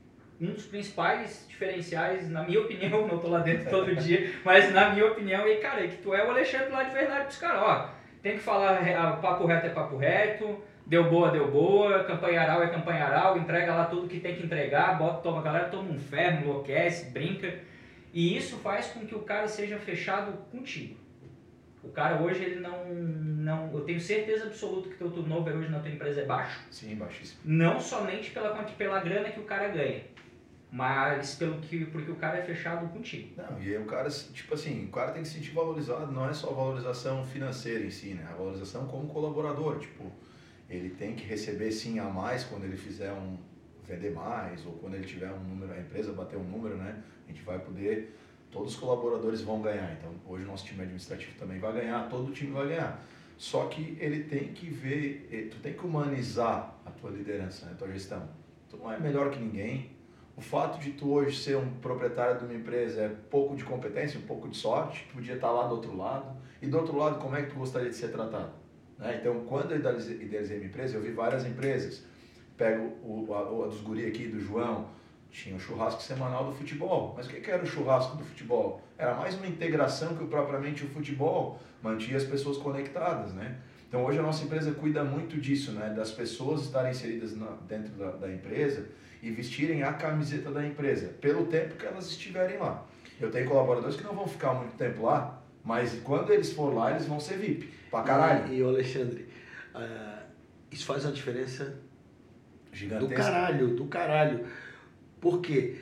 um dos principais diferenciais, na minha opinião, não tô lá dentro todo dia, mas na minha opinião, e cara, é que tu é o Alexandre lá de verdade pros caras, ó, tem que falar, papo reto é papo reto, deu boa, campanharal é campanharal, entrega lá tudo que tem que entregar, a galera toma um ferro, enlouquece, brinca, e isso faz com que o cara seja fechado contigo. O cara hoje, ele não eu tenho certeza absoluta que o teu turnover hoje na tua empresa é baixo. Sim, baixíssimo. Não somente pela grana que o cara ganha, mas porque o cara é fechado contigo. Não, e aí o cara, tipo assim, o cara tem que se sentir valorizado, não é só a valorização financeira em si, né? A valorização como colaborador, tipo, ele tem que receber sim a mais quando ele fizer vender mais, ou quando ele tiver um número, a empresa bater um número, né? A gente vai poder, todos os colaboradores vão ganhar, então hoje o nosso time administrativo também vai ganhar, todo o time vai ganhar. Só que ele tem que ver, tu tem que humanizar a tua liderança, né, a tua gestão. Tu não é melhor que ninguém. O fato de tu hoje ser um proprietário de uma empresa é pouco de competência, um pouco de sorte, tu podia estar lá do outro lado. E do outro lado, como é que tu gostaria de ser tratado? Né? Então, quando eu idealizei minha empresa, eu vi várias empresas. Pego a dos guri aqui, do João, tinha o churrasco semanal do futebol. Mas o que era o churrasco do futebol? Era mais uma integração que propriamente o futebol mantinha as pessoas conectadas, né? Então hoje a nossa empresa cuida muito disso, né? Das pessoas estarem inseridas dentro da empresa e vestirem a camiseta da empresa, pelo tempo que elas estiverem lá. Eu tenho colaboradores que não vão ficar muito tempo lá, mas quando eles for lá, eles vão ser VIP, pra caralho. E Alexandre, isso faz uma diferença gigantesca. Do caralho. Por quê?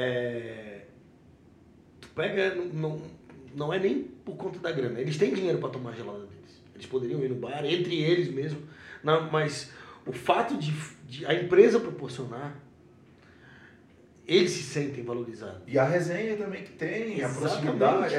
Tu pega, não é nem por conta da grana. Eles têm dinheiro para tomar gelada deles. Eles poderiam ir no bar, entre eles mesmo. Mas o fato de a empresa proporcionar, eles se sentem valorizados. E a resenha também que tem, exatamente, a proximidade.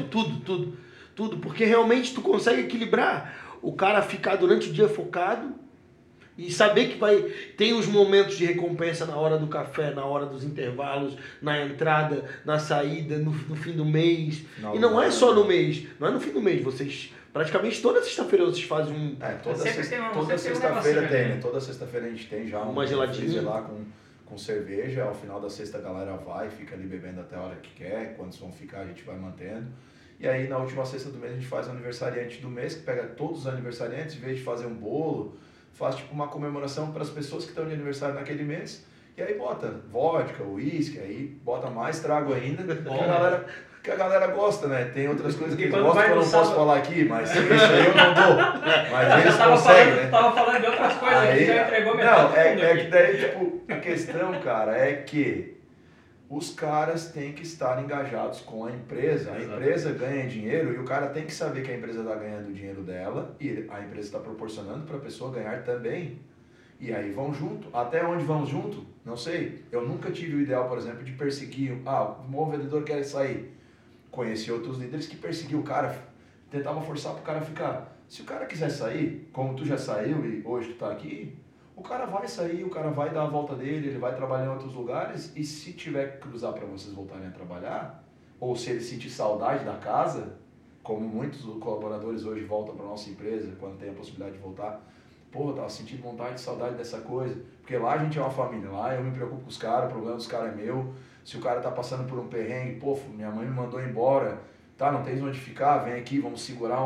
Tudo. Porque realmente tu consegue equilibrar o cara ficar durante o dia focado e saber que tem os momentos de recompensa na hora do café, na hora dos intervalos, na entrada, na saída, no fim do mês. E não é só no mês, não é no fim do mês. Vocês, praticamente toda sexta-feira vocês fazem um... toda sexta-feira tem, né? Toda sexta-feira a gente tem já uma geladinha lá com cerveja. Ao final da sexta a galera vai, fica ali bebendo até a hora que quer. Quando vão ficar a gente vai mantendo. E aí na última sexta do mês a gente faz o aniversariante do mês, que pega todos os aniversariantes, em vez de fazer um bolo, faz tipo uma comemoração para as pessoas que estão de aniversário naquele mês, e aí bota vodka, uísque, aí bota mais trago ainda, que a galera gosta, né? Tem outras coisas que eles gostam que eu não posso falar aqui, mas isso aí eu não dou. Mas eles conseguem, né? Tava falando de outras coisas, aí, já entregou metade do mundo aqui. Que daí, tipo, a questão, cara, é que os caras têm que estar engajados com a empresa. A empresa ganha dinheiro e o cara tem que saber que a empresa está ganhando o dinheiro dela e a empresa está proporcionando para a pessoa ganhar também. E aí vão junto. Até onde vamos junto? Não sei. Eu nunca tive o ideal, por exemplo, de perseguir. O bom vendedor quer sair. Conheci outros líderes que perseguiam o cara, tentavam forçar para o cara ficar. Se o cara quiser sair, como tu já saiu e hoje tu está aqui, o cara vai sair, o cara vai dar a volta dele, ele vai trabalhar em outros lugares e se tiver que cruzar para vocês voltarem a trabalhar, ou se ele sentir saudade da casa, como muitos colaboradores hoje voltam para a nossa empresa quando tem a possibilidade de voltar, pô, eu tava sentindo vontade de saudade dessa coisa, porque lá a gente é uma família, lá eu me preocupo com os caras, o problema dos caras é meu, se o cara tá passando por um perrengue, pô, minha mãe me mandou embora, tá, não tens onde ficar, vem aqui, vamos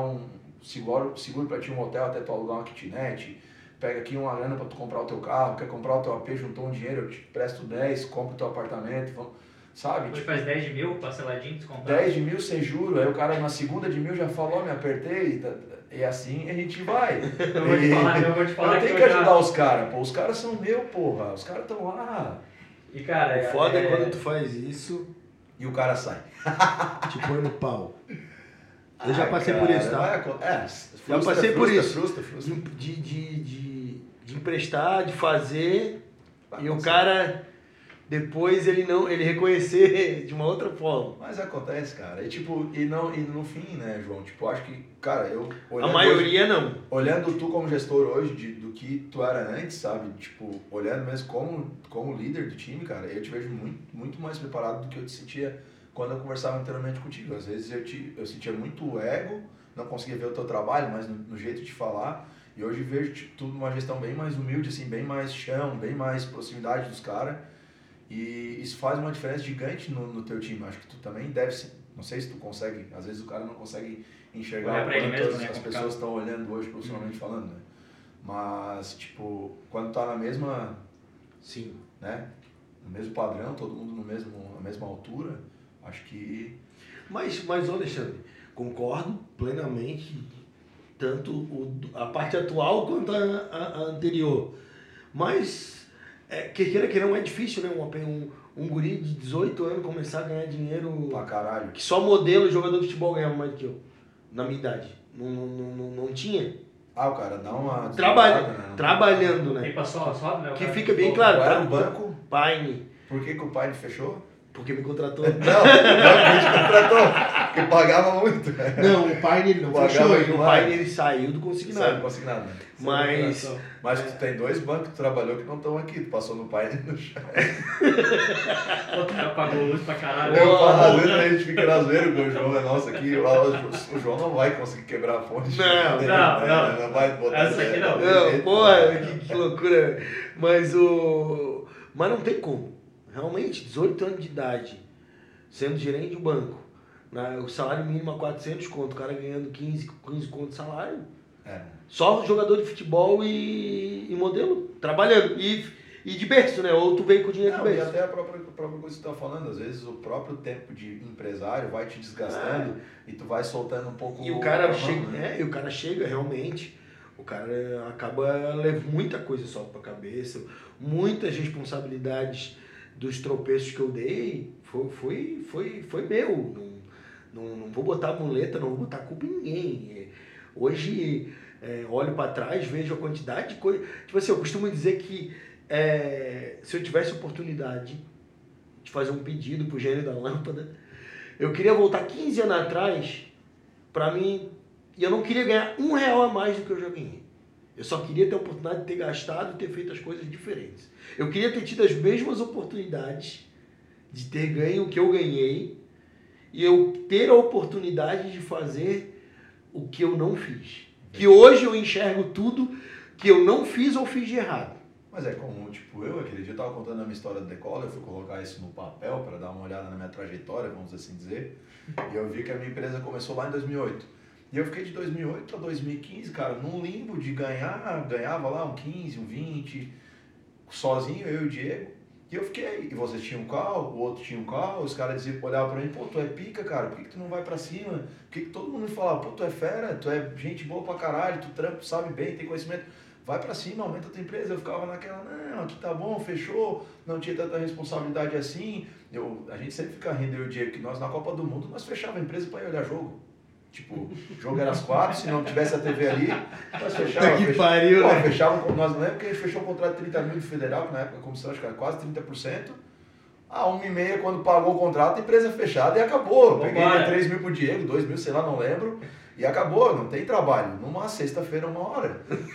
seguro para ti um hotel até tu alugar uma kitnet, pega aqui uma grana para tu comprar o teu carro, quer comprar o teu AP, juntou um dinheiro, eu te presto 10, compra o teu apartamento, sabe? Hoje faz 10 de mil, parceladinho, descontado. 10 de mil sem juro, aí o cara na segunda de mil já falou, me apertei, e assim a gente vai. Eu vou te falar eu tenho que ajudar os caras, pô, os caras são meu, porra, os caras estão lá. E cara, o foda é quando tu faz isso e o cara sai. Te põe no pau. Eu já passei por isso, tá? Já passei por isso. Frustra. De emprestar, de fazer, e o cara depois ele reconhecer de uma outra forma. Mas acontece, cara. E no fim, né, João? Tipo, acho que, cara, a maioria hoje, não. Olhando tu como gestor hoje do que tu era antes, sabe? Tipo, olhando mesmo como líder do time, cara, eu te vejo muito, muito mais preparado do que eu te sentia quando eu conversava anteriormente contigo. Às vezes eu sentia muito ego, não conseguia ver o teu trabalho, mas no jeito de falar. E hoje vejo tudo uma gestão bem mais humilde, assim, bem mais chão, bem mais proximidade dos caras. E isso faz uma diferença gigante no teu time. Acho que tu também deve, não sei se tu consegue, às vezes o cara não consegue enxergar o quanto as pessoas estão olhando hoje profissionalmente falando, né? Mas, tipo, quando tá na mesma, Sim. né? No mesmo padrão, todo mundo na mesma altura, acho que... Mas ô Alexandre, concordo plenamente, tanto a parte atual quanto a anterior. Mas, queira que não é difícil, né? Um guri de 18 anos começar a ganhar dinheiro... Pra caralho. Que só modelo e jogador de futebol ganhava mais do que eu, na minha idade. Não tinha. O cara dá uma... Trabalhando, né? Tem pra só, né? Que fica bem claro. Era o banco. Paine. Por que o Paine fechou? Porque me contratou. Não, me contratou. Porque pagava muito. Não, o Paine ele não fechou. O Paine ele saiu do consignado. Saiu do consignado. Mas tu tem 2 bancos que tu trabalhou que não estão aqui. Tu passou no Paine no chão. O cara pagou luz pra caralho. Às vezes a gente fica na zoeira com o João, é nossa aqui. O João não vai conseguir quebrar a fonte. Não vai botar essa aqui não. Não, porra, que loucura. Mas não tem como. Realmente, 18 anos de idade, sendo gerente de um banco, o salário mínimo a 400 conto, o cara ganhando 15 conto de salário. Só jogador de futebol e modelo, trabalhando. E de berço, né? Ou tu veio com o dinheiro de berço. E até a própria coisa que tu tá falando, às vezes o próprio tempo de empresário vai te desgastando e tu vai soltando um pouco... E o cara chega realmente, o cara acaba levando muita coisa só pra cabeça, muitas responsabilidades dos tropeços que eu dei, foi meu. Não vou botar muleta, não vou botar culpa em ninguém. Hoje, olho para trás, vejo a quantidade de coisa. Tipo assim, eu costumo dizer que se eu tivesse oportunidade de fazer um pedido pro gênio da lâmpada, eu queria voltar 15 anos atrás para mim, e eu não queria ganhar R$1 a mais do que eu já ganhei. Eu só queria ter a oportunidade de ter gastado e ter feito as coisas diferentes. Eu queria ter tido as mesmas oportunidades de ter ganho o que eu ganhei e eu ter a oportunidade de fazer o que eu não fiz. Que hoje eu enxergo tudo que eu não fiz ou fiz de errado. Mas é comum, tipo, aquele dia eu estava contando a minha história do Decola, eu fui colocar isso no papel para dar uma olhada na minha trajetória, vamos assim dizer, e eu vi que a minha empresa começou lá em 2008. E eu fiquei de 2008 a 2015, cara, num limbo de ganhava lá um 15, um 20, sozinho, eu e o Diego. E eu fiquei, e vocês tinham um carro, o outro tinha um carro, os caras olhavam pra mim, pô, tu é pica, cara, por que tu não vai pra cima? Por que todo mundo me falava, pô, tu é fera, tu é gente boa pra caralho, tu trampa, sabe bem, tem conhecimento, vai pra cima, aumenta a tua empresa. Eu ficava naquela, não, aqui tá bom, fechou, não tinha tanta responsabilidade assim. A gente sempre fica rindo, eu e o Diego, que nós na Copa do Mundo, nós fechava a empresa pra ir olhar jogo. Tipo, o jogo era às 4, se não tivesse a TV ali, nós fechávamos. Pariu, né? Fechávamos, nós não lembro que a gente fechou um contrato de 30 mil de federal, que na época a comissão acho que era quase 30%. A 1h30, quando pagou o contrato, a empresa fechada e acabou. Peguei 3 mil pro Diego, 2 mil, sei lá, não lembro. E acabou, não tem trabalho. Numa sexta-feira, 1h.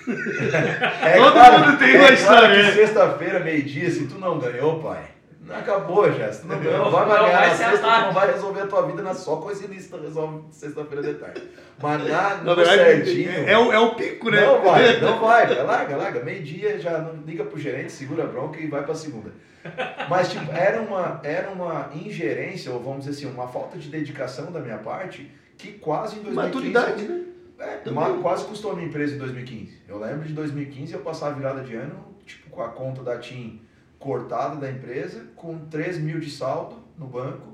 Todo mundo tem uma história. Claro que sexta-feira, meio-dia, se tu não ganhou, pai. Não acabou já, se tu não ganhou, vai ganhar na sexta, tu não vai resolver a tua vida só com esse início, tu resolve sexta-feira de tarde. Mas no verdade, certinho... É o pico, né? Não vai, larga, meio-dia, já não liga pro gerente, segura a bronca e vai pra segunda. Mas tipo, era uma ingerência, ou vamos dizer assim, uma falta de dedicação da minha parte, que quase em 2015... Maturidade, né? Quase custou a minha empresa em 2015. Eu lembro de 2015 eu passar a virada de ano, tipo, com a conta da TIM cortada da empresa, com 3 mil de saldo no banco,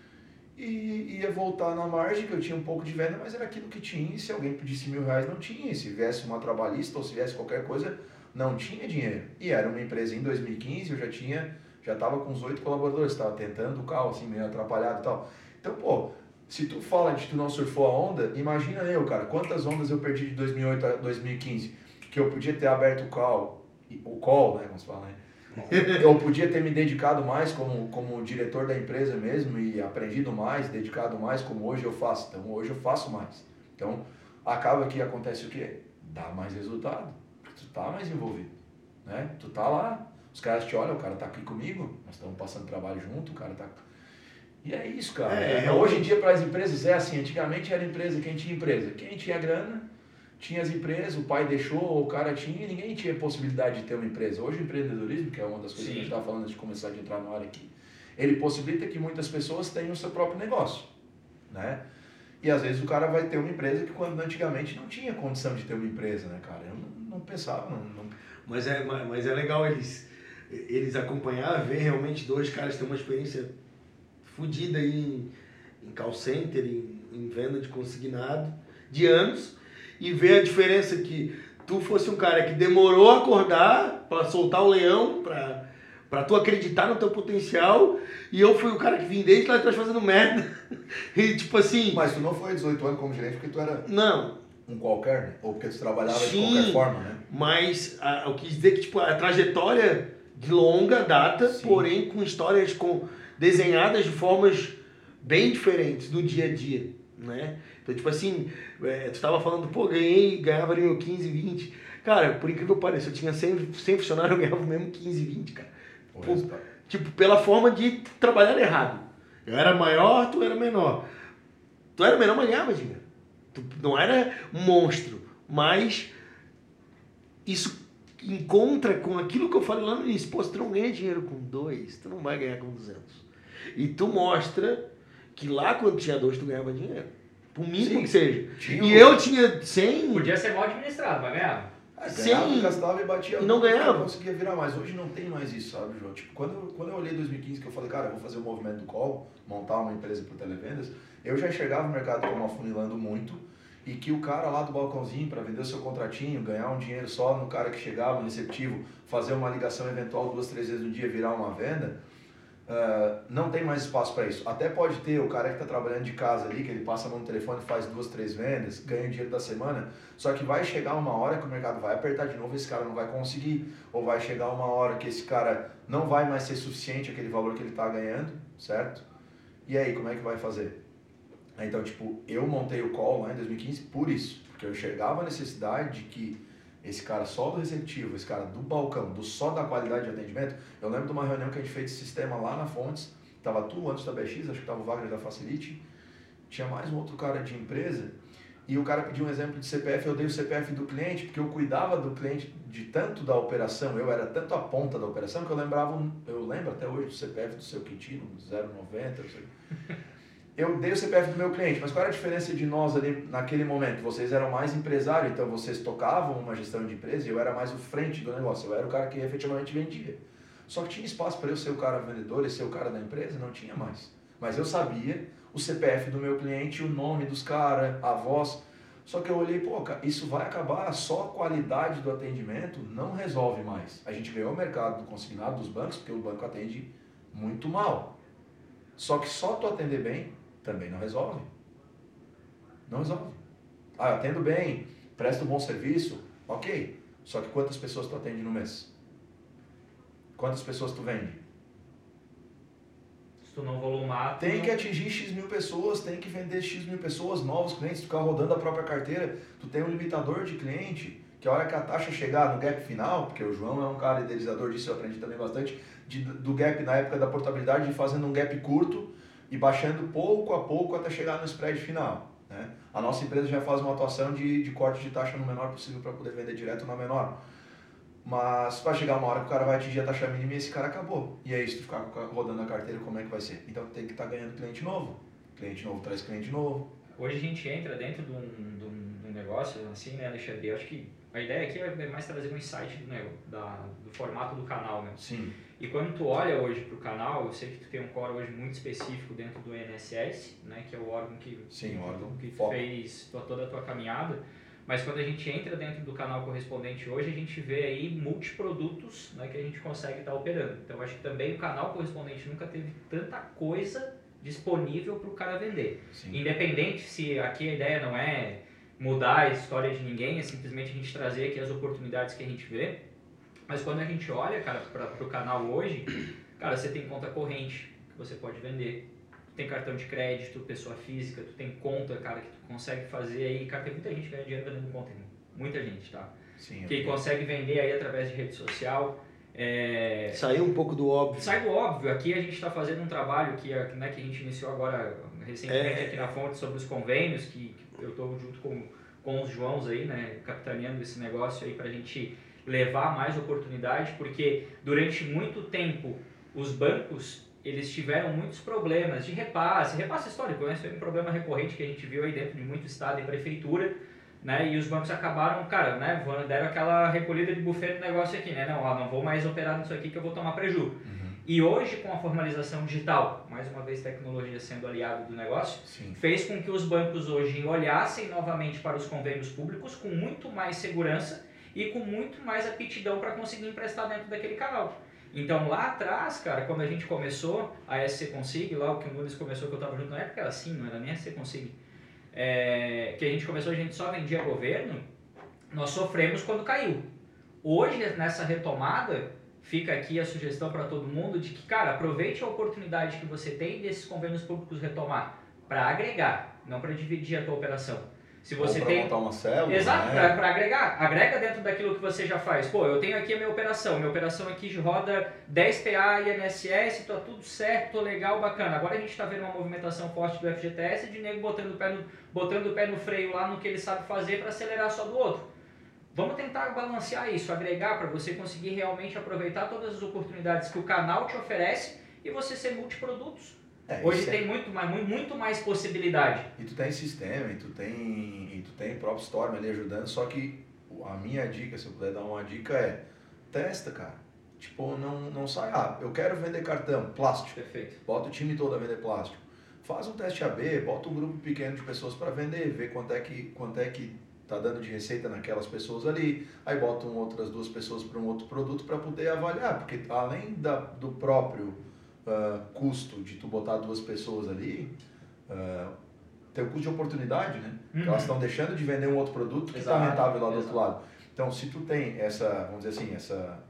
e ia voltar na margem, que eu tinha um pouco de venda, mas era aquilo que tinha, e se alguém pedisse R$1.000, não tinha, e se viesse uma trabalhista, ou se viesse qualquer coisa, não tinha dinheiro. E era uma empresa em 2015, eu já estava com uns 8 colaboradores, estava tentando o carro, assim, meio atrapalhado e tal. Então, pô, se tu fala de tu não surfou a onda, imagina eu, cara, quantas ondas eu perdi de 2008 a 2015, que eu podia ter aberto o call, né, como se fala, né? Eu podia ter me dedicado mais como diretor da empresa mesmo e aprendido mais, dedicado mais como hoje eu faço. Então hoje eu faço mais. Então acaba que acontece o quê? Dá mais resultado, porque tu tá mais envolvido, né? Tu tá lá, os caras te olham, o cara tá aqui comigo, nós estamos passando trabalho junto, o cara tá... E é isso, cara. Hoje em dia para as empresas é assim, antigamente era empresa, quem tinha grana, tinha as empresas, o pai deixou, o cara tinha, e ninguém tinha possibilidade de ter uma empresa. Hoje o empreendedorismo, que é uma das coisas que a gente estava falando antes de começar a entrar na área aqui, ele possibilita que muitas pessoas tenham o seu próprio negócio, né? E às vezes o cara vai ter uma empresa que quando antigamente não tinha condição de ter uma empresa, né, cara? Eu não pensava, não... Mas é legal eles acompanhar, ver realmente dois caras que têm uma experiência fodida aí em call center, em venda de consignado, de anos, e ver a diferença que tu fosse um cara que demorou a acordar para soltar o leão, para tu acreditar no teu potencial, e eu fui o cara que vim desde lá atrás fazendo merda. E tipo assim... Mas tu não foi 18 anos como gerente porque tu era... Não. Um qualquer, né? Ou porque tu trabalhava Sim, de qualquer forma, né? Mas eu quis dizer que tipo, a trajetória de longa data, Sim. porém com histórias desenhadas de formas bem diferentes do dia a dia, né? Então, tipo assim, tu estava falando, pô, ganhava ali meu 15, 20. Cara, por incrível que pareça, eu tinha 100 funcionários, eu ganhava mesmo 15, 20, cara. Pô, tipo, pela forma de trabalhar errado. Eu era maior, tu era menor. Tu era menor, mas ganhava dinheiro. Tu não era um monstro, mas isso encontra com aquilo que eu falei lá no início. Pô, se tu não ganha dinheiro com 2, tu não vai ganhar com 200. E tu mostra que lá quando tinha 2 tu ganhava dinheiro. Por mínimo que seja. Eu tinha 100... Podia ser mal administrado, mas ganhava. Ganhava, gastava e batia. E não ganhava. Não conseguia virar mais. Hoje não tem mais isso, sabe, João? Tipo, quando eu olhei 2015, que eu falei, cara, eu vou fazer o movimento do call, montar uma empresa por televendas, eu já enxergava o mercado como afunilando muito e que o cara lá do balcãozinho, para vender o seu contratinho, ganhar um dinheiro só no cara que chegava, no receptivo, fazer uma ligação eventual 2, 3 vezes no dia, virar uma venda, não tem mais espaço para isso. Até pode ter o cara que está trabalhando de casa ali, que ele passa a mão no telefone, faz 2, 3 vendas, ganha o dinheiro da semana, só que vai chegar uma hora que o mercado vai apertar de novo, esse cara não vai conseguir, ou vai chegar uma hora que esse cara não vai mais ser suficiente aquele valor que ele está ganhando, certo? E aí, como é que vai fazer? Então, tipo, eu montei o call lá em 2015 por isso, porque eu enxergava a necessidade de que esse cara só do receptivo, esse cara do balcão, só da qualidade de atendimento. Eu lembro de uma reunião que a gente fez esse sistema lá na Fontes, tava tu antes da BX, acho que tava o Wagner da Facility, tinha mais um outro cara de empresa, e o cara pediu um exemplo de CPF, eu dei o CPF do cliente, porque eu cuidava do cliente de tanto da operação, eu era tanto a ponta da operação, que eu lembro até hoje do CPF do seu Quintino, 090, não sei. Eu dei o CPF do meu cliente, mas qual era a diferença de nós ali naquele momento? Vocês eram mais empresário, então vocês tocavam uma gestão de empresa e eu era mais o frente do negócio, eu era o cara que efetivamente vendia. Só que tinha espaço para eu ser o cara vendedor e ser o cara da empresa? Não tinha mais. Mas eu sabia o CPF do meu cliente, o nome dos caras, a voz. Só que eu olhei, pô, isso vai acabar, só a qualidade do atendimento não resolve mais. A gente ganhou o mercado do consignado dos bancos, porque o banco atende muito mal. Só que só tu atender bem também não resolve. Não resolve. Ah, atendo bem, presto um bom serviço, ok. Só que quantas pessoas tu atende no mês? Quantas pessoas tu vende? Se tu não volumar... Tem que atingir X mil pessoas, tem que vender X mil pessoas, novos clientes, ficar rodando a própria carteira. Tu tem um limitador de cliente, que a hora que a taxa chegar no gap final, porque o João é um cara idealizador disso, eu aprendi também bastante, do gap na época da portabilidade, de fazendo um gap curto, e baixando pouco a pouco até chegar no spread final. Né? A nossa empresa já faz uma atuação de corte de taxa no menor possível para poder vender direto na menor. Mas vai chegar uma hora que o cara vai atingir a taxa mínima e esse cara acabou. E aí, se tu ficar rodando a carteira, como é que vai ser? Então tem que estar ganhando cliente novo. Cliente novo traz cliente novo. Hoje a gente entra dentro de um negócio, assim, né, Alexandre? Eu acho que a ideia aqui é mais trazer um insight do formato do canal, né? Sim. E quando tu olha hoje para o canal, eu sei que tu tem um core hoje muito específico dentro do INSS, né, que é o órgão que fez toda a tua caminhada, mas quando a gente entra dentro do canal correspondente hoje, a gente vê aí multiprodutos, né, que a gente consegue estar operando. Então, acho que também o canal correspondente nunca teve tanta coisa disponível para o cara vender. Sim. Independente se aqui a ideia não é mudar a história de ninguém, é simplesmente a gente trazer aqui as oportunidades que a gente vê. Mas quando a gente olha, cara, para o canal hoje, cara, você tem conta corrente que você pode vender, tu tem cartão de crédito, pessoa física, tu tem conta, cara, que tu consegue fazer aí, cara, tem muita gente que ganha dinheiro vendendo conta, muita gente, tá? Sim, que consegue vender aí através de rede social. Sair um pouco do óbvio. Sai do óbvio. Aqui a gente está fazendo um trabalho que a gente iniciou agora recentemente aqui na Fonte sobre os convênios, que eu estou junto com com os Joãos aí, né, capitaneando esse negócio aí para a gente levar mais oportunidade, porque durante muito tempo os bancos eles tiveram muitos problemas de repasse histórico, né? Isso é um problema recorrente que a gente viu aí dentro de muito estado e prefeitura, né? E os bancos acabaram, cara, né? Deram aquela recolhida de buffet do negócio aqui, né? Não vou mais operar nisso aqui que eu vou tomar prejuízo. E hoje, com a formalização digital, mais uma vez tecnologia sendo aliado do negócio, Sim. fez com que os bancos hoje olhassem novamente para os convênios públicos com muito mais segurança e com muito mais aptidão para conseguir emprestar dentro daquele canal. Então lá atrás, cara, quando a gente começou a SC Consig, lá o que o Nunes começou, que eu estava junto na época, era assim, não era nem SC Consig, que a gente começou, a gente só vendia governo, nós sofremos quando caiu. Hoje, nessa retomada, fica aqui a sugestão para todo mundo de que, cara, aproveite a oportunidade que você tem desses convênios públicos retomar para agregar, não para dividir a tua operação. Se você ou para montar uma célula. Exato, né? para agregar. Agrega dentro daquilo que você já faz. Pô, eu tenho aqui a minha operação aqui roda 10 PA e INSS, tá tudo certo, tô legal, bacana. Agora a gente está vendo uma movimentação forte do FGTS de nego botando o pé no freio lá no que ele sabe fazer para acelerar só do outro. Vamos tentar balancear isso, agregar para você conseguir realmente aproveitar todas as oportunidades que o canal te oferece e você ser multiprodutos. Hoje tem muito mais possibilidade. E tu tem sistema, e tu tem o próprio Storm ali ajudando, só que a minha dica, se eu puder dar uma dica, é testa, cara. Tipo, não sai, eu quero vender cartão, plástico. Perfeito. Bota o time todo a vender plástico. Faz um teste AB, bota um grupo pequeno de pessoas para vender, vê quanto é que tá dando de receita naquelas pessoas ali, aí botam outras 2 pessoas para um outro produto para poder avaliar, porque além do próprio custo de tu botar 2 pessoas ali, tem o custo de oportunidade, né? Elas estão deixando de vender um outro produto que está rentável lá do outro lado. Então, se tu tem essa, vamos dizer assim,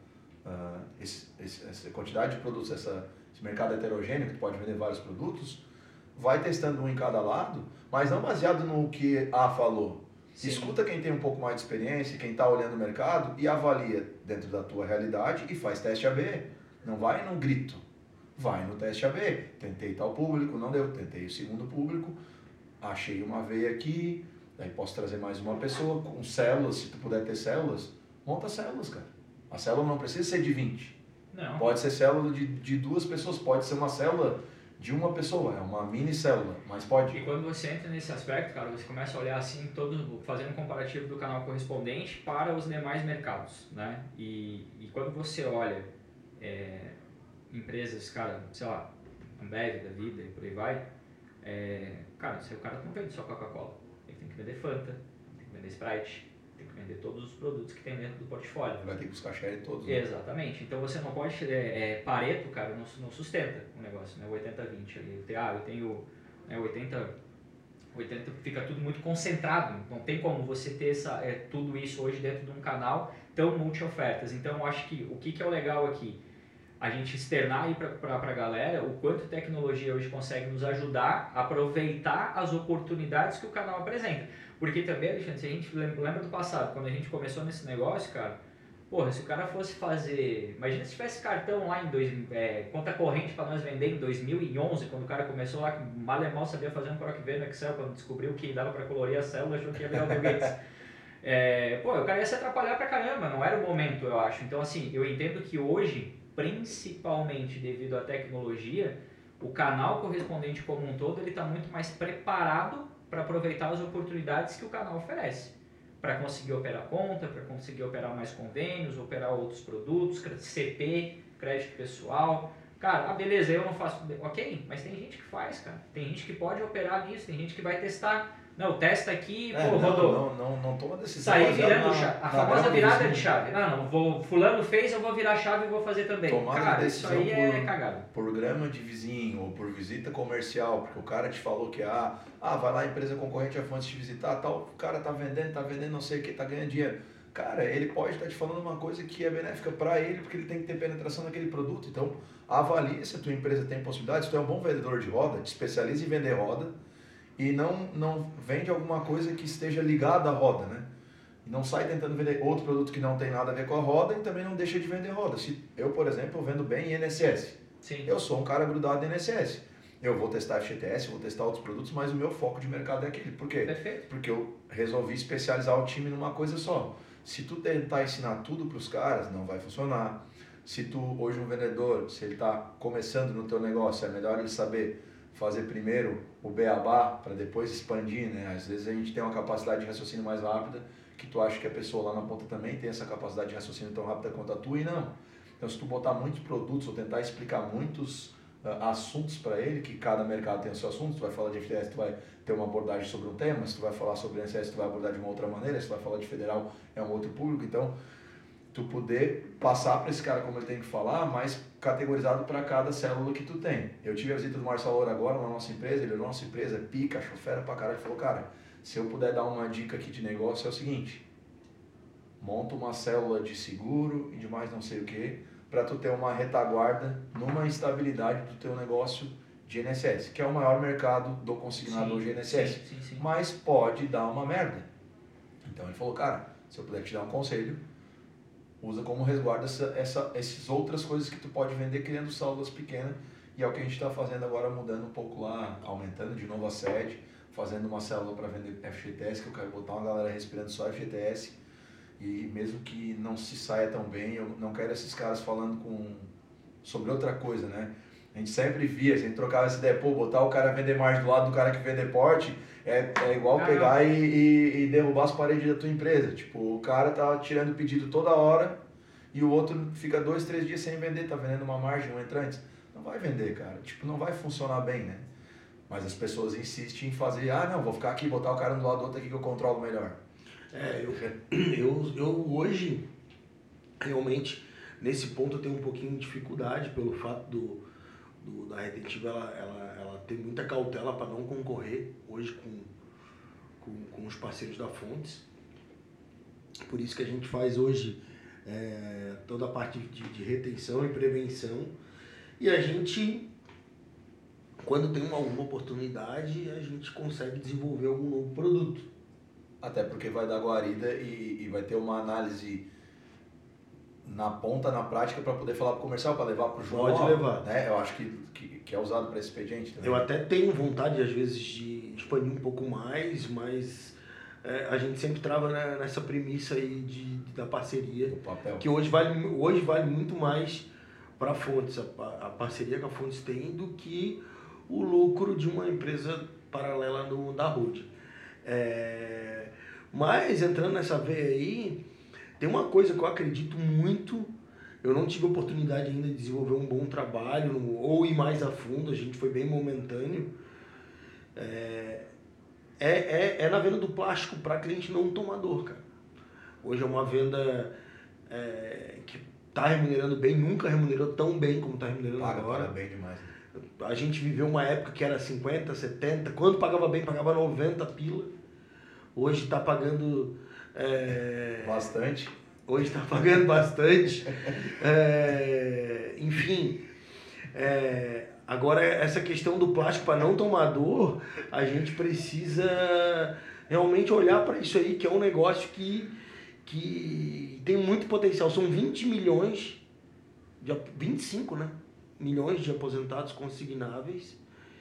essa quantidade de produtos, esse mercado heterogêneo que tu pode vender vários produtos, vai testando um em cada lado, mas não baseado no que A falou. Sim. Escuta quem tem um pouco mais de experiência, quem está olhando o mercado e avalia dentro da tua realidade e faz teste AB. Não vai num grito. Vai no teste AB, tentei tal público, não deu, tentei o segundo público, achei uma veia aqui, daí posso trazer mais uma pessoa com células, se tu puder ter células, monta células, cara. A célula não precisa ser de 20, não. Pode ser célula de 2 pessoas, pode ser uma célula de uma pessoa, é uma mini célula, mas pode. E quando você entra nesse aspecto, cara, você começa a olhar assim, fazendo um comparativo do canal correspondente para os demais mercados, né? E quando você olha empresas, cara, sei lá, Ambev da vida e por aí vai, cara, o cara não vende só Coca-Cola, ele tem que vender Fanta, tem que vender Sprite, tem que vender todos os produtos que tem dentro do portfólio. Vai ter que buscar share em todos. Né? Exatamente, então você não pode, Pareto, cara, não sustenta o negócio, né, 80-20 ali, eu tenho 80, fica tudo muito concentrado, não tem como você ter tudo isso hoje dentro de um canal tão multi-ofertas, então eu acho que o que é o legal aqui? A gente externar aí para a galera o quanto a tecnologia hoje consegue nos ajudar a aproveitar as oportunidades que o canal apresenta. Porque também, Alexandre, se a gente lembra do passado, quando a gente começou nesse negócio, cara, porra, se o cara fosse fazer... Imagina se tivesse cartão lá conta corrente para nós vender em 2011, quando o cara começou lá, que mal e mal sabia fazer um croquis no Excel, quando descobriu que dava para colorir a célula, achou que ia virar o Bill Gates. O cara ia se atrapalhar pra caramba, não era o momento, eu acho. Então, assim, eu entendo que hoje, principalmente devido à tecnologia, o canal correspondente como um todo ele está muito mais preparado para aproveitar as oportunidades que o canal oferece, para conseguir operar conta, para conseguir operar mais convênios, operar outros produtos, CP, crédito pessoal. Cara, beleza, eu não faço, ok, mas tem gente que faz, cara, tem gente que pode operar nisso, tem gente que vai testar. Não, testa aqui, rodou. Não toma decisão. Sair virando chave. A famosa virada de chave. Fulano fez, eu vou virar chave e vou fazer também. Tomar decisão isso aí é cagado. Por grama de vizinho ou por visita comercial, porque o cara te falou que vai lá a empresa concorrente antes de visitar, tal, o cara tá vendendo não sei o que, tá ganhando dinheiro. Cara, ele pode estar te falando uma coisa que é benéfica para ele, porque ele tem que ter penetração naquele produto. Então, avalie se a tua empresa tem possibilidade, se tu é um bom vendedor de roda, te especialize em vender roda, e não vende alguma coisa que esteja ligada à roda, né? E não sai tentando vender outro produto que não tem nada a ver com a roda e também não deixa de vender roda. Eu, por exemplo, vendo bem INSS. Sim. Eu sou um cara grudado em INSS. Eu vou testar FGTS, vou testar outros produtos, mas o meu foco de mercado é aquele. Por quê? Perfeito. Porque eu resolvi especializar o time numa coisa só. Se tu tentar ensinar tudo para os caras, não vai funcionar. Se tu, hoje um vendedor, se ele está começando no teu negócio, é melhor ele saber fazer primeiro o beabá para depois expandir, né? Às vezes a gente tem uma capacidade de raciocínio mais rápida, que tu acha que a pessoa lá na ponta também tem essa capacidade de raciocínio tão rápida quanto a tua, e não. Então se tu botar muitos produtos ou tentar explicar muitos assuntos para ele, que cada mercado tem o seu assunto, tu vai falar de FTS, tu vai ter uma abordagem sobre um tema, se tu vai falar sobre INSS, tu vai abordar de uma outra maneira, se tu vai falar de federal, é um outro público, então tu poder passar para esse cara como ele tem que falar, mas categorizado para cada célula que tu tem. Eu tive a visita do Marcelo Ouro agora na nossa empresa, ele é nossa empresa, pica, chofera pra caralho, ele falou, cara, se eu puder dar uma dica aqui de negócio é o seguinte, monta uma célula de seguro e de mais não sei o que, para tu ter uma retaguarda numa instabilidade do teu negócio de INSS, que é o maior mercado do consignado hoje INSS, sim. mas pode dar uma merda. Então ele falou, cara, se eu puder te dar um conselho, usa como resguardo essas outras coisas que tu pode vender criando células pequenas, e é o que a gente está fazendo agora, mudando um pouco lá, aumentando de novo a sede, fazendo uma célula para vender FGTS, que eu quero botar uma galera respirando só FGTS, e mesmo que não se saia tão bem, eu não quero esses caras falando sobre outra coisa, né? A gente sempre via, a gente trocava essa ideia, pô, botar o cara vender margem do lado do cara que vende porte, é igual pegar e derrubar as paredes da tua empresa. Tipo, o cara tá tirando pedido toda hora e o outro fica 2, 3 dias sem vender, tá vendendo uma margem, um entrante. Não vai vender, cara. Tipo, não vai funcionar bem, né? Mas as pessoas insistem em fazer, não, vou ficar aqui, botar o cara um do lado do outro aqui que eu controlo melhor. Eu hoje, realmente, nesse ponto eu tenho um pouquinho de dificuldade pelo fato da retentiva, ela tem muita cautela para não concorrer hoje com os parceiros da Fontes. Por isso que a gente faz hoje toda a parte de retenção e prevenção. E a gente, quando tem alguma oportunidade, a gente consegue desenvolver algum novo produto. Até porque vai dar guarida e vai ter uma análise na ponta, na prática, para poder falar para o comercial, para levar para o jornal. Pode levar. Né? Eu acho que é usado para esse expediente também. Eu até tenho vontade, às vezes, de expandir um pouco mais, mas a gente sempre trava nessa premissa aí da parceria. O papel. Que hoje vale muito mais para a Fontes, a parceria que a Fontes tem, do que o lucro de uma empresa paralela da Road. Mas, entrando nessa veia aí, tem uma coisa que eu acredito muito, eu não tive a oportunidade ainda de desenvolver um bom trabalho, ou ir mais a fundo, a gente foi bem momentâneo, na venda do plástico para cliente não tomador, cara. Hoje é uma venda que está remunerando bem, nunca remunerou tão bem como está remunerando agora. Paga bem demais. A gente viveu uma época que era 50, 70, quando pagava bem, pagava 90 pila. Hoje está pagando... Bastante. Hoje está pagando bastante. Enfim, agora essa questão do plástico para não tomador, a gente precisa realmente olhar para isso aí, que é um negócio que tem muito potencial. São 20 milhões, 25, né? Milhões de aposentados consignáveis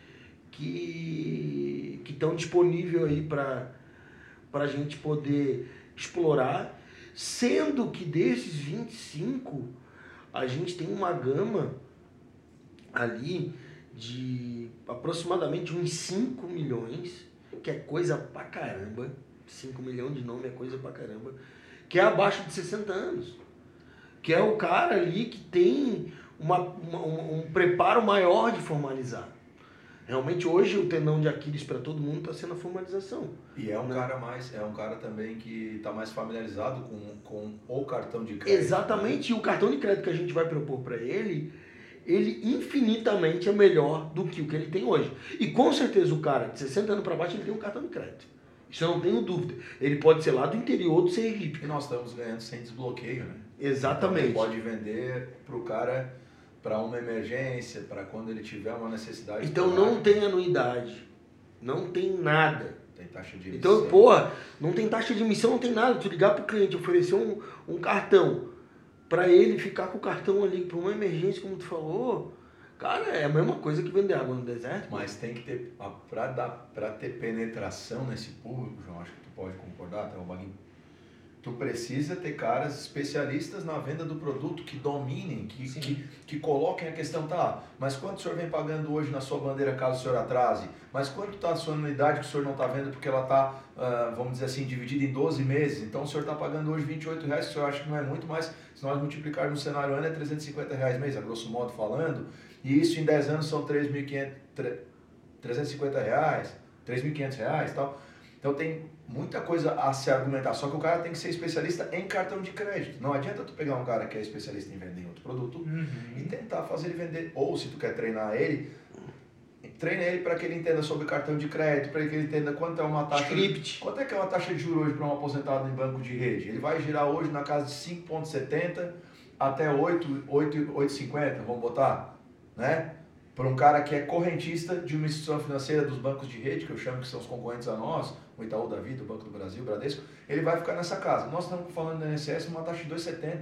que estão disponíveis aí para a gente poder explorar, sendo que desses 25 a gente tem uma gama ali de aproximadamente uns 5 milhões, que é coisa pra caramba, 5 milhões de nome é coisa pra caramba, que é abaixo de 60 anos, que é o cara ali que tem um preparo maior de formalizar. Realmente hoje o tendão de Aquiles para todo mundo está sendo a formalização. E é um cara também que está mais familiarizado com o cartão de crédito. Exatamente, e o cartão de crédito que a gente vai propor para ele infinitamente é melhor do que o que ele tem hoje. E com certeza o cara de 60 anos para baixo ele tem um cartão de crédito. Isso eu não tenho dúvida. Ele pode ser lá do interior do Sergipe. E nós estamos ganhando sem desbloqueio, né? Exatamente. Então, pode vender para o cara para uma emergência, para quando ele tiver uma necessidade. Então não tem anuidade, não tem nada. Tem taxa de emissão. Então, porra, não tem taxa de emissão, não tem nada. Tu ligar pro cliente, oferecer um cartão para ele ficar com o cartão ali para uma emergência, como tu falou, Cara, é a mesma coisa que vender água no deserto. Mas tem que ter, para ter penetração nesse público, João, acho que tu pode concordar, até o Baguinho. Tu precisa ter caras especialistas na venda do produto, que dominem, que coloquem a questão, tá, mas quanto o senhor vem pagando hoje na sua bandeira caso o senhor atrase? Mas quanto está a sua anuidade que o senhor não está vendo porque ela está, vamos dizer assim, dividida em 12 meses? Então o senhor está pagando hoje R$28, que o senhor acha que não é muito, mas se nós multiplicarmos no cenário ano é R$350 mês, a grosso modo falando, e isso em 10 anos são R$350, R$3.500 e tal. Então tem muita coisa a se argumentar, só que o cara tem que ser especialista em cartão de crédito. Não adianta tu pegar um cara que é especialista em vender em outro produto e tentar fazer ele vender. Ou se tu quer treinar ele, treina ele para que ele entenda sobre cartão de crédito, para que ele entenda quanto é uma taxa. Script. Quanto é que é uma taxa de juros hoje para um aposentado em banco de rede? Ele vai girar hoje na casa de 5,70 até 8,50, vamos botar, né? Para um cara que é correntista de uma instituição financeira dos bancos de rede, que eu chamo que são os concorrentes a nós, o Itaú da Vida, o Banco do Brasil, o Bradesco, ele vai ficar nessa casa. Nós estamos falando da INSS uma taxa de 2,70.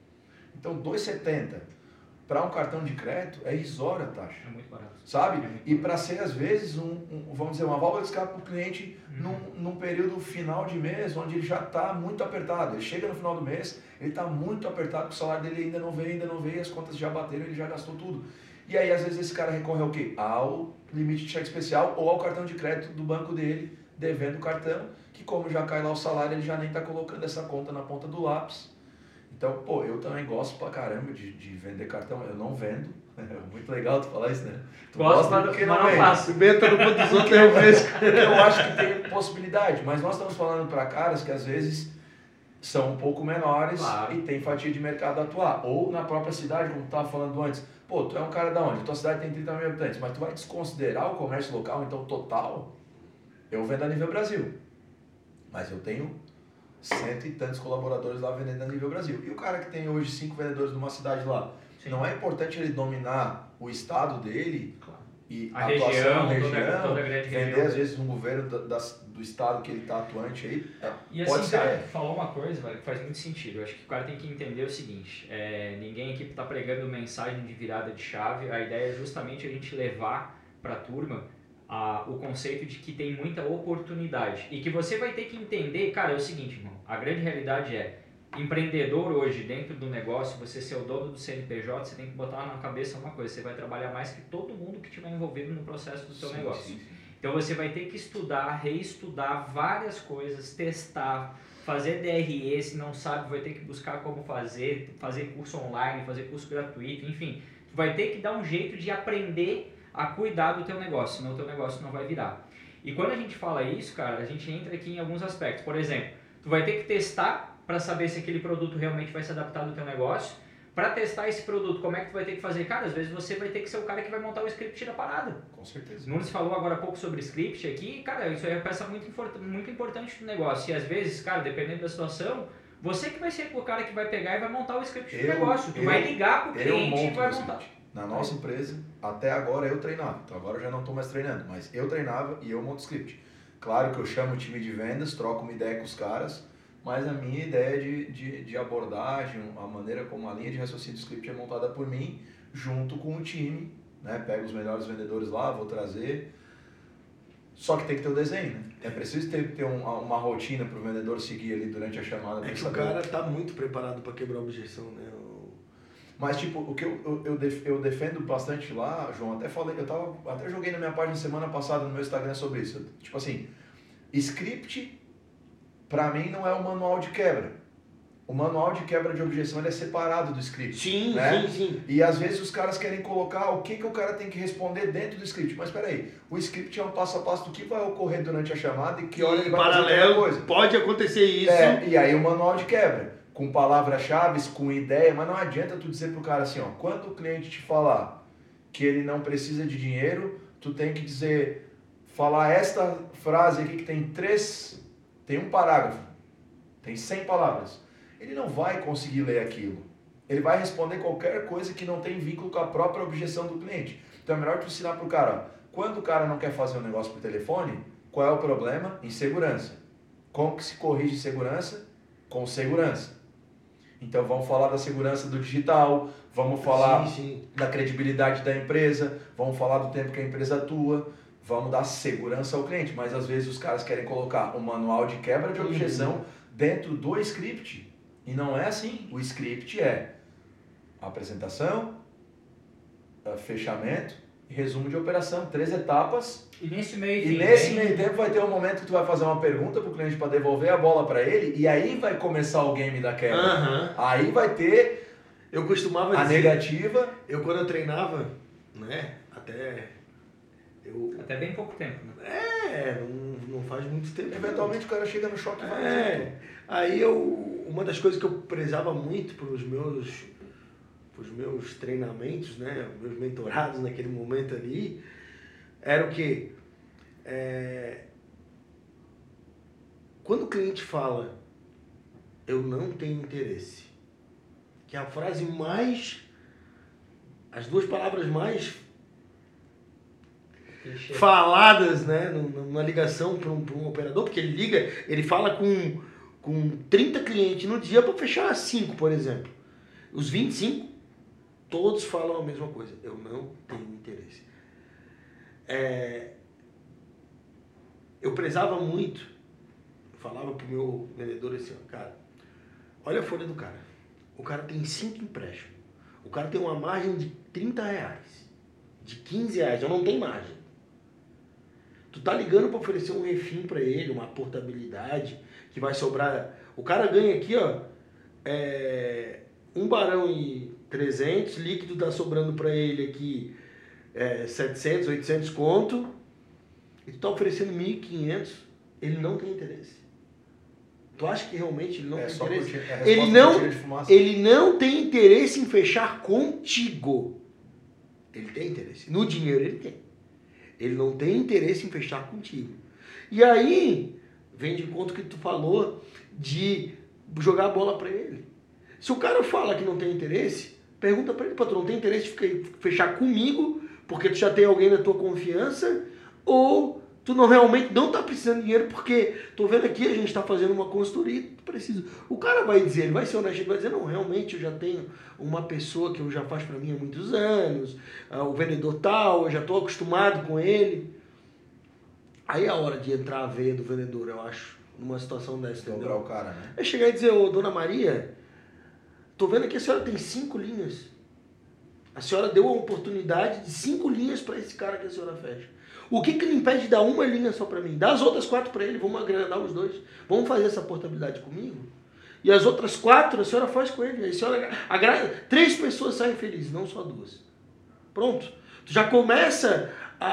Então, 2,70 para um cartão de crédito é irrisória a taxa. É muito barato. Sabe? E para ser, às vezes, vamos dizer, uma válvula de escape para o cliente num período final de mês, onde ele já está muito apertado. Ele chega no final do mês, ele está muito apertado, porque o salário dele ainda não veio, as contas já bateram, ele já gastou tudo. E aí, às vezes, esse cara recorre ao quê? Ao limite de cheque especial ou ao cartão de crédito do banco dele, devendo o cartão, que como já cai lá o salário, ele já nem está colocando essa conta na ponta do lápis. Então, pô, eu também gosto pra caramba de vender cartão, eu não vendo. É muito legal tu falar isso, né? Tu gosta porque não faço. Benta no ponto dos outros, eu vejo. Eu acho que tem possibilidade, mas nós estamos falando para caras que às vezes são um pouco menores, claro, e tem fatia de mercado a atuar. Ou na própria cidade, como tu estava falando antes. Pô, tu é um cara da onde? Tua cidade tem 30 mil habitantes, mas tu vai desconsiderar o comércio local, então total? Eu vendo a nível Brasil. Mas eu tenho 100 e tantos colaboradores lá vendendo a nível Brasil. E o cara que tem hoje 5 vendedores numa cidade lá, sim, não é importante ele dominar o estado dele, claro, e a atuação na região, toda vender região, às vezes um governo do estado que ele está atuante aí, e pode assim, ser. Cara, falou uma coisa, velho, que faz muito sentido. Eu acho que o cara tem que entender o seguinte, ninguém aqui está pregando mensagem de virada de chave, a ideia é justamente a gente levar para a turma o conceito de que tem muita oportunidade e que você vai ter que entender, cara, é o seguinte, irmão, a grande realidade é, empreendedor hoje dentro do negócio, você ser o dono do CNPJ, você tem que botar na cabeça uma coisa, você vai trabalhar mais que todo mundo que estiver envolvido no processo do seu negócio. Sim. Então você vai ter que estudar, reestudar várias coisas, testar, fazer DRE, se não sabe, vai ter que buscar como fazer curso online, fazer curso gratuito, enfim, vai ter que dar um jeito de aprender a cuidar do teu negócio, senão o teu negócio não vai virar. E quando a gente fala isso, cara, a gente entra aqui em alguns aspectos. Por exemplo, tu vai ter que testar para saber se aquele produto realmente vai se adaptar do teu negócio. Para testar esse produto, como é que tu vai ter que fazer? Cara, às vezes você vai ter que ser o cara que vai montar o script da parada. Com certeza. Nunes falou agora há pouco sobre script aqui, cara, isso aí é uma peça muito importante do negócio. E às vezes, cara, dependendo da situação, você que vai ser o cara que vai pegar e vai montar o script do negócio. Tu vai ligar pro cliente e vai montar. Na nossa empresa, até agora eu treinava, então agora eu já não estou mais treinando, mas eu treinava e eu monto script. Claro que eu chamo o time de vendas, troco uma ideia com os caras, mas a minha ideia de abordagem, a maneira como a linha de raciocínio do script é montada por mim, junto com o time, né? Pego os melhores vendedores lá, vou trazer, só que tem que ter o desenho, né? É preciso ter uma rotina para o vendedor seguir ali durante a chamada. É que o cara está muito preparado para quebrar a objeção, né? Mas, tipo, o que eu defendo bastante lá, João, até joguei na minha página semana passada no meu Instagram sobre isso. Tipo assim, script, pra mim, não é um manual de quebra. O manual de quebra de objeção ele é separado do script. Sim, né? sim. E às vezes os caras querem colocar o que o cara tem que responder dentro do script. Mas peraí, o script é um passo a passo do que vai ocorrer durante a chamada e que hora ele vai fazer cada coisa. Pode acontecer isso. E aí o manual de quebra, com palavras-chave, com ideia, mas não adianta tu dizer pro cara assim, ó, quando o cliente te falar que ele não precisa de dinheiro, tu tem que falar esta frase aqui que tem um parágrafo, tem 100 palavras. Ele não vai conseguir ler aquilo. Ele vai responder qualquer coisa que não tem vínculo com a própria objeção do cliente. Então é melhor tu ensinar pro cara, ó, quando o cara não quer fazer um negócio por telefone, qual é o problema? Insegurança. Como que se corrige insegurança? Com segurança. Então vamos falar da segurança do digital, vamos falar Sim. da credibilidade da empresa, vamos falar do tempo que a empresa atua, vamos dar segurança ao cliente. Mas às vezes os caras querem colocar um manual de quebra de objeção dentro do script. E não é assim. O script é apresentação, fechamento e resumo de operação. 3 etapas. E nesse meio tempo vai ter um momento que tu vai fazer uma pergunta pro cliente para devolver a bola para ele e aí vai começar o game da quebra. Aí vai ter eu costumava a dizer, negativa. Eu quando eu treinava, né, até bem pouco tempo, né? Não faz muito tempo. Eventualmente o cara chega no choque e vai. Aí uma das coisas que eu prezava muito pros meus treinamentos, né, meus mentorados naquele momento ali, era o quê? Quando o cliente fala, eu não tenho interesse, que é a frase as 2 palavras mais faladas, né, numa ligação para um operador, porque ele fala com 30 clientes no dia para fechar 5, por exemplo. Os 25, todos falam a mesma coisa, eu não tenho interesse. Eu prezava muito, eu falava pro meu vendedor assim, cara, olha a folha do cara, o cara tem 5 empréstimos, o cara tem uma margem de R$30, de R$15, eu não tenho margem. Tu tá ligando para oferecer um refim para ele, uma portabilidade, que vai sobrar, o cara ganha aqui, ó, 1.300.000, líquido tá sobrando para ele aqui 700, 800 conto, e tu tá oferecendo 1.500, ele não tem interesse. Tu acha que realmente ele não tem interesse? Ele não tem interesse em fechar contigo. Ele tem interesse. No dinheiro ele tem. Ele não tem interesse em fechar contigo. E aí, vem de conta que tu falou de jogar a bola para ele. Se o cara fala que não tem interesse, pergunta para ele, tu não tem interesse de fechar comigo, porque tu já tem alguém na tua confiança, ou tu realmente não tá precisando de dinheiro, porque tô vendo aqui, a gente tá fazendo uma consultoria, tu precisa. O cara vai dizer, ele vai ser honesto, ele vai dizer, não, realmente eu já tenho uma pessoa que eu já faz para mim há muitos anos, o vendedor tal, eu já tô acostumado com ele. Aí é a hora de entrar a veia do vendedor, eu acho, numa situação dessa, entendeu? O cara, né? É chegar e dizer, ô, dona Maria, tô vendo que a senhora tem 5 linhas. A senhora deu a oportunidade de 5 linhas para esse cara que a senhora fecha. O que lhe impede de dar uma linha só para mim? Dá as outras 4 para ele, vamos agradar os 2. Vamos fazer essa portabilidade comigo? E as outras 4 a senhora faz com ele. Aí a senhora agrada. 3 pessoas saem felizes, não só 2. Pronto. Tu já começa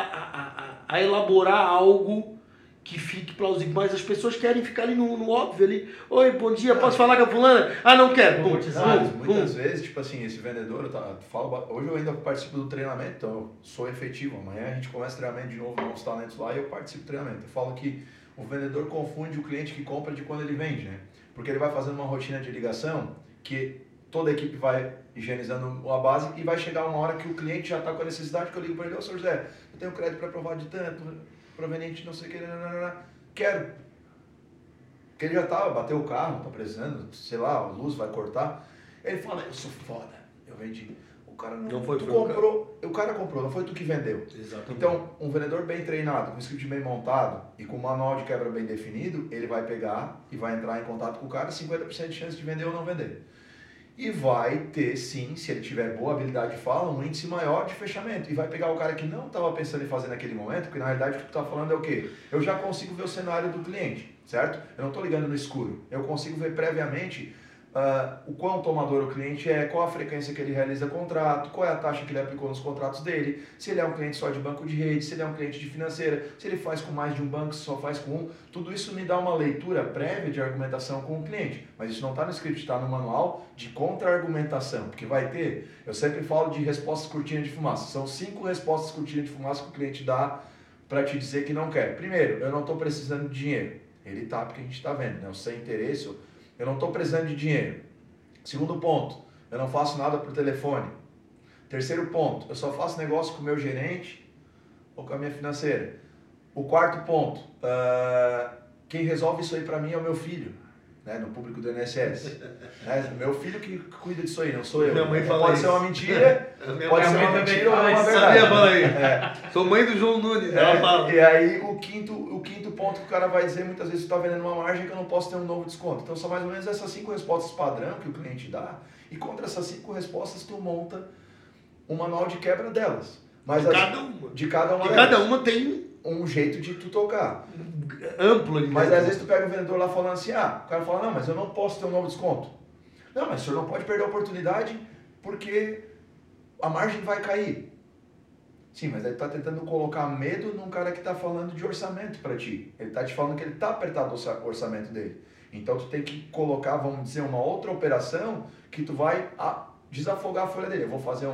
a elaborar algo que fique plausível, mas as pessoas querem ficar ali no óbvio ali. Oi, bom dia, posso falar com a fulana? Ah, não quero. Muitas vezes, tipo assim, esse vendedor, hoje eu ainda participo do treinamento, então eu sou efetivo. Amanhã a gente começa o treinamento de novo, novos talentos lá e eu participo do treinamento. Eu falo que o vendedor confunde o cliente que compra de quando ele vende, né? Porque ele vai fazendo uma rotina de ligação que toda a equipe vai higienizando a base e vai chegar uma hora que o cliente já está com a necessidade que eu ligo para ele, ô, Sr. José, eu tenho crédito para provar de tanto, proveniente não sei o que, quero. Porque ele já bateu o carro, tá precisando, sei lá, a luz vai cortar. Ele fala, eu sou foda, eu vendi. O cara não foi, tu comprou, o cara comprou, não foi tu que vendeu. Exatamente. Então, um vendedor bem treinado, com um script bem montado e com um manual de quebra bem definido, ele vai pegar e vai entrar em contato com o cara, 50% de chance de vender ou não vender. E vai ter, sim, se ele tiver boa habilidade de fala, um índice maior de fechamento. E vai pegar o cara que não estava pensando em fazer naquele momento, porque na realidade o que tu está falando é o quê? Eu já consigo ver o cenário do cliente, certo? Eu não estou ligando no escuro. Eu consigo ver previamente o quão tomador o cliente é, qual a frequência que ele realiza contrato, qual é a taxa que ele aplicou nos contratos dele, se ele é um cliente só de banco de rede, se ele é um cliente de financeira, se ele faz com mais de um banco, se só faz com um. Tudo isso me dá uma leitura prévia de argumentação com o cliente. Mas isso não está no script, está no manual de contra-argumentação, porque vai ter, eu sempre falo de respostas cortina de fumaça. São 5 respostas cortina de fumaça que o cliente dá para te dizer que não quer. Primeiro, eu não estou precisando de dinheiro. Ele está porque a gente está vendo, né? O sem interesse, eu não estou precisando de dinheiro. Segundo ponto, eu não faço nada por telefone. Terceiro ponto, eu só faço negócio com o meu gerente ou com a minha financeira. O quarto ponto, quem resolve isso aí para mim é o meu filho. né, no público do INSS. Né? Meu filho que cuida disso aí, não sou eu. Minha mãe fala pode isso. ser uma mentira, pode ser uma mentira ou uma verdade. Sabia, fala aí. Sou mãe do João Nunes, ela fala. E aí o quinto ponto que o cara vai dizer, muitas vezes tu tá vendendo uma margem que eu não posso ter um novo desconto. Então são mais ou menos essas 5 respostas padrão que o cliente dá, e contra essas 5 respostas tu monta um manual de quebra delas. Mas de cada uma. E cada uma tem um jeito de tu tocar. Amplo ali. Mas às vezes tu pega o vendedor lá falando assim, o cara fala, não, mas eu não posso ter um novo desconto. Não, mas o senhor não pode perder a oportunidade porque a margem vai cair. Sim, mas ele está tentando colocar medo num cara que está falando de orçamento para ti. Ele está te falando que ele está apertado o orçamento dele. Então tu tem que colocar, vamos dizer, uma outra operação que tu vai desafogar a folha dele. Eu vou fazer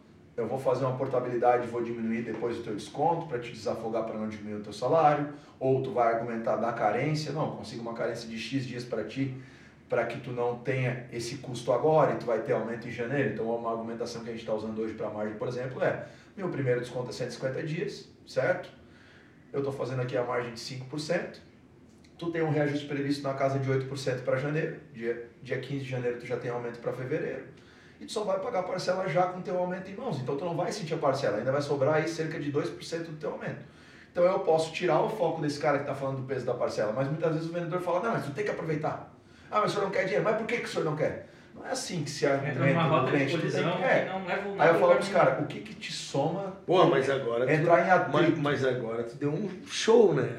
uma portabilidade e vou diminuir depois o teu desconto para te desafogar, para não diminuir o teu salário. Ou tu vai argumentar da carência. Não, eu consigo uma carência de X dias para ti, para que tu não tenha esse custo agora e tu vai ter aumento em janeiro. Então uma argumentação que a gente está usando hoje para a margem, por exemplo, meu primeiro desconto é 150 dias, certo? Eu estou fazendo aqui a margem de 5%. Tu tem um reajuste previsto na casa de 8% para janeiro. Dia 15 de janeiro tu já tem aumento para fevereiro. E tu só vai pagar a parcela já com o teu aumento em mãos. Então tu não vai sentir a parcela, ainda vai sobrar aí cerca de 2% do teu aumento. Então eu posso tirar o foco desse cara que está falando do peso da parcela, mas muitas vezes o vendedor fala, não, mas tu tem que aproveitar. Ah, mas o senhor não quer dinheiro. Mas por que o senhor não quer? Não é assim que se argumenta no cliente. Aí eu falo para os caras, o que te soma mas agora entrar em atrito? Mas agora tu deu um show, né?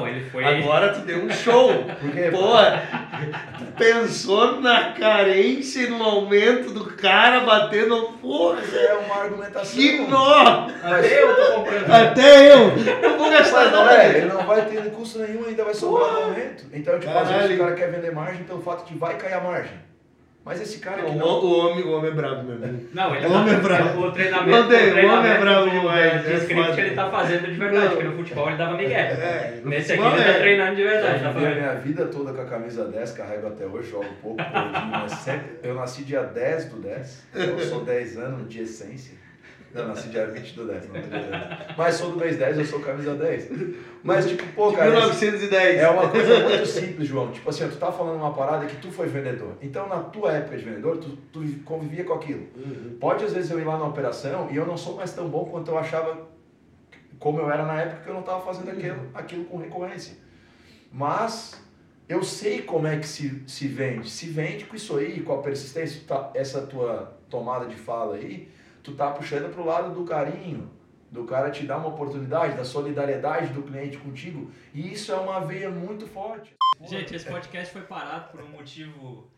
Agora tu deu um show. Por quê? Tu pensou na carência e no aumento do cara batendo porra. É uma argumentação. Que nó! Até eu tô comprando. Até eu! Não vou gastar nada. Ele não vai ter custo nenhum, ainda vai sobrar no aumento. Então, tipo, às vezes o cara quer vender margem pelo fato de vai cair a margem. Mas esse cara aqui não. O homem é brabo mesmo. Não, ele o homem é brabo. O treinamento o homem é brabo demais. De script ele tá fazendo de verdade, porque no futebol ele dava migué. Nesse aqui futebol ele tá treinando de verdade. Eu vivi a minha vida toda com a camisa 10, carrego até hoje, jogo pouco por dia, mas sempre. Eu nasci dia 10 do 10, eu sou 10 anos de essência. Não, nasci dia 20 do 10, não tô dizendo. Mas sou do mês 10, eu sou camisa 10. Mas tipo, pô, cara. 1910. É uma coisa muito simples, João. Tipo assim, tu tá falando uma parada que tu foi vendedor. Então, na tua época de vendedor, tu convivia com aquilo. Pode, às vezes, eu ir lá na operação e eu não sou mais tão bom quanto eu achava, como eu era na época, que eu não tava fazendo aquilo com recorrência. Mas eu sei como é que se vende. Se vende com isso aí, com a persistência, essa tua tomada de fala aí, tu tá puxando pro lado do carinho, do cara te dar uma oportunidade, da solidariedade do cliente contigo, e isso é uma veia muito forte. Gente, esse podcast foi parado por um motivo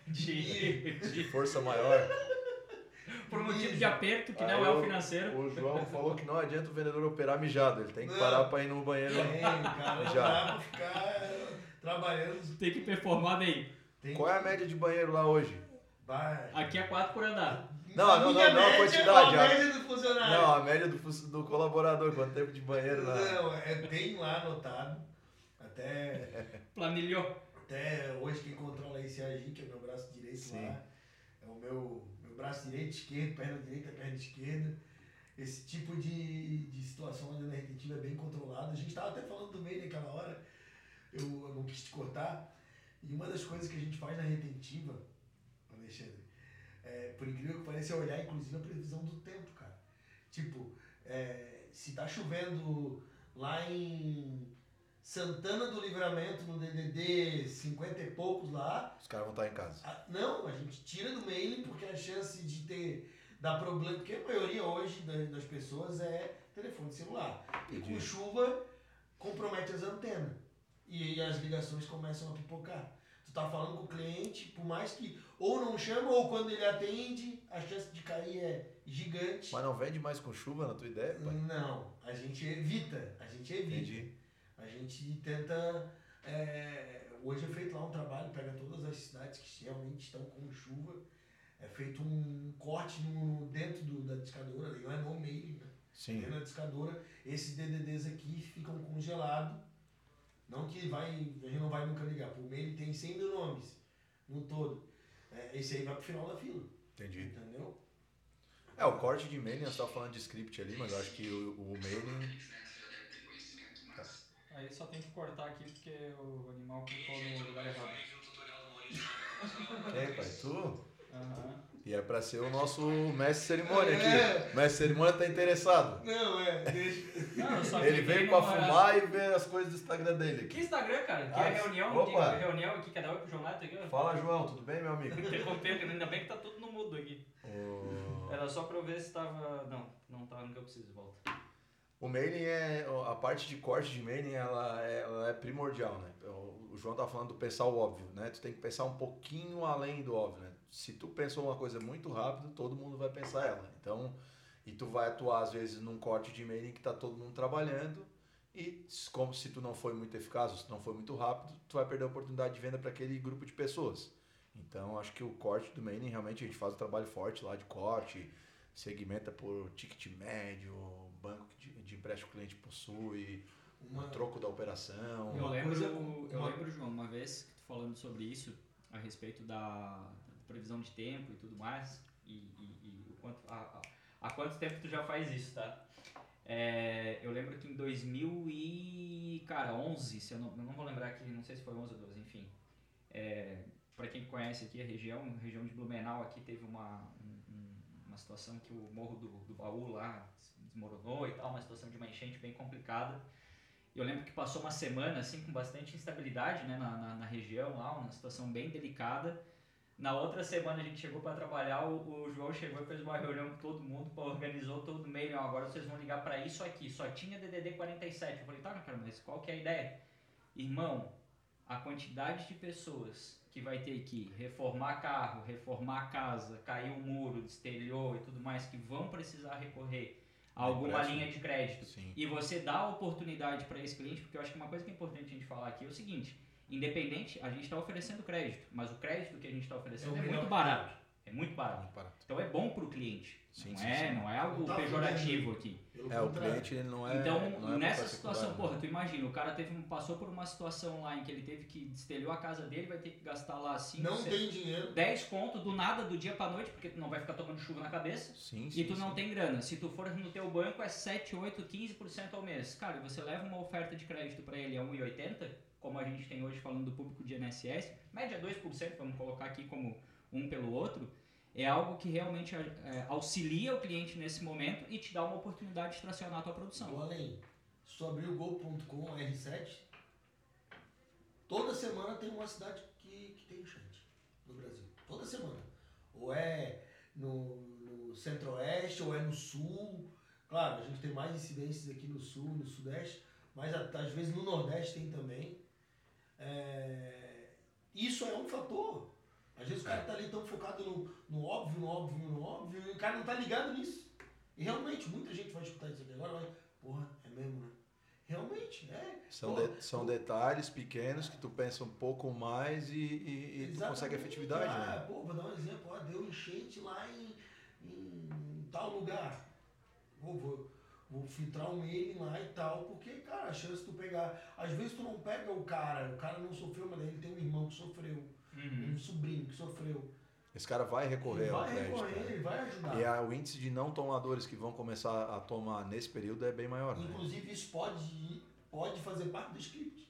de força maior. Por um motivo de aperto, que não é o financeiro. O João falou que não adianta o vendedor operar mijado, ele tem que parar para ir no banheiro cara, não dá pra ficar trabalhando. Tem que performar bem. Qual é a média de banheiro lá hoje? Aqui é 4 por andar. Não, a quantidade. A média do funcionário. Não, a média do colaborador, quanto tempo de banheiro lá? Não, tem lá anotado. Planilhou. Até hoje quem controla esse AGI, que é o meu braço direito. Sim. Lá, é o meu braço direito, esquerdo, perna direita, perna esquerda. Esse tipo de situação ali na retentiva é bem controlado. A gente estava até falando do meio naquela hora, eu não quis te cortar. E uma das coisas que a gente faz na retentiva, Alexandre, por incrível que pareça, é olhar inclusive a previsão do tempo, cara. Tipo, se tá chovendo lá em Santana do Livramento, no DDD 50 e poucos lá... Os caras vão estar em casa. Não, a gente tira do mailing porque a chance de dar problema... Porque a maioria hoje das pessoas é telefone celular. E com chuva, compromete as antenas. E as ligações começam a pipocar. Tu tá falando com o cliente, por mais que ou não chama, ou quando ele atende, a chance de cair é gigante. Mas não vende mais com chuva, na tua ideia, pai? Não, a gente evita. Entendi. A gente tenta... hoje é feito lá um trabalho, pega todas as cidades que realmente estão com chuva, é feito um corte dentro da discadora, não é no meio, né? Sim. Dentro da discadora, esses DDDs aqui ficam congelados. Não que a gente não vai nunca ligar. Por meio tem 100 mil nomes no todo. Esse aí vai pro final da fila. Entendi. Entendeu? O corte de mailing, você tava falando de script ali, mas eu acho que o mailing... Aí só tem que cortar aqui porque o animal clicou no lugar errado. Quem, pai? Tu? Aham. E é pra ser o nosso mestre de cerimônia aqui. O mestre de cerimônia tá interessado. Não, deixa. Não, eu só Ele cliquei veio pra numa- fumar e ver as coisas do Instagram dele Que aqui. Instagram, cara? Que Ah, é reunião, opa. reunião aqui, cada um com o João Neto aqui, ó. Fala, João, tudo bem, meu amigo? Interrompendo, ainda bem que tá tudo no mudo aqui. Era só pra eu ver se tava... Não tava no que eu preciso, volta. O mailing a parte de corte de mailing, ela é primordial, né? O João tá falando do pensar o óbvio, né? Tu tem que pensar um pouquinho além do óbvio, né? Se tu pensou uma coisa muito rápido, todo mundo vai pensar ela. Então, e tu vai atuar às vezes num corte de mailing que tá todo mundo trabalhando e como se tu não foi muito eficaz, ou se tu não foi muito rápido, tu vai perder a oportunidade de venda para aquele grupo de pessoas. Então, acho que o corte do mailing, realmente a gente faz um trabalho forte lá de corte, segmenta por ticket médio, banco de empréstimo que o cliente possui, o troco da operação. Eu lembro, João, uma vez que tu falando sobre isso, a respeito da previsão de tempo e tudo mais, e o quanto, há quanto tempo tu já faz isso, tá? Eu lembro que em 2011, se eu não vou lembrar aqui, não sei se foi 11 ou 12, enfim. Para quem conhece aqui a região de Blumenau aqui teve uma situação que o Morro do Baú lá desmoronou e tal, uma situação de uma enchente bem complicada. Eu lembro que passou uma semana assim com bastante instabilidade, né, na região lá, uma situação bem delicada. Na outra semana a gente chegou para trabalhar, o João chegou e fez uma reunião com todo mundo, organizou todo o e-mail, agora vocês vão ligar para isso aqui, só tinha DDD 47. Eu falei, tá, cara, mas qual que é a ideia? Irmão, a quantidade de pessoas que vai ter que reformar carro, reformar casa, cair um muro, destelhou e tudo mais, que vão precisar recorrer a alguma linha de crédito. Sim. E você dá a oportunidade para esse cliente, porque eu acho que uma coisa que é importante a gente falar aqui é o seguinte, independente, a gente está oferecendo crédito, mas o crédito que a gente está oferecendo é muito barato. É muito barato. Então é bom para o cliente. Sim, não é algo pejorativo aqui. O cliente ele não é. Então, não é nessa situação, tu imagina, o cara passou por uma situação lá em que ele teve que destelhou a casa dele, vai ter que gastar lá 5, tem dinheiro. 10 conto do nada, do dia pra noite, porque tu não vai ficar tomando chuva na cabeça. Sim, e tu não tem grana. Se tu for no teu banco é 7, 8, 15% ao mês. Cara, você leva uma oferta de crédito para ele a 1,80, como a gente tem hoje falando do público de INSS, média 2%, vamos colocar aqui como um pelo outro. É algo que realmente auxilia o cliente nesse momento e te dá uma oportunidade de tracionar a tua produção. Vou além. Se tu abrir o Go.com R7, toda semana tem uma cidade que tem enchente no Brasil. Toda semana. Ou é no centro-oeste, ou é no sul. Claro, a gente tem mais incidências aqui no sul, no sudeste, mas às vezes no nordeste tem também. Isso é um fator. Às vezes o cara tá ali tão focado no óbvio, e o cara não tá ligado nisso. E realmente, muita gente vai escutar isso aqui agora e vai, porra, é mesmo, né? Realmente, São detalhes pequenos que tu pensa um pouco mais e tu consegue efetividade, né? Vou dar um exemplo, deu enchente lá em tal lugar. Vou filtrar um mailing lá e tal, porque, cara, a chance de tu pegar... Às vezes tu não pega o cara não sofreu, mas ele tem um irmão que sofreu, um sobrinho que sofreu. Esse cara vai recorrer ao crédito. Ele vai ajudar. E o índice de não tomadores que vão começar a tomar nesse período é bem maior. Inclusive, isso pode fazer parte do script.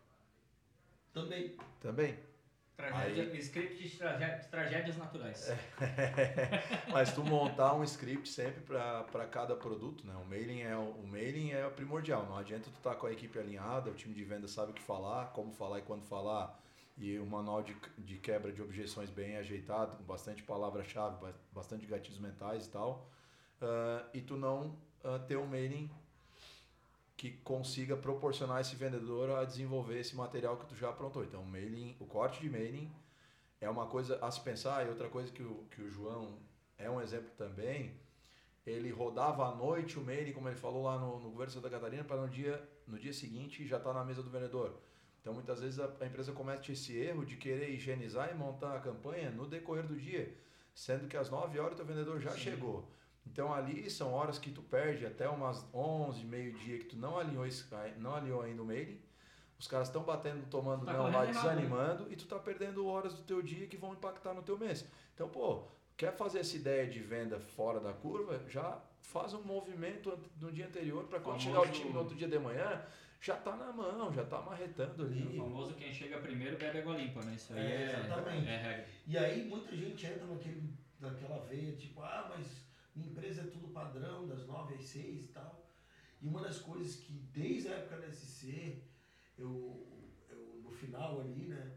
Também. Script de tragédias naturais. Mas tu montar um script sempre para cada produto, né? O mailing é primordial. Não adianta tu estar com a equipe alinhada, o time de venda sabe o que falar, como falar e quando falar, e o manual de quebra de objeções bem ajeitado, com bastante palavra-chave, bastante gatilhos mentais e tal. E tu não ter um mailing que consiga proporcionar esse vendedor a desenvolver esse material que tu já aprontou. Então, o corte de mailing é uma coisa a se pensar, e outra coisa que o João é um exemplo também, ele rodava à noite o mailing, como ele falou lá no governo de Santa Catarina, para no dia seguinte já estar na mesa do vendedor. Então, muitas vezes a empresa comete esse erro de querer higienizar e montar a campanha no decorrer do dia, sendo que às 9 horas o teu vendedor já chegou. Então ali são horas que tu perde até umas 11, meio-dia que tu não alinhou ainda o mailing. Os caras estão batendo, tomando não lá, desanimando, e tu tá perdendo horas do teu dia que vão impactar no teu mês. Então, quer fazer essa ideia de venda fora da curva, já faz um movimento no dia anterior para quando chegar o time no outro dia de manhã, já tá na mão, já tá marretando ali. O famoso quem chega primeiro bebe água limpa, né? Isso aí exatamente. É regra. E aí muita gente entra naquela veia, tipo, mas minha empresa é tudo padrão, das 9 às 6 e tal. E uma das coisas que desde a época da SC, eu no final ali, né,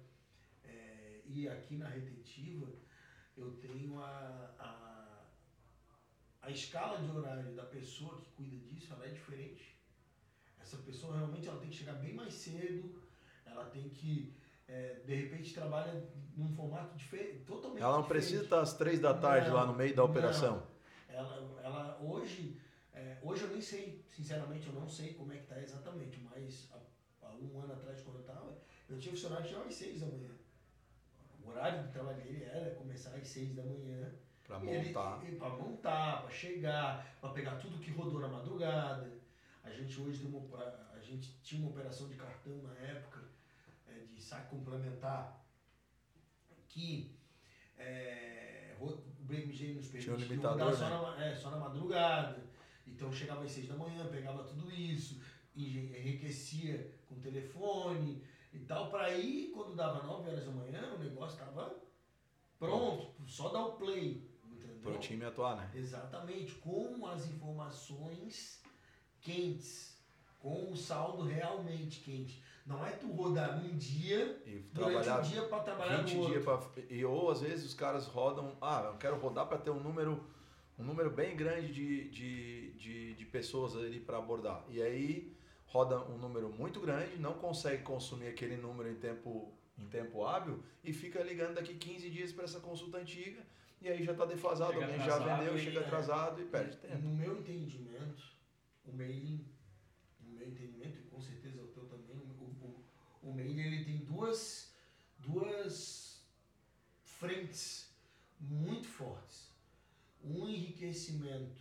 e aqui na retentiva, eu tenho a escala de horário da pessoa que cuida disso, ela é diferente. Essa pessoa realmente ela tem que chegar bem mais cedo, ela tem que, de repente, trabalha num formato totalmente diferente. Ela não precisa estar às 3 da tarde lá no meio da operação. Ela hoje eu nem sei, sinceramente, eu não sei como é que está exatamente, mas há um ano atrás, quando eu tinha funcionário que chegava às 6 da manhã. O horário de trabalho dele era começar às 6 da manhã. Para montar. Para montar, para chegar, para pegar tudo que rodou na madrugada. A gente hoje tinha uma operação de cartão na época, de saque complementar, que o BMG nos permitia rodar só na madrugada. Então chegava às 6 da manhã, pegava tudo isso, enriquecia com telefone e tal, para aí, quando dava 9 horas da manhã, o negócio estava pronto, só dar o play, entendeu? Para o time atuar, né? Exatamente, com as informações quentes, com o saldo realmente quente. Não é tu rodar um dia e durante um dia para trabalhar 20 no outro. Ou às vezes os caras rodam, eu quero rodar para ter um número bem grande de pessoas ali para abordar. E aí roda um número muito grande, não consegue consumir aquele número em tempo hábil e fica ligando daqui 15 dias para essa consulta antiga e aí já está defasado, chega alguém atrasado, já vendeu, chega atrasado e perde tempo. No meu entendimento, o mailing, e com certeza o teu também, o mailing ele tem duas frentes muito fortes. Um enriquecimento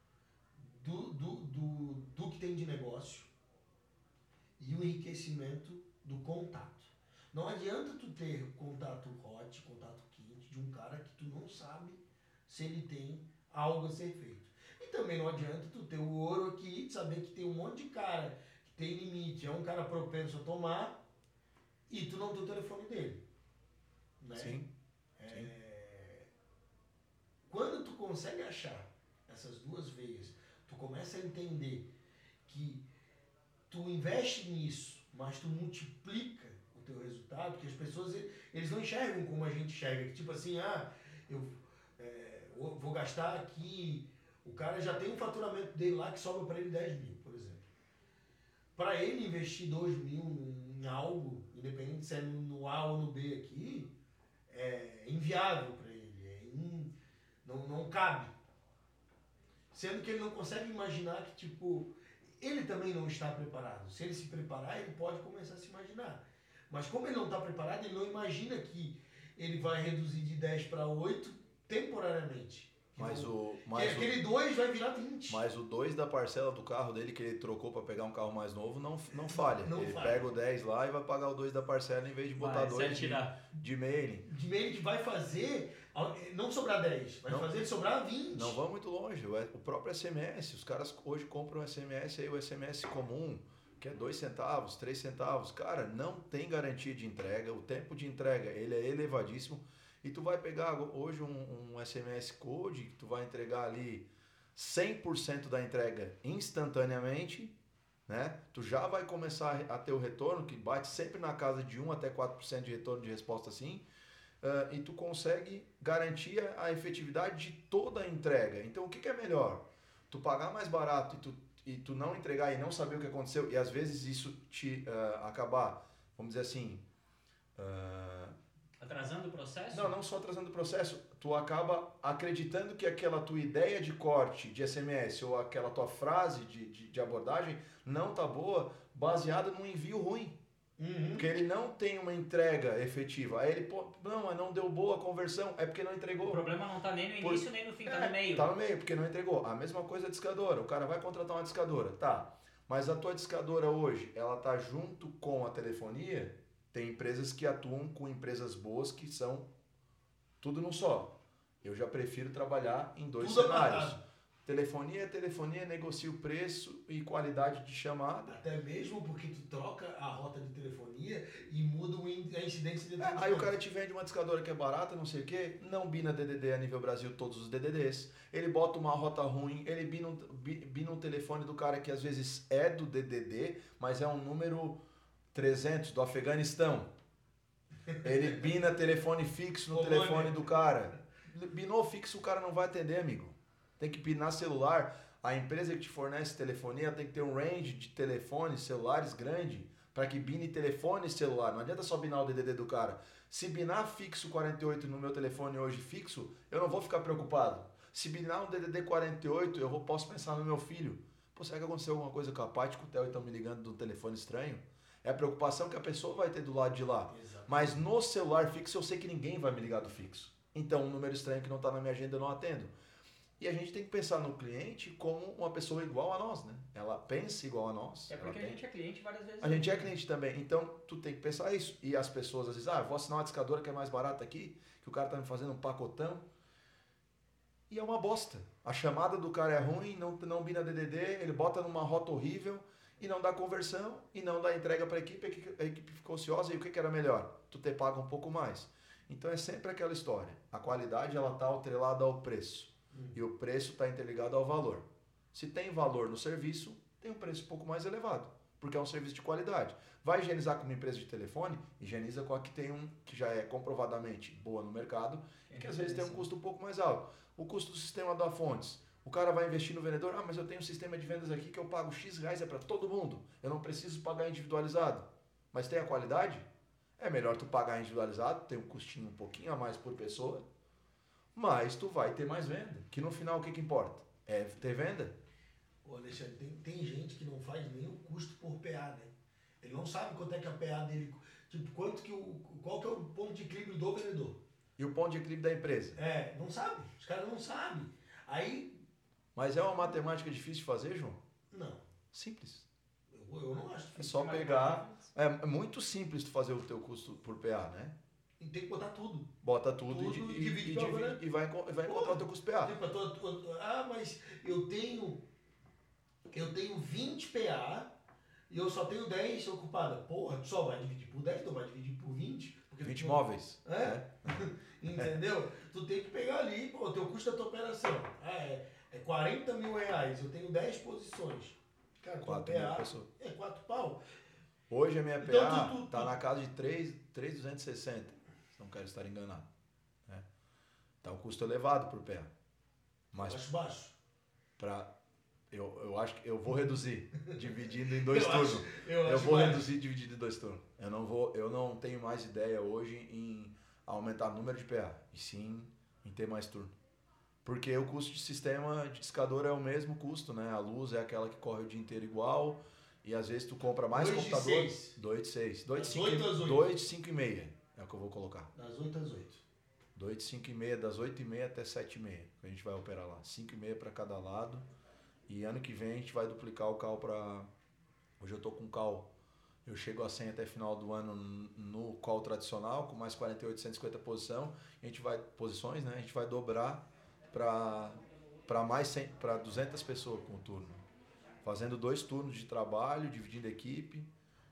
do que tem de negócio e o enriquecimento do contato. Não adianta tu ter contato hot, contato quente de um cara que tu não sabe se ele tem algo a ser feito. E também não adianta tu ter o ouro aqui, saber que tem um monte de cara que tem limite, é um cara propenso a tomar e tu não tem o telefone dele. Né? Sim. Quando tu consegue achar essas duas veias, tu começa a entender que tu investe nisso, mas tu multiplica o teu resultado, que as pessoas eles não enxergam como a gente enxerga. Tipo assim, eu vou gastar aqui, o cara já tem um faturamento dele lá que sobra para ele 10 mil, por exemplo. Para ele investir 2 mil em algo, independente se é no A ou no B aqui, é inviável para ele, não cabe. Sendo que ele não consegue imaginar que, tipo, ele também não está preparado. Se ele se preparar, ele pode começar a se imaginar. Mas como ele não está preparado, ele não imagina que ele vai reduzir de 10 para 8 temporariamente. Aquele 2 vai virar 20. Mas o 2 da parcela do carro dele que ele trocou para pegar um carro mais novo não falha. Ele pega o 10 lá e vai pagar o 2 da parcela em vez de botar 2 de mailing. De mailing que vai fazer não sobrar 10, vai fazer ele sobrar 20. Não vamos muito longe. O próprio SMS, os caras hoje compram o SMS, aí o SMS comum, que é 2 centavos, 3 centavos. Cara, não tem garantia de entrega. O tempo de entrega ele é elevadíssimo. E tu vai pegar hoje um SMS Code que tu vai entregar ali 100% da entrega instantaneamente, né? Tu já vai começar a ter o retorno, que bate sempre na casa de 1 até 4% de retorno de resposta assim, e tu consegue garantir a efetividade de toda a entrega. Então o que é melhor? Tu pagar mais barato e tu não entregar e não saber o que aconteceu, e às vezes isso te acabar, vamos dizer assim... Atrasando o processo? Não só atrasando o processo. Tu acaba acreditando que aquela tua ideia de corte de SMS ou aquela tua frase de abordagem não tá boa, baseada num envio ruim. Uhum. Porque ele não tem uma entrega efetiva. Aí ele, não deu boa a conversão, é porque não entregou. O problema não tá nem no início nem no fim, tá no meio. Tá no meio, porque não entregou. A mesma coisa a discadora. O cara vai contratar uma discadora. Tá, mas a tua discadora hoje, ela tá junto com a telefonia... Tem empresas que atuam com empresas boas que são tudo num só. Eu já prefiro trabalhar em 2 cenários. Telefonia, negocia o preço e qualidade de chamada. Até mesmo porque tu troca a rota de telefonia e muda a incidência de Aí o cara te vende uma discadora que é barata, não sei o quê, não bina DDD a nível Brasil todos os DDDs. Ele bota uma rota ruim, ele bina um telefone do cara que às vezes é do DDD, mas é um número 300 do Afeganistão. Ele bina telefone fixo no telefone do cara. Binou fixo, o cara não vai atender, amigo. Tem que binar celular. A empresa que te fornece telefonia tem que ter um range de telefones celulares grande para que bine telefone e celular. Não adianta só binar o DDD do cara. Se binar fixo 48 no meu telefone hoje fixo, eu não vou ficar preocupado. Se binar um DDD 48, posso pensar no meu filho. Pô, será que aconteceu alguma coisa com a Paty, com o Theo e estão me ligando do telefone estranho? É a preocupação que a pessoa vai ter do lado de lá. Exatamente. Mas no celular fixo eu sei que ninguém vai me ligar do fixo. Então um número estranho que não está na minha agenda eu não atendo. E a gente tem que pensar no cliente como uma pessoa igual a nós, né? Ela pensa igual a nós. É porque a gente é cliente várias vezes. A gente é cliente também. Então, tu tem que pensar isso. E as pessoas, às vezes, vou assinar uma discadora que é mais barata aqui, que o cara tá me fazendo um pacotão. E é uma bosta. A chamada do cara é ruim, não bina DDD, ele bota numa rota horrível e não dá conversão e não dá entrega para a equipe ficou ociosa. E o que era melhor? Tu ter pago um pouco mais. Então, é sempre aquela história. A qualidade, ela tá atrelada ao preço. E o preço está interligado ao valor. Se tem valor no serviço, tem um preço um pouco mais elevado, porque é um serviço de qualidade. Vai higienizar com uma empresa de telefone, higieniza com a que tem que já é comprovadamente boa no mercado e que às vezes tem um custo um pouco mais alto. O custo do sistema da Fontes. O cara vai investir no vendedor, mas eu tenho um sistema de vendas aqui que eu pago X reais, é para todo mundo. Eu não preciso pagar individualizado. Mas tem a qualidade? É melhor tu pagar individualizado, tem um custinho um pouquinho a mais por pessoa, mas tu vai ter mais venda. Que no final o que importa? É ter venda. Ô Alexandre, tem gente que não faz nem o custo por PA, né? Ele não sabe quanto é que a PA dele... Tipo, qual que é o ponto de equilíbrio do vendedor. E o ponto de equilíbrio da empresa? Não sabe. Os caras não sabem. Aí... Mas é uma matemática difícil de fazer, João? Não. Simples. Eu não acho difícil. É só pegar... É muito simples tu fazer o teu custo por PA, né? E tem que botar tudo. Bota tudo e divide e vai encontrar o teu custo PA. Mas eu tenho 20 PA e eu só tenho 10 ocupada. Porra, tu só vai dividir por 10, tu vai dividir por 20. Porque 20 móveis. Entendeu? Tu tem que pegar ali, o teu custo da tua operação. É 40 mil reais, eu tenho 10 posições. Cara, 4 PA mil pessoas. é 4 pau. Hoje a minha PA Então, tá na casa de 3.260. Não quero estar enganado. Né? Tá um custo elevado por PA. Mas acho baixo. Eu acho que eu vou reduzir, dividindo em 2 turnos. Eu vou reduzir dividindo em 2 turnos. Eu não tenho mais ideia hoje em aumentar o número de PA, e sim em ter mais turno. Porque o custo de sistema de discador é o mesmo custo, né? A luz é aquela que corre o dia inteiro igual, e às vezes tu compra mais computador. 2 de 6. 2 de 5 e meia é o que eu vou colocar. Das 8 às 8. 2 de 5 e meia, das 8 e meia até 7 e meia, que a gente vai operar lá. 5 e meia para cada lado. E ano que vem a gente vai duplicar o cal para... Hoje eu tô com cal. Eu chego a 100 até final do ano no call tradicional, com mais 48, 150 posições, né? A gente vai dobrar para mais 100, para 200 pessoas com o turno. Fazendo 2 turnos de trabalho, dividindo a equipe.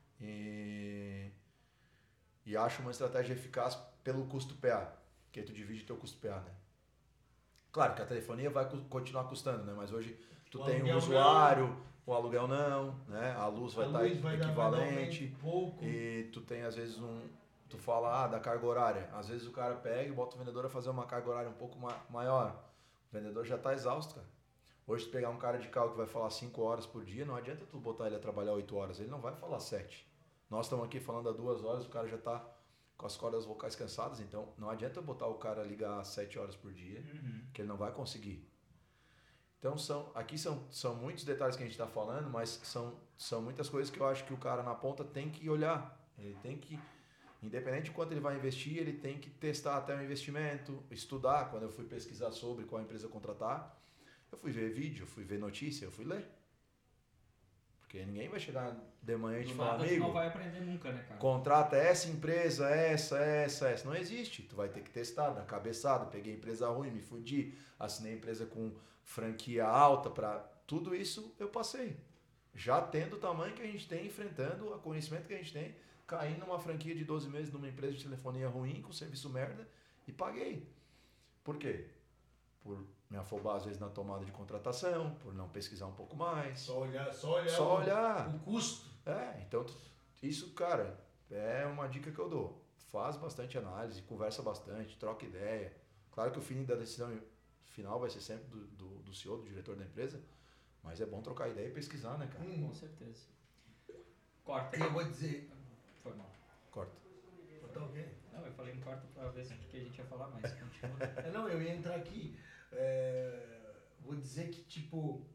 E acho uma estratégia eficaz pelo custo PA, que aí tu divide teu custo PA, né? Claro que a telefonia vai continuar custando, né? Mas hoje tu tem um usuário, o aluguel não, né? A luz vai estar equivalente. E tu tem às vezes tu fala da carga horária. Às vezes o cara pega e bota o vendedor a fazer uma carga horária um pouco maior. O vendedor já está exausto, cara. Hoje tu pegar um cara de carro que vai falar 5 horas por dia, não adianta tu botar ele a trabalhar 8 horas, ele não vai falar 7. Nós estamos aqui falando há 2 horas, o cara já está com as cordas vocais cansadas, então não adianta botar o cara a ligar 7 horas por dia, que ele não vai conseguir. Então aqui são muitos detalhes que a gente está falando, mas são muitas coisas que eu acho que o cara na ponta tem que olhar. Ele tem que, independente de quanto ele vai investir, ele tem que testar até o investimento, estudar. Quando eu fui pesquisar sobre qual empresa contratar, eu fui ver vídeo, eu fui ver notícia, eu fui ler. Porque ninguém vai chegar de manhã e te Do falar, nada tu amigo, não vai aprender nunca, né, cara? contrata essa empresa, essa. Não existe. Tu vai ter que testar na cabeçada. Peguei empresa ruim, me fudi. Assinei empresa com franquia alta. Tudo isso eu passei. Já tendo o tamanho que a gente tem, enfrentando o conhecimento que a gente tem, caí numa franquia de 12 meses numa empresa de telefonia ruim, com serviço merda, e paguei. Por quê? Por me afobar às vezes na tomada de contratação, por não pesquisar um pouco mais. Só olhar o custo. Então isso, cara, é uma dica que eu dou. Faz bastante análise, conversa bastante, troca ideia. Claro que o fim da decisão final vai ser sempre do CEO, do diretor da empresa, mas é bom trocar ideia e pesquisar, né, cara? Com certeza. Corta. Eu vou dizer... Foi mal. Corta. Cortar o quê? Não, eu falei em corta pra ver o que a gente ia falar, mas continua. Não, eu ia entrar aqui. Vou dizer que, tipo,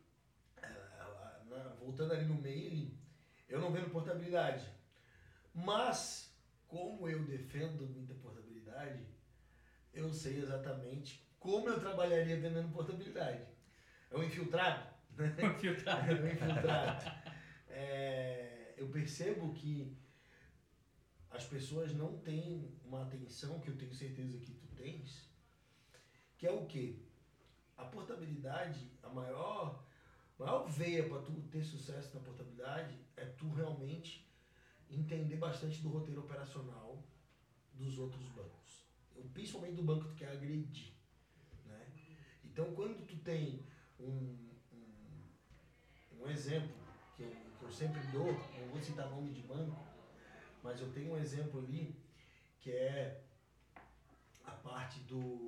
voltando ali no mailing, eu não vendo portabilidade. Mas, como eu defendo muita portabilidade, eu sei exatamente como eu trabalharia vendendo portabilidade. É um infiltrado? Infiltrado. É um infiltrado. Eu percebo que as pessoas não têm uma atenção, que eu tenho certeza que tu tens, que é o quê? A portabilidade, a maior veia para tu ter sucesso na portabilidade é tu realmente entender bastante do roteiro operacional dos outros bancos. Principalmente do banco que tu quer agredir, né? Então, quando tu tem um exemplo que eu sempre dou, não vou citar nome de banco, mas eu tenho um exemplo ali que é a parte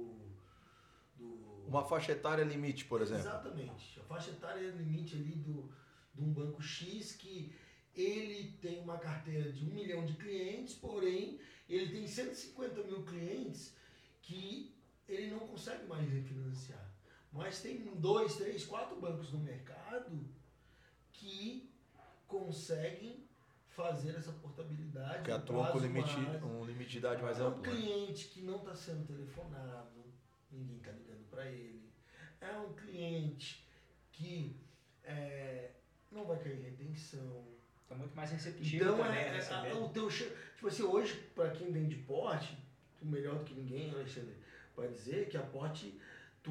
uma faixa etária limite, por exemplo. Exatamente. A faixa etária limite ali de um banco X que ele tem uma carteira de 1 milhão de clientes, porém ele tem 150 mil clientes que ele não consegue mais refinanciar. Mas tem 2, 3, 4 bancos no mercado que conseguem fazer essa portabilidade. Que atuam com um limite de idade mais amplo. É um cliente que não está sendo telefonado, ninguém está ligando para ele. É um cliente que não vai cair retenção. Tá muito mais receptivo Então, também. O teu tipo assim, hoje, para quem vende porte, tu melhor do que ninguém, Alexandre, vai dizer que a porte,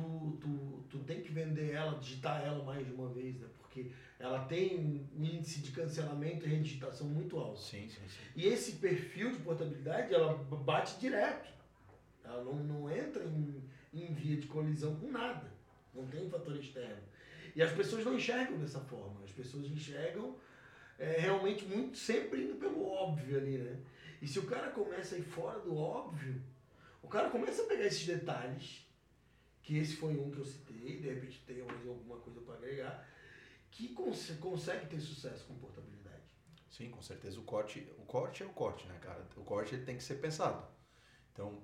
tu tem que vender ela, digitar ela mais de uma vez, né? Porque ela tem um índice de cancelamento e redigitação muito alto. Sim. E esse perfil de portabilidade, ela bate direto. Ela não entra em via de colisão com nada. Não tem fator externo. E as pessoas não enxergam dessa forma. As pessoas enxergam realmente muito sempre indo pelo óbvio ali, né? E se o cara começa a ir fora do óbvio, o cara começa a pegar esses detalhes, que esse foi um que eu citei, de repente tem mais alguma coisa para agregar, que consegue ter sucesso com portabilidade. Sim, com certeza. O corte é o corte, né, cara? O corte ele tem que ser pensado. Então,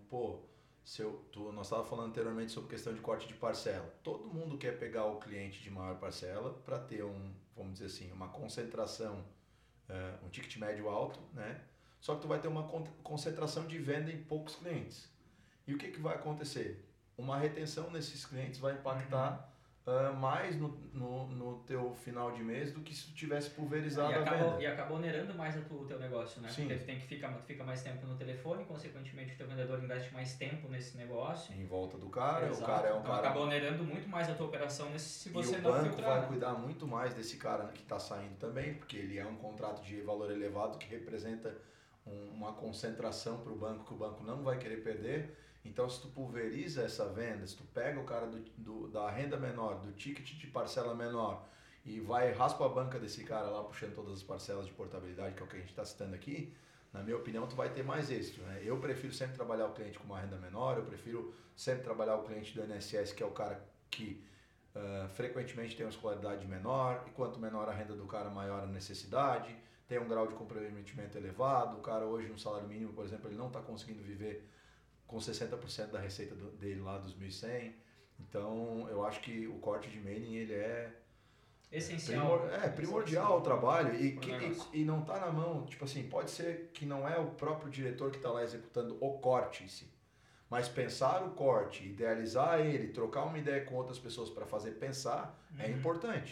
nós estávamos falando anteriormente sobre questão de corte de parcela. Todo mundo quer pegar o cliente de maior parcela para ter vamos dizer assim, uma concentração, um ticket médio alto, né? Só que tu vai ter uma concentração de venda em poucos clientes. E o que vai acontecer? Uma retenção nesses clientes vai impactar mais no teu final de mês do que se tu tivesse pulverizado a venda. E acaba onerando mais o teu negócio, né? Sim. Porque tu fica mais tempo no telefone, consequentemente o teu vendedor investe mais tempo nesse negócio. Em volta do cara, Exato. O cara é um então cara... acaba onerando muito mais a tua operação se você e não o banco filtrar. vai cuidar muito mais desse cara que está saindo também, porque ele é um contrato de valor elevado que representa uma concentração para o banco que o banco não vai querer perder. Então, se tu pulveriza essa venda, se tu pega o cara da renda menor, do ticket de parcela menor e raspa a banca desse cara lá, puxando todas as parcelas de portabilidade, que é o que a gente está citando aqui, na minha opinião, tu vai ter mais êxito, né? Eu prefiro sempre trabalhar o cliente com uma renda menor, eu prefiro sempre trabalhar o cliente do INSS, que é o cara que frequentemente tem uma escolaridade menor, e quanto menor a renda do cara, maior a necessidade, tem um grau de comprometimento elevado, o cara hoje no salário mínimo, por exemplo, ele não está conseguindo viver com 60% da receita dele lá dos 1.100. Então, eu acho que o corte de mailing, ele é essencial. Primordial ao trabalho e não está na mão, tipo assim, pode ser que não é o próprio diretor que está lá executando o corte em si, mas pensar o corte, idealizar ele, trocar uma ideia com outras pessoas para fazer pensar é importante.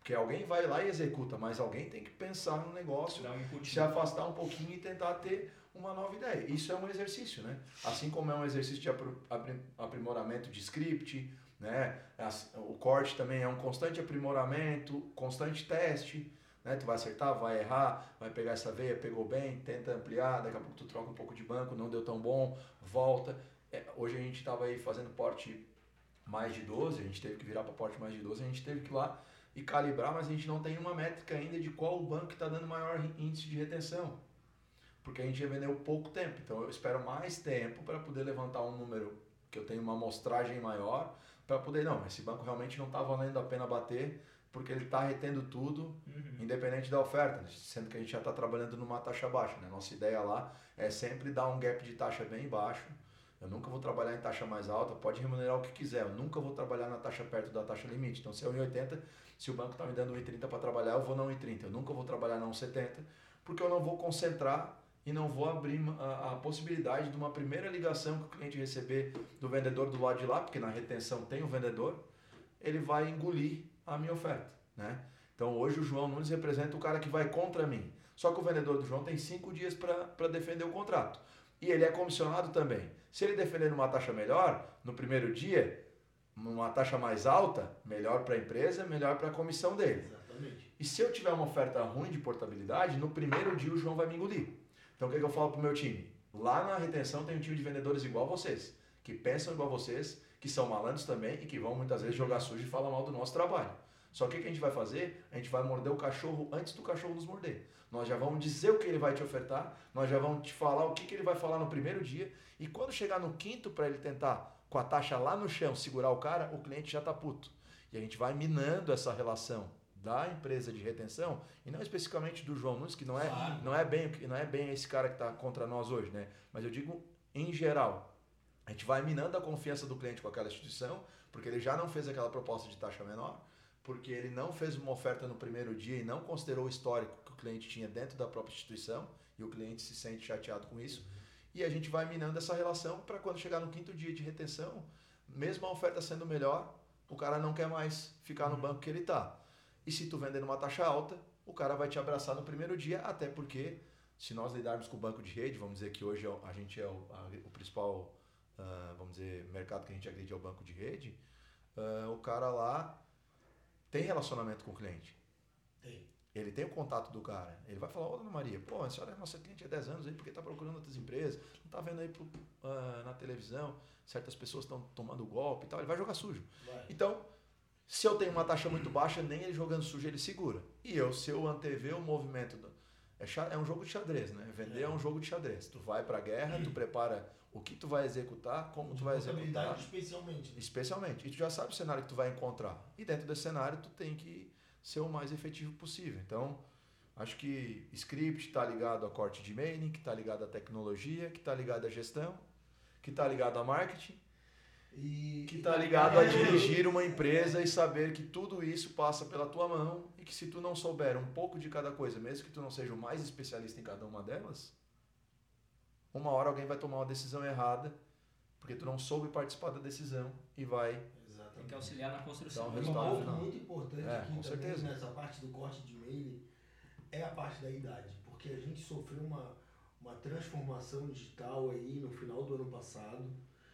Porque alguém vai lá e executa, mas alguém tem que pensar no negócio, se afastar um pouquinho e tentar ter uma nova ideia. Isso é um exercício, né? Assim como é um exercício de aprimoramento de script, né? O corte também é um constante aprimoramento, constante teste, né? Tu vai acertar, vai errar, vai pegar essa veia, pegou bem, tenta ampliar, daqui a pouco tu troca um pouco de banco, não deu tão bom, volta. Hoje a gente estava aí fazendo porte mais de 12, a gente teve que virar para porte mais de 12, a gente teve que ir lá e calibrar, mas a gente não tem uma métrica ainda de qual o banco está dando maior índice de retenção, porque a gente já vendeu pouco tempo, então eu espero mais tempo para poder levantar um número que eu tenho uma amostragem maior, para poder, não, esse banco realmente não está valendo a pena bater, porque ele está retendo tudo, independente da oferta, sendo que a gente já está trabalhando numa taxa baixa, né? Nossa ideia lá é sempre dar um gap de taxa bem baixo. Eu nunca vou trabalhar em taxa mais alta, pode remunerar o que quiser, eu nunca vou trabalhar na taxa perto da taxa limite. Então, se é 1,80, se o banco está me dando 1,30 para trabalhar, eu vou na 1,30. Eu nunca vou trabalhar na 1,70, porque eu não vou concentrar e não vou abrir a possibilidade de uma primeira ligação que o cliente receber do vendedor do lado de lá, porque na retenção tem o vendedor, ele vai engolir a minha oferta, né? Então, hoje o João Nunes representa o cara que vai contra mim. Só que o vendedor do João tem 5 dias para defender o contrato. E ele é comissionado também. Se ele defender numa taxa melhor, no primeiro dia, numa taxa mais alta, melhor para a empresa, melhor para a comissão dele. Exatamente. E se eu tiver uma oferta ruim de portabilidade, no primeiro dia o João vai me engolir. Então o que eu falo para o meu time? Lá na retenção tem um time de vendedores igual a vocês, que pensam igual a vocês, que são malandros também e que vão muitas vezes jogar sujo e falar mal do nosso trabalho. Só que o que a gente vai fazer? A gente vai morder o cachorro antes do cachorro nos morder. Nós já vamos dizer o que ele vai te ofertar, nós já vamos te falar o que ele vai falar no primeiro dia, e quando chegar no quinto para ele tentar, com a taxa lá no chão, segurar o cara, o cliente já está puto. E a gente vai minando essa relação da empresa de retenção, e não especificamente do João Nunes, que não é bem esse cara que está contra nós hoje, né? Mas eu digo em geral. A gente vai minando a confiança do cliente com aquela instituição, porque ele já não fez aquela proposta de taxa menor, porque ele não fez uma oferta no primeiro dia e não considerou o histórico que o cliente tinha dentro da própria instituição, e o cliente se sente chateado com isso. E a gente vai minando essa relação para quando chegar no quinto dia de retenção, mesmo a oferta sendo melhor, o cara não quer mais ficar no banco que ele está. E se tu vender numa taxa alta, o cara vai te abraçar no primeiro dia, até porque se nós lidarmos com o banco de rede, vamos dizer que hoje a gente é o principal, vamos dizer, mercado que a gente agride é o banco de rede, o cara lá tem relacionamento com o cliente. Tem. Ele tem o contato do cara. Ele vai falar, ô Dona Maria, pô, a senhora é nossa cliente há 10 anos aí, porque está procurando outras empresas, não está vendo aí na televisão, certas pessoas estão tomando golpe e tal, ele vai jogar sujo. Vai. Então, se eu tenho uma taxa muito baixa, nem ele jogando sujo ele segura. E se eu antever o movimento, é um jogo de xadrez, né? Vender é um jogo de xadrez. Tu vai para a guerra, tu prepara o que tu vai executar, como tu vai executar. Especialmente. Né? Especialmente. E tu já sabe o cenário que tu vai encontrar. E dentro desse cenário tu tem que ser o mais efetivo possível. Então, acho que script está ligado a corte de mailing, que está ligado à tecnologia, que está ligado à gestão, que está ligado a marketing, que está ligado a dirigir uma empresa e saber que tudo isso passa pela tua mão e que se tu não souber um pouco de cada coisa, mesmo que tu não seja o mais especialista em cada uma delas, uma hora alguém vai tomar uma decisão errada porque tu não soube participar da decisão e vai... Exatamente. Tem que auxiliar na construção. Então, Um resultado ponto final. muito importante aqui com também, certeza. nessa parte do corte de e-mail, é a parte da idade. Porque a gente sofreu uma transformação digital aí no final do ano passado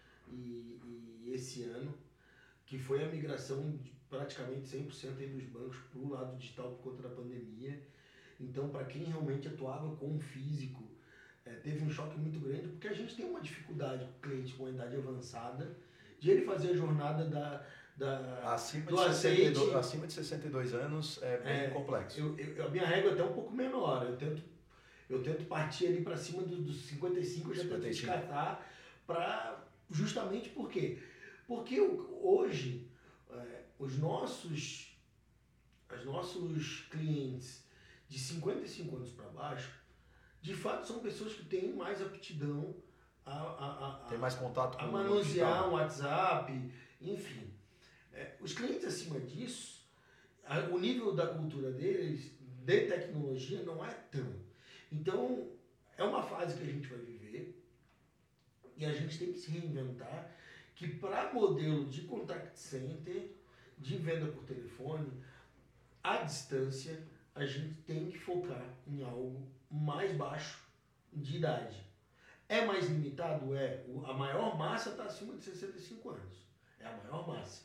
e esse ano, que foi a migração de praticamente 100% aí dos bancos para o lado digital por conta da pandemia. Então, para quem realmente atuava com o físico, teve um choque muito grande, porque a gente tem uma dificuldade com o cliente com a idade avançada, de ele fazer a jornada Acima de 62 anos é bem complexo. A minha régua é até um pouco menor. Eu tento partir ali para cima dos 55, eu já tento descartar, justamente por quê? Porque hoje os nossos clientes de 55 anos para baixo, de fato são pessoas que têm mais aptidão tem mais contato com a manusear um WhatsApp, enfim. Os clientes acima disso, o nível da cultura deles, de tecnologia, não é tão. Então, é uma fase que a gente vai viver e a gente tem que se reinventar, que para modelo de contact center, de venda por telefone, à distância, a gente tem que focar em algo mais baixo de idade. É mais limitado? É. A maior massa está acima de 65 anos. É a maior massa.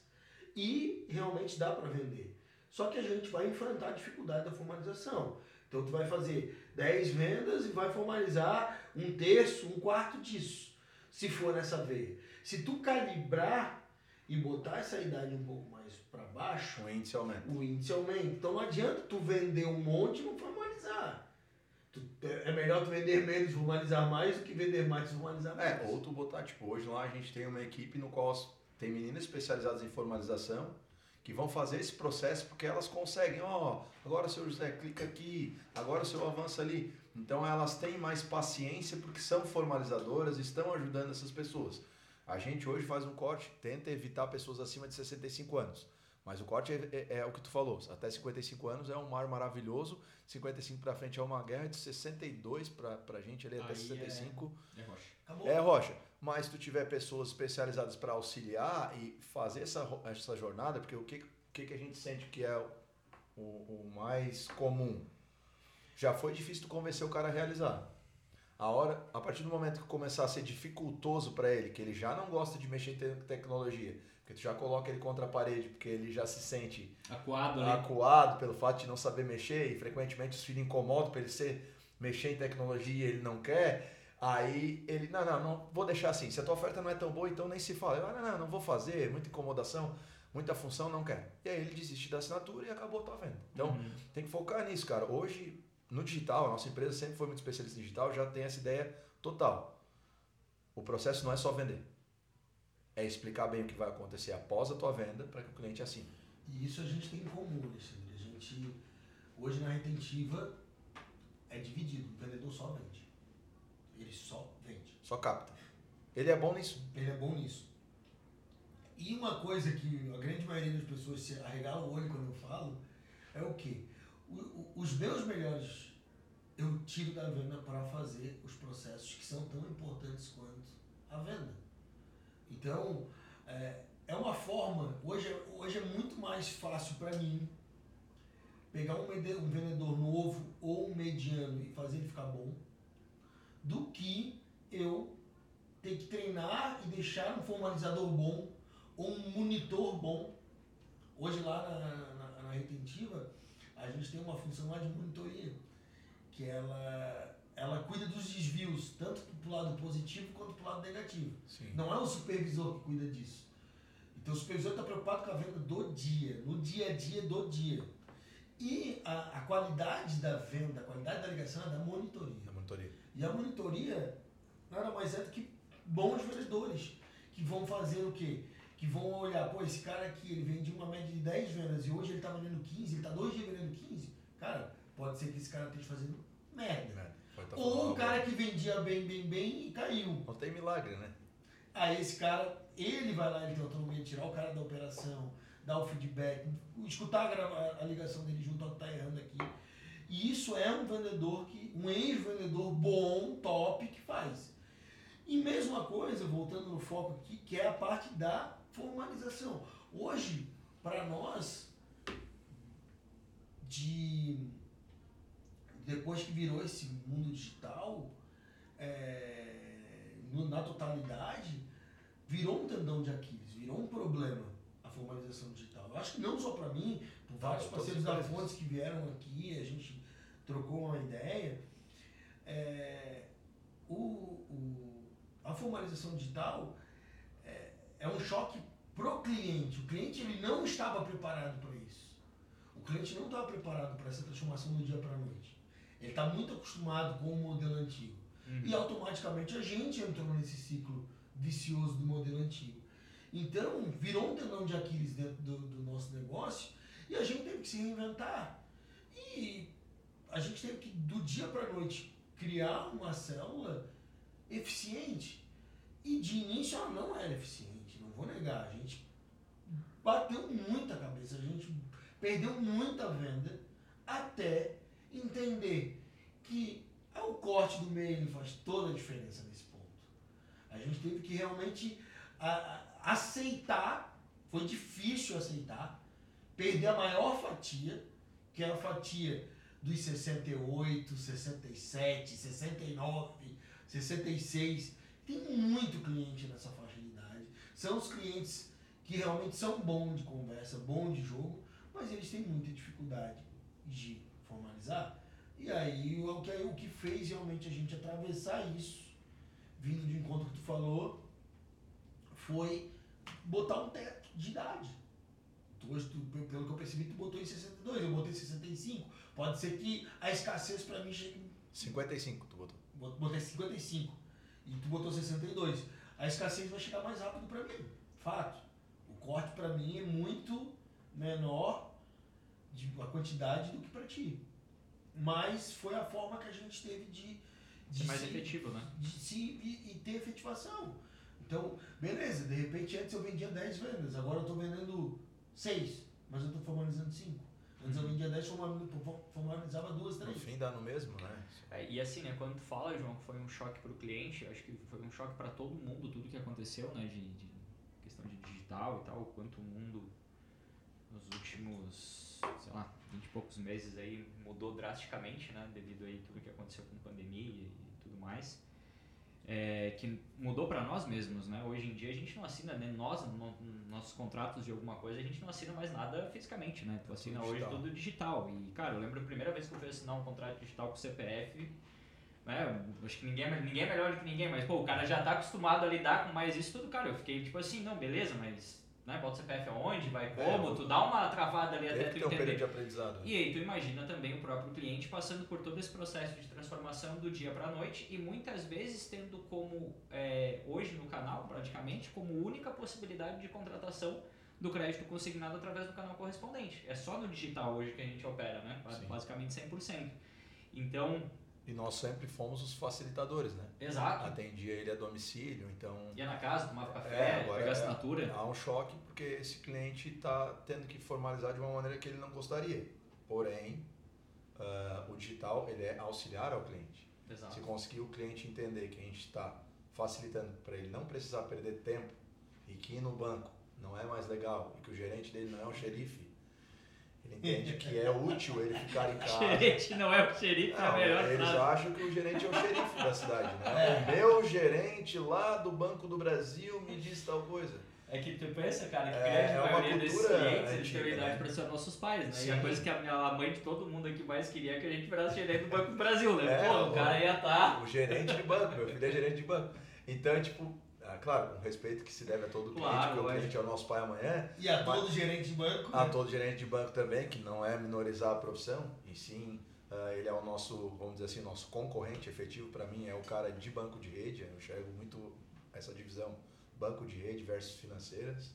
E realmente dá para vender. Só que a gente vai enfrentar a dificuldade da formalização. Então tu vai fazer 10 vendas e vai formalizar 1/3, 1/4 disso, se for nessa veia. Se tu calibrar e botar essa idade um pouco mais para baixo, o índice aumenta. Então não adianta tu vender um monte e não formalizar. É melhor tu vender menos e formalizar mais do que vender mais e formalizar mais. Ou tu botar, tipo, hoje lá a gente tem uma equipe no qual tem meninas especializadas em formalização que vão fazer esse processo porque elas conseguem, agora o seu José clica aqui, agora o seu avança ali. Então elas têm mais paciência porque são formalizadoras e estão ajudando essas pessoas. A gente hoje faz um corte, tenta evitar pessoas acima de 65 anos. Mas o corte é o que tu falou, até 55 anos é um mar maravilhoso, 55 para frente é uma guerra, de 62 pra gente ali até 65 é rocha. Acabou. É rocha. Mas se tu tiver pessoas especializadas para auxiliar e fazer essa jornada, porque o que a gente sente que é o mais comum? Já foi difícil tu convencer o cara a realizar. A partir do momento que começar a ser dificultoso para ele, que ele já não gosta de mexer em tecnologia, porque tu já coloca ele contra a parede, porque ele já se sente acuado pelo fato de não saber mexer, e frequentemente os filhos incomodam para ele mexer em tecnologia e ele não quer, aí ele, não, vou deixar assim, se a tua oferta não é tão boa, então nem se fala, não vou fazer, muita incomodação, muita função, não quero. E aí ele desiste da assinatura e acabou a tua venda. Então, tem que focar nisso, cara. Hoje, no digital, a nossa empresa sempre foi muito especialista em digital, já tem essa ideia total. O processo não é só vender. É explicar bem o que vai acontecer após a tua venda para que o cliente assine. E isso a gente tem em comum, Alexandre. A gente, hoje na retentiva, é dividido. O vendedor só vende. Ele só vende. Só capta. Ele é bom nisso. Ele é bom nisso. E uma coisa que a grande maioria das pessoas se arregala o olho quando eu falo, é o quê? Os meus melhores eu tiro da venda para fazer os processos que são tão importantes quanto a venda. Então, é uma forma, hoje é muito mais fácil para mim pegar um vendedor novo ou um mediano e fazer ele ficar bom, do que eu ter que treinar e deixar um formalizador bom ou um monitor bom. Hoje lá na retentiva, a gente tem uma função lá de monitoria, que ela cuida dos desvios, tanto pro lado positivo quanto pro lado negativo. Sim. Não é o supervisor que cuida disso. Então o supervisor está preocupado com a venda do dia, no dia a dia do dia. E a qualidade da venda, a qualidade da ligação é da monitoria. E a monitoria nada mais é do que bons vendedores, que vão fazer o quê? Que vão olhar, esse cara aqui, ele vende uma média de 10 vendas e hoje ele está vendendo 15, ele está 2 dias vendendo 15. Cara, pode ser que esse cara esteja fazendo merda. Ou um cara que vendia bem e caiu. Não tem milagre, né? Aí esse cara, ele vai lá, ele tem autonomia de tirar o cara da operação, dar o feedback, escutar a ligação dele junto ao que tá errando aqui. E isso é um vendedor, um ex-vendedor bom, top, que faz. E mesma coisa, voltando no foco aqui, que é a parte da formalização. Hoje, para nós, depois que virou esse mundo digital, na totalidade, virou um tendão de Aquiles, virou um problema a formalização digital. Eu acho que não só para mim, por vários parceiros da Fontes que vieram aqui, a gente trocou uma ideia. A formalização digital é um choque pro cliente. O cliente ele não estava preparado para isso. O cliente não estava preparado para essa transformação do dia para a noite. Ele está muito acostumado com o modelo antigo. E automaticamente a gente entrou nesse ciclo vicioso do modelo antigo. Então, virou um tendão de Aquiles dentro do nosso negócio e a gente teve que se reinventar. E a gente teve que, do dia para a noite, criar uma célula eficiente. E de início ela não era eficiente, não vou negar. A gente bateu muita cabeça, a gente perdeu muita venda até entender que o corte do meio ele faz toda a diferença nesse ponto. A gente teve que realmente aceitar, foi difícil aceitar, perder a maior fatia que é a fatia dos 68, 67, 69, 66. Tem muito cliente nessa faixa de idade. São os clientes que realmente são bons de conversa, bons de jogo, mas eles têm muita dificuldade de formalizar. E aí o que fez realmente a gente atravessar isso, vindo de encontro que tu falou, foi botar um teto de idade. Hoje, pelo que eu percebi, tu botou em 62, eu botei em 65. Pode ser que a escassez pra mim chegue... 55 tu botou. Botei 55 e tu botou 62. A escassez vai chegar mais rápido pra mim, fato. O corte pra mim é muito menor a quantidade do que pra ti. Mas foi a forma que a gente teve de ser mais efetivo, né? E ter efetivação. Então, beleza, de repente antes eu vendia 10 vendas, agora eu tô vendendo 6, mas eu tô formalizando 5. Antes eu vendia 10, formalizava 2, 3. No fim dá no mesmo, né? E assim, né, quando tu fala, João, que foi um choque pro cliente, eu acho que foi um choque para todo mundo, tudo que aconteceu, né, de questão de digital e tal, o quanto o mundo nos últimos, sei lá, 20 e poucos meses aí mudou drasticamente, né, devido aí tudo que aconteceu com pandemia e tudo mais. Que mudou para nós mesmos, né? Hoje em dia a gente não assina, né? Nossos contratos de alguma coisa, a gente não assina mais nada fisicamente, né? Tu assina hoje tudo digital. E, cara, eu lembro a primeira vez que eu fui assinar um contrato digital com o CPF, né? Acho que ninguém é melhor do que ninguém, mas, pô, o cara já tá acostumado a lidar com mais isso tudo, cara. Eu fiquei tipo assim, não, beleza, mas... Né? Bota o CPF aonde, vai como, tu dá uma travada ali até tu entender. Um período de aprendizado. E aí tu imagina também o próprio cliente passando por todo esse processo de transformação do dia para a noite e muitas vezes tendo como, hoje no canal praticamente, como única possibilidade de contratação do crédito consignado através do canal correspondente. É só no digital hoje que a gente opera, né? Basicamente 100%. Então... E nós sempre fomos os facilitadores, né? Exato. Atendia ele a domicílio, então... Ia na casa, tomava café, pegava assinatura. Há um choque porque esse cliente está tendo que formalizar de uma maneira que ele não gostaria. Porém, o digital ele é auxiliar ao cliente. Exato. Se conseguir o cliente entender que a gente está facilitando para ele não precisar perder tempo e que ir no banco não é mais legal e que o gerente dele não é um xerife, ele entende que é útil ele ficar em casa. O gerente não é o xerife, é a melhor eles frase. acham que o gerente é o xerife da cidade, né? O meu gerente lá do Banco do Brasil me diz tal coisa. É que tu pensa, cara, que grande maioria desses clientes, eles têm idade para ser nossos pais, né? Sim. E a coisa que a mãe de todo mundo aqui mais queria é que a gente virasse gerente do Banco do Brasil, né? Pô, o cara ia estar... O gerente de banco, meu filho é gerente de banco. Então, tipo... claro, com respeito que se deve a todo cliente, porque o cliente é o nosso pai amanhã. E a todo gerente de banco. A todo gerente de banco também, que não é minorizar a profissão, e sim, ele é o nosso, vamos dizer assim, nosso concorrente efetivo. Para mim é o cara de banco de rede, eu enxergo muito essa divisão banco de rede versus financeiras.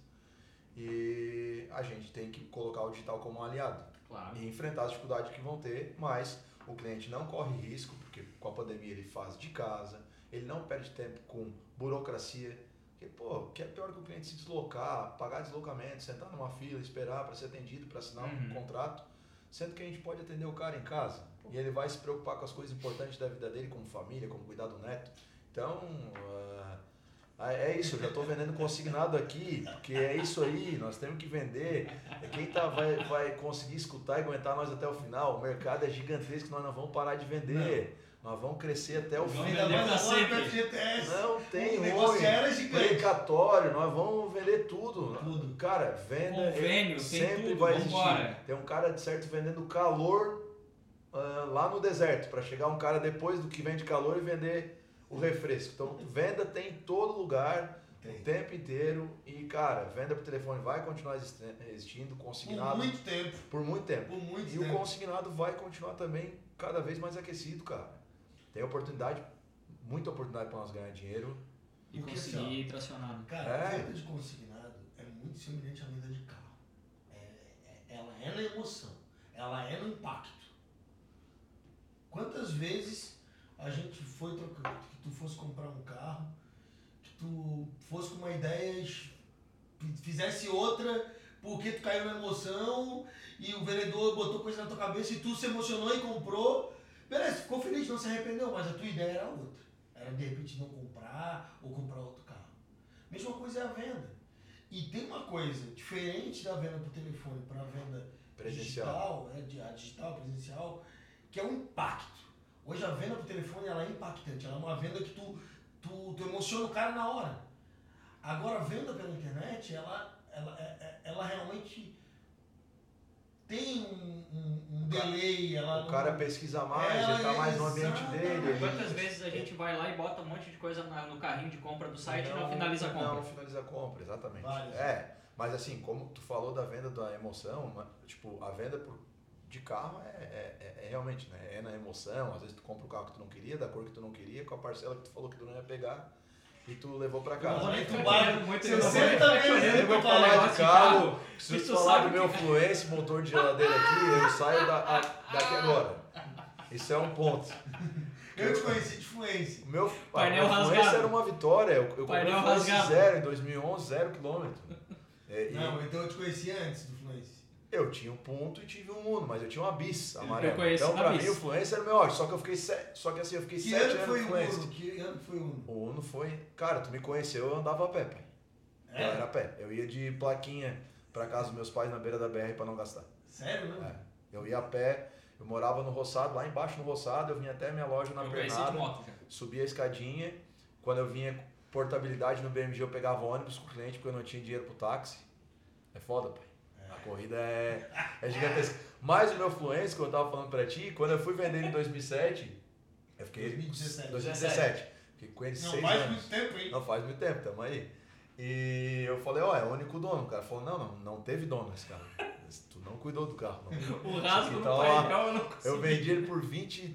E a gente tem que colocar o digital como um aliado. Claro. E enfrentar as dificuldades que vão ter, mas o cliente não corre risco, porque com a pandemia ele faz de casa, ele não perde tempo com burocracia, porque, pô, que é pior que o cliente se deslocar, pagar deslocamento, sentar numa fila, esperar para ser atendido, para assinar um contrato, sendo que a gente pode atender o cara em casa, e ele vai se preocupar com as coisas importantes da vida dele, como família, como cuidar do neto. Então, é isso, eu já estou vendendo consignado aqui, porque é isso aí, nós temos que vender. Quem vai conseguir escutar e aguentar nós até o final, o mercado é gigantesco, nós não vamos parar de vender. Nós vamos crescer até o fim. Não tem ruim. Precatório, nós vamos vender tudo. Cara, venda convênio, sempre tudo, vai existir. Vambora. Tem um cara de certo vendendo calor lá no deserto, para chegar um cara depois do que vende calor e vender o refresco. Então, venda tem em todo lugar, o tempo inteiro. E, cara, venda por telefone vai continuar existindo, consignado. Por muito tempo. E o consignado vai continuar também cada vez mais aquecido, cara. Tem muita oportunidade para nós ganhar dinheiro. E conseguir tracionar. Cara, a venda de consignado é muito semelhante à venda de carro. Ela é na emoção, ela é no impacto. Quantas vezes a gente foi trocando, que tu fosse comprar um carro, que tu fosse com uma ideia, fizesse outra, porque tu caiu na emoção e o vendedor botou coisa na tua cabeça e tu se emocionou e comprou. Beleza, ficou feliz, não se arrependeu, mas a tua ideia era outra. Era de repente não comprar ou comprar outro carro. Mesma coisa é a venda. E tem uma coisa diferente da venda por telefone para a venda presencial. Digital, presencial, que é um impacto. Hoje a venda por telefone ela é impactante, ela é uma venda que tu emociona o cara na hora. Agora a venda pela internet, ela realmente tem um delay. O cara pesquisa mais, ele tá mais no ambiente dele. Quantas vezes a gente vai lá e bota um monte de coisa no carrinho de compra do site e não finaliza a compra? Não finaliza a compra, exatamente. Vários. Mas assim, como tu falou da venda da emoção, tipo, a venda de carro é realmente, né? É na emoção, às vezes tu compra o carro que tu não queria, da cor que tu não queria, com a parcela que tu falou que tu não ia pegar e tu levou pra casa. Eu vou falar de carro, preciso falar do meu Fluence, motor de geladeira aqui, eu saio daqui agora. Isso é um ponto. Eu te conheci de Fluence. O meu painel Fluence rasgado. era uma vitória, eu comprei o Fluence 0 em 2011, 0 km. Não, então eu te conheci antes do Fluence. Eu tinha um ponto e tive um Uno, mas eu tinha uma Bis amarela. Eu conheci então, pra a mim, Bis. o Fluence era o meu ódio. Só que eu fiquei 7 anos no Fluence. Que ano foi o Uno? O Uno foi... Cara, tu me conheceu, eu andava a pé, pai. É? Eu era a pé. Eu ia de plaquinha pra casa dos meus pais na beira da BR pra não gastar. Sério, né? Eu ia a pé, eu morava no Roçado, lá embaixo no Roçado, eu vinha até a minha loja na Pernada, subia a escadinha. Quando eu vinha portabilidade no BMG, eu pegava ônibus com o cliente porque eu não tinha dinheiro pro táxi. É foda, pai. A corrida é gigantesca. Mas o meu Fluence, que eu tava falando pra ti, quando eu fui vender ele em 2007, eu fiquei... 2017. Fiquei com ele 6 anos. Não, faz muito tempo, hein? Não, faz muito tempo, tamo aí. E eu falei, é o único dono. O cara falou, não teve dono esse carro. Tu não cuidou do carro, não. O rasgo do Então, painel eu não consegui. Eu vendi ele por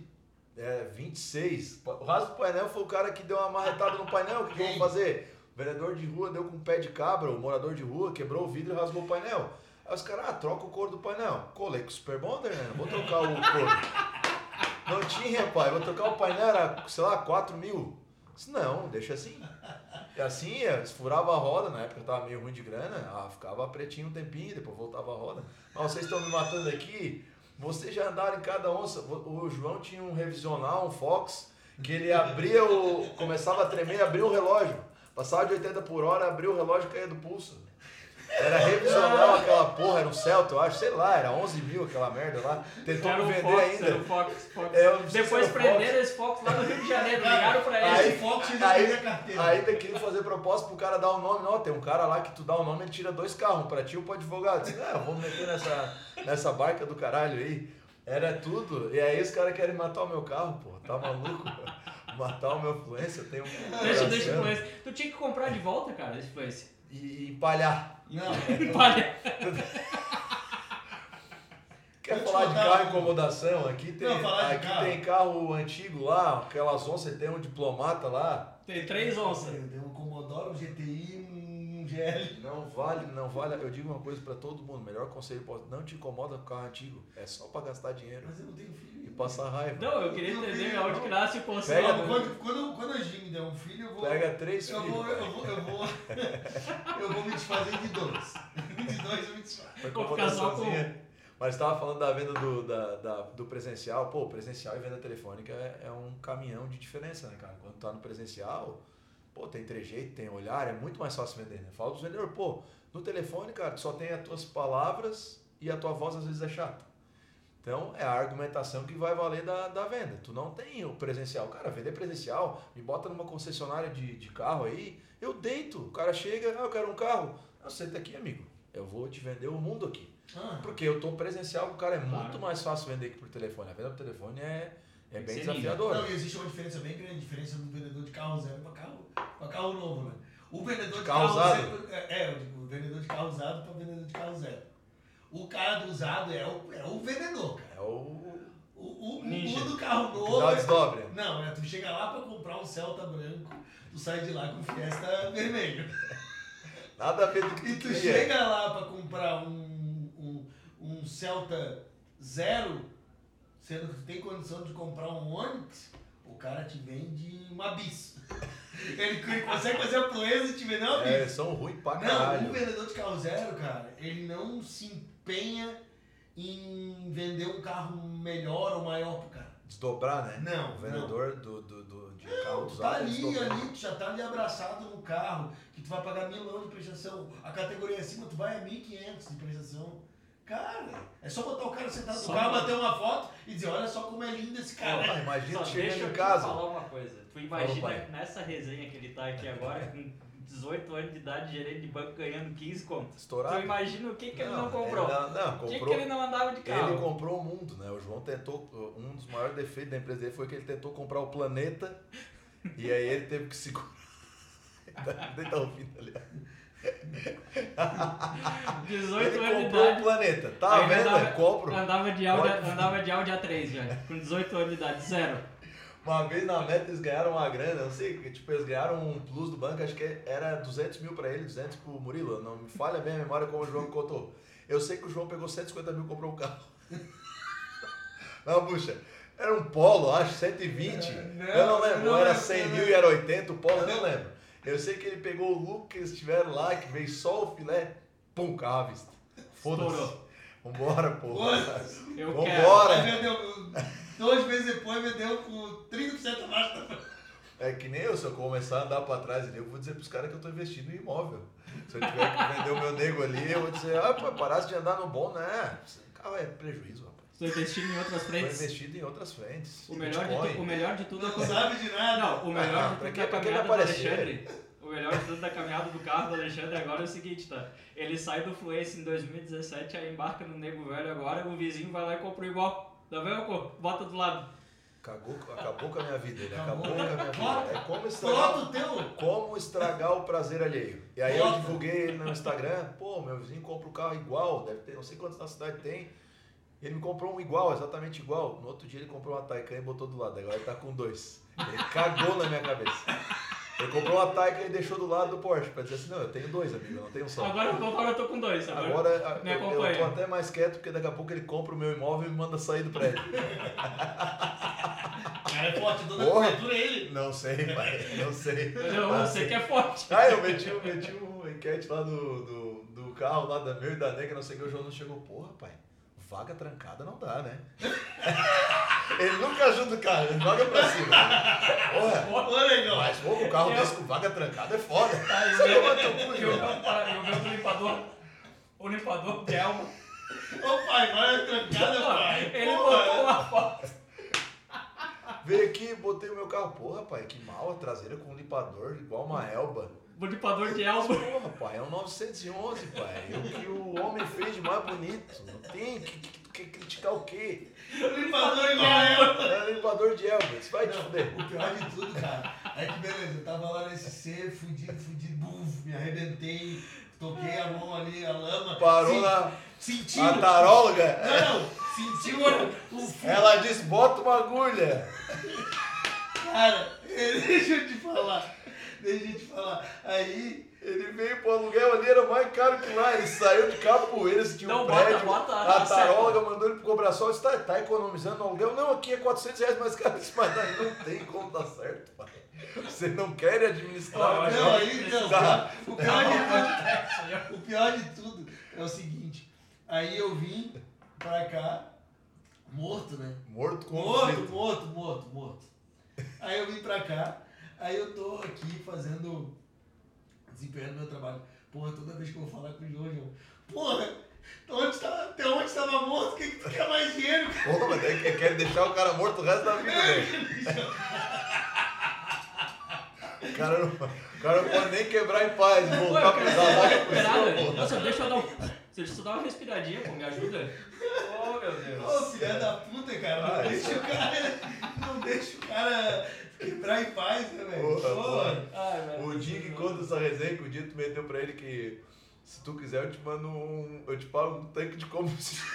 26. O rasgo do painel foi o cara que deu uma marretada no painel. O que eu vou fazer? O vendedor de rua deu com um pé de cabra, o morador de rua quebrou o vidro e rasgou o painel. Aí os caras, troca o couro do painel. Colei com o Super Bonder, né? Vou trocar o couro. Não tinha, pai. Vou trocar o painel, era, sei lá, 4 mil. Disse, não, deixa assim. E assim, furava a roda, na época eu tava meio ruim de grana, ficava pretinho um tempinho, depois voltava a roda. Mas vocês estão me matando aqui, vocês já andaram em cada onça. O João tinha um revisional, um Fox, que ele começava a tremer e abria o relógio. Passava de 80 por hora, abria o relógio e caía do pulso. Era revisional aquela porra, era um Celta, eu acho, sei lá, era 11 mil aquela merda lá. Tentou me vender Fox, ainda. Era o Fox. Depois prenderam esse Fox lá no Rio de Janeiro, ligaram pra ele. Esse Fox ainda carteira. Ainda queria fazer proposta pro cara dar o nome. Não, tem um cara lá que tu dá o nome, ele tira 2 carros, pra ti ou pro advogado. Disse, vamos meter nessa barca do caralho aí. Era tudo. E aí os caras querem matar o meu carro, pô. Tá maluco? Matar o meu Fluence, eu tenho um... Deixa o Fluence. Tu tinha que comprar de volta, cara, esse Fluence. E empalhar. Não. Empalhar. Quer falar de carro e incomodação? Aqui tem carro antigo lá, aquelas onças, tem um diplomata lá. Tem 3 onças. Tem um Commodore, um GTI, um GL. Não vale. Eu digo uma coisa pra todo mundo, melhor conselho, não te incomoda com carro antigo, é só pra gastar dinheiro. Mas eu não tenho filho. E passar raiva. Não, eu queria entender onde que nasce o conselho. Quando a Jimmy der um filho, eu vou... Pega 3 filhos. Eu vou me desfazer de 2. De 2 eu me desfaço. Vou ficar só com... Mas estava falando da venda do presencial. Pô, presencial e venda telefônica é um caminhão de diferença, né, cara? Quando tá no presencial, pô, tem trejeito, tem olhar, é muito mais fácil vender, né? Fala dos vendedores, pô, no telefone, cara, tu só tem as tuas palavras e a tua voz às vezes é chata. Então, é a argumentação que vai valer da venda. Tu não tem o presencial. Cara, vender presencial, me bota numa concessionária de carro aí, eu deito. O cara chega, eu quero um carro. Não, senta aqui, amigo. Eu vou te vender o mundo aqui. Porque eu tô presencial, o cara é muito mais fácil vender que por telefone. A venda por telefone é bem desafiadora. Não, e existe uma diferença bem grande, a diferença do vendedor de carro zero para carro novo, né? O vendedor de carro usado? Zero, o vendedor de carro usado para o vendedor de carro zero. O cara do usado é o vendedor, cara. É o do carro novo. Dá desdobre. Não, tu chega lá para comprar um Celta branco, tu sai de lá com Fiesta vermelho. Nada a ver do que E tu chega lá para comprar um Celta zero, sendo que tu tem condição de comprar um Onix, o cara te vende uma Bis. Ele consegue fazer a proeza e te vender uma Bis. Eles são ruins pra caralho. Não, o vendedor de carro zero, cara, ele não se empenha em vender um carro melhor ou maior pro cara. Desdobrar, né? Não. O vendedor de carro Tu tá ali, tu já tá ali abraçado no carro, que tu vai pagar 1.000 de prestação. A categoria acima tu vai a 1.500 de prestação. Cara, É só botar o cara sentado Só no carro, pra- bater uma foto e dizer, olha só como é lindo esse cara. Ah, imagina Só tu deixa chegando eu em te casa. falar uma coisa. Tu imagina pai. nessa resenha que ele tá aqui agora, com 18 anos de idade, gerente de banco ganhando 15 contos. Estourado. Tu imagina o que ele não comprou? Não, O que comprou. ele não andava de Ele carro? comprou o mundo, né? O João tentou. Um dos maiores defeitos da empresa dele foi que ele tentou comprar o planeta e aí ele teve que segurar. Ele tá ouvindo ali. 18 Ele anos de comprou o idade. planeta. Tá Aí vendo? andava- Compro. Andava de Audi A3 já, com 18 anos de idade, zero. Uma vez na meta eles ganharam uma grana, não sei, tipo, eles ganharam um plus do banco, acho que era 200 mil pra ele, 200 pro Murilo, não me falha bem a memória como o João contou. Eu sei que o João pegou 150 mil e comprou um carro. Não, puxa, era um Polo, acho, 120, eu não lembro, ou era 100 mil e era 80 o Polo, eu não lembro. Eu sei que ele pegou o lucro que eles tiveram lá, que veio só o filé, pum, carro à vista. Foda-se. Estourou. Vambora, pô. Eu Vambora. Aí vendeu, 2 meses depois vendeu com 30% abaixo da... É que nem eu, se eu começar a andar pra trás ali, eu vou dizer pros caras que eu tô investindo em imóvel. Se eu tiver que vender o meu nego ali, eu vou dizer, pô, parasse de andar no bom, né? Esse carro é prejuízo, rapaz. Estou investindo em outras Tô frentes. investido em outras frentes. O melhor de tudo é Não sabe de nada. Não, o melhor de pra tudo que- da pra que caminhada do aparecer? Alexandre. O melhor de tudo da caminhada do carro do Alexandre agora é o seguinte, tá? Ele sai do Fluence em 2017, aí embarca no Nego Velho agora, o vizinho vai lá e compra igual. Tá vendo, pô? Bota do lado. Acabou com a minha vida, ele Acabou. acabou com a minha vida. É Pronto, o teu. como estragar o prazer alheio. E aí eu divulguei ele no Instagram, pô, meu vizinho compra um carro igual, deve ter, não sei quantos na cidade tem. Ele me comprou um igual, exatamente igual. No outro dia ele comprou uma Taycan e botou do lado, agora ele tá com 2. Ele cagou na minha cabeça. Ele comprou uma Taycan e deixou do lado do Porsche, pra dizer assim, não, eu tenho 2, amigo, eu não tenho um só. Agora eu tô com 2. Agora me eu acompanha. tô até mais quieto, porque daqui a pouco ele compra o meu imóvel e me manda sair do prédio. Cara, é forte, toda a Porra. cobertura é ele. Não sei, pai, não sei. Você que é forte. Ah, eu meti uma enquete lá do carro, lá da meu e da Neca, não sei o que, o João não chegou. Porra, pai, vaga trancada não dá, né? Ele nunca ajuda o cara, ele joga pra cima. Porra, Ô, legal. mas pô, o carro desse com vaga trancada é foda. Aí Você eu levanta o cu, vi João. o limpador de Elma. Ô, pai, vai trancada, pai. Ele Porra. botou uma foto. Veio aqui, botei o meu carro. Porra, pai, que mal, a traseira com um limpador, igual uma Elba. O limpador de Elma. Porra, pai, é um 911, pai. É o que o homem fez de mais bonito. Não tem que criticar o quê? Limpador igual a ela. É limpador de Elba, isso vai te fuder. O pior de tudo, cara, é que beleza, eu tava lá nesse C, fudido, buf, me arrebentei, toquei a mão ali, a lama. Parou na Sentiu. a taróloga. Não, sentiu o fundo. Ela disse, bota uma agulha. Cara, deixa eu te falar. Aí, Ele veio pro aluguel ali, era mais caro que lá. Ele saiu de Capoeira, se tinha Não, um prédio. bota a a taróloga mandou ele pro Cobraçol. Você tá economizando no aluguel? Não, aqui é R$400 mais caro. Eu disse, mas aí não tem como dar certo, pai. Você não quer administrar. Não, não, aí, não, Tá. o pior de tudo é o seguinte, aí eu vim pra cá, morto, né? Morto com Morto. Aí eu vim pra cá, aí eu tô aqui desempenhando meu trabalho. Porra, toda vez que eu vou falar com o João, porra, até onde estava morto, o que tu quer mais dinheiro? Pô, mas daí que quer deixar o cara morto o resto da vida, velho. O cara não pode nem quebrar em paz, voltar pra Recuperada. Nossa, deixa eu dar uma respiradinha, pô, me ajuda. Oh, meu Deus. Ô, filha da puta, cara, não deixa o cara quebrar em paz, né, velho? Porra. Ai, velho. O dia que conta essa resenha, que o dia tu meteu pra ele que se tu quiser eu te mando eu te pago um tanque de combustível.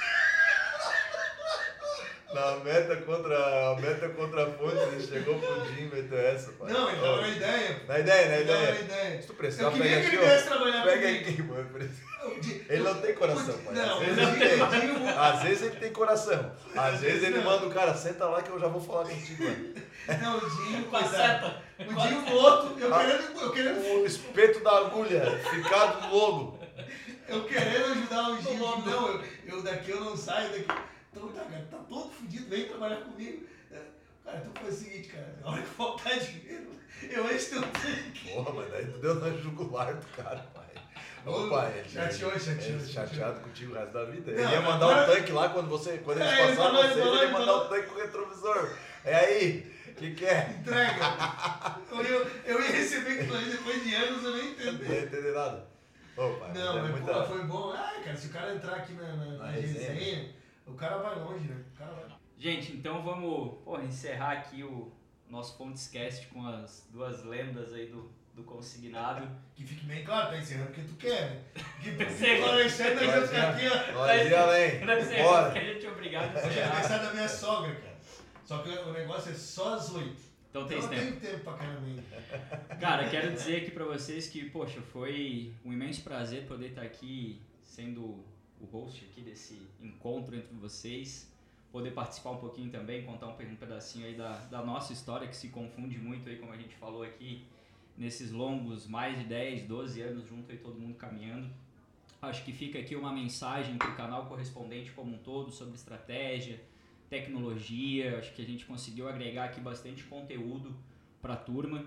Na meta contra a fonte, ele chegou pro Jim e meteu essa, pai. Não, ele tava na ideia. Na ideia. Ele tava na ideia. Se tu precisar, Eu queria pega que aqui, ele viesse trabalhar ó. Pega comigo. aqui, mano. O Di- Ele não tem coração, pai. Não, Às vezes o ele tem. Dinho- Às vezes ele tem coração. Às vezes ele Não. manda o cara, senta lá que eu já vou falar contigo, mano. Não, o Dinho, Com a coitado. seta. O Dinho morto, eu querendo O espeto da agulha, ficado no logo. ajudar o Dinho. Não, eu daqui eu não saio daqui. Então, tá todo fudido, vem trabalhar comigo. Cara, então foi o seguinte, cara, na hora que faltar dinheiro, eu encho teu tanque. Porra, mas daí tu deu na jugular do cara, pai. Opa, ele chateado. chateado contigo o resto da vida. Não, Ele ia mandar agora- um tanque lá quando eles passaram falou, vocês, ele ele ia mandar falou. um tanque com retrovisor. É aí, o que é? Entrega. Eu ia receber aquilo ali depois de anos, eu nem entendi. Não ia entender nada. Opa, Não, é mas muita... pô, foi bom. Ah, cara, se o cara entrar aqui na resenha, o cara vai longe, né? O cara vai... Gente, então vamos encerrar aqui o nosso Fontescast com as duas lendas aí do consignado. Que fique bem claro, tá encerrando porque tu quer, né? Que Sei. o Alexandre vai ficar aqui, ó. Nós ia além. Não sei, Bora. que a gente é obrigado a Hoje é encerrar. aniversário da minha sogra, cara. Só que o negócio é só às 8. Então tem Eu esse não tempo. tenho tempo pra caramba ainda. Cara, quero dizer aqui pra vocês que, poxa, foi um imenso prazer poder estar aqui sendo o host aqui desse encontro entre vocês, poder participar um pouquinho também, contar um pedacinho aí da nossa história, que se confunde muito aí, como a gente falou aqui, nesses longos mais de 10, 12 anos junto aí, todo mundo caminhando. Acho que fica aqui uma mensagem para o canal correspondente como um todo sobre estratégia, tecnologia. Acho que a gente conseguiu agregar aqui bastante conteúdo para a turma.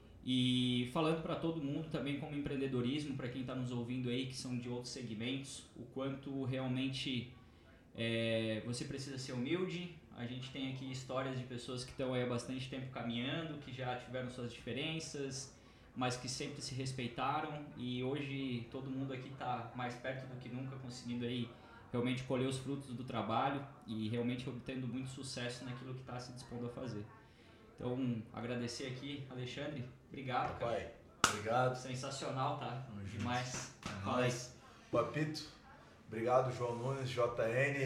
E falando para todo mundo também como empreendedorismo, para quem está nos ouvindo aí que são de outros segmentos, o quanto realmente você precisa ser humilde. A gente tem aqui histórias de pessoas que estão aí há bastante tempo caminhando, que já tiveram suas diferenças, mas que sempre se respeitaram, e hoje todo mundo aqui está mais perto do que nunca, conseguindo aí realmente colher os frutos do trabalho e realmente obtendo muito sucesso naquilo que está se dispondo a fazer. Então, agradecer aqui, Alexandre, obrigado, cara. Pai, obrigado. Sensacional, tá? Tamo junto. Demais. É Fala aí. nóis. Papito, obrigado João Nunes, JN.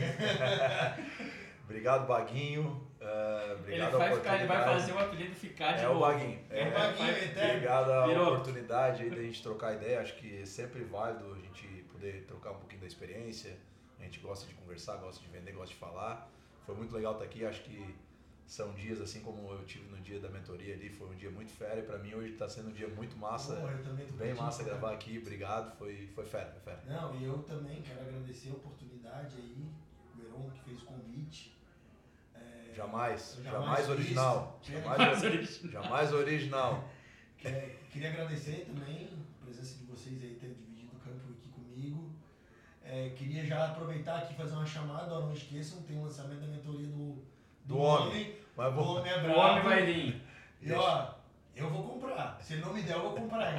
Obrigado Baguinho. Obrigado Ele vai fazer o apelido ficar de É novo. o Baguinho. É o Baguinho, eterno. Obrigado a Virou. oportunidade aí da gente trocar ideia. Acho que é sempre válido a gente poder trocar um pouquinho da experiência. A gente gosta de conversar, gosta de vender, gosta de falar. Foi muito legal estar aqui. Acho que são dias assim como eu tive no dia da mentoria ali. Foi um dia muito fera e pra mim hoje tá sendo um dia muito massa. Pô, eu também tô Bem curtindo, massa cara. gravar aqui. Obrigado. Foi fera, foi fera. Não, e eu também quero agradecer a oportunidade aí, o Heron que fez o convite. Jamais Eu jamais fiz. original. Jamais original. Queria agradecer também a presença de vocês aí, ter dividido o campo aqui comigo. Queria já aproveitar aqui e fazer uma chamada, ó, não esqueçam, tem o lançamento da mentoria do homem. Mas O vou... homem é O bravo. homem vai vir. E ó, eu vou comprar. Se ele não me der, eu vou comprar.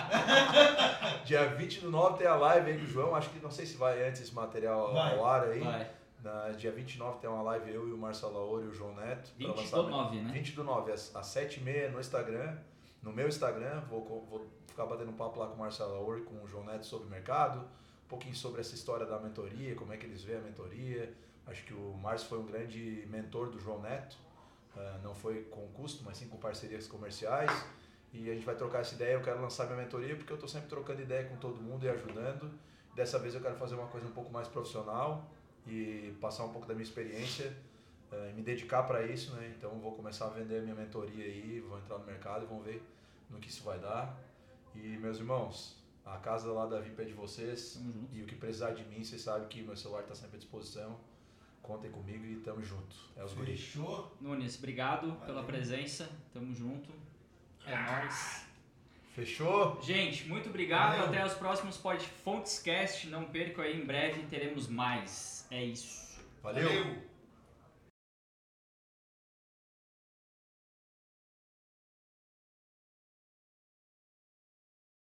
Dia 20/9 tem a live aí com o João. Acho que não sei se vai antes esse material Vai. ao ar aí. Vai. Dia 29 tem uma live eu e o Marcelo Lauro e o João Neto. 20/9, né? 20/9, às 7h30 no Instagram. No meu Instagram, vou ficar batendo um papo lá com o Marcelo Lauro e com o João Neto sobre mercado. Um pouquinho sobre essa história da mentoria, como é que eles veem a mentoria. Acho que o Márcio foi um grande mentor do João Neto. Não foi com custo, mas sim com parcerias comerciais. E a gente vai trocar essa ideia. Eu quero lançar minha mentoria porque eu estou sempre trocando ideia com todo mundo e ajudando. Dessa vez eu quero fazer uma coisa um pouco mais profissional e passar um pouco da minha experiência e me dedicar para isso, né? Então eu vou começar a vender a minha mentoria aí, vou entrar no mercado e vamos ver no que isso vai dar. E meus irmãos, a casa lá da VIP é de vocês. Tamo junto. E o que precisar de mim, vocês sabem que meu celular está sempre à disposição. Contem comigo e tamo junto. É os guris. Fechou? Nunes, obrigado pela presença. Tamo junto. É nóis. Fechou? Gente, muito obrigado. Valeu. Até os próximos Fontescast. Não percam aí, em breve teremos mais. É isso. Valeu. Valeu.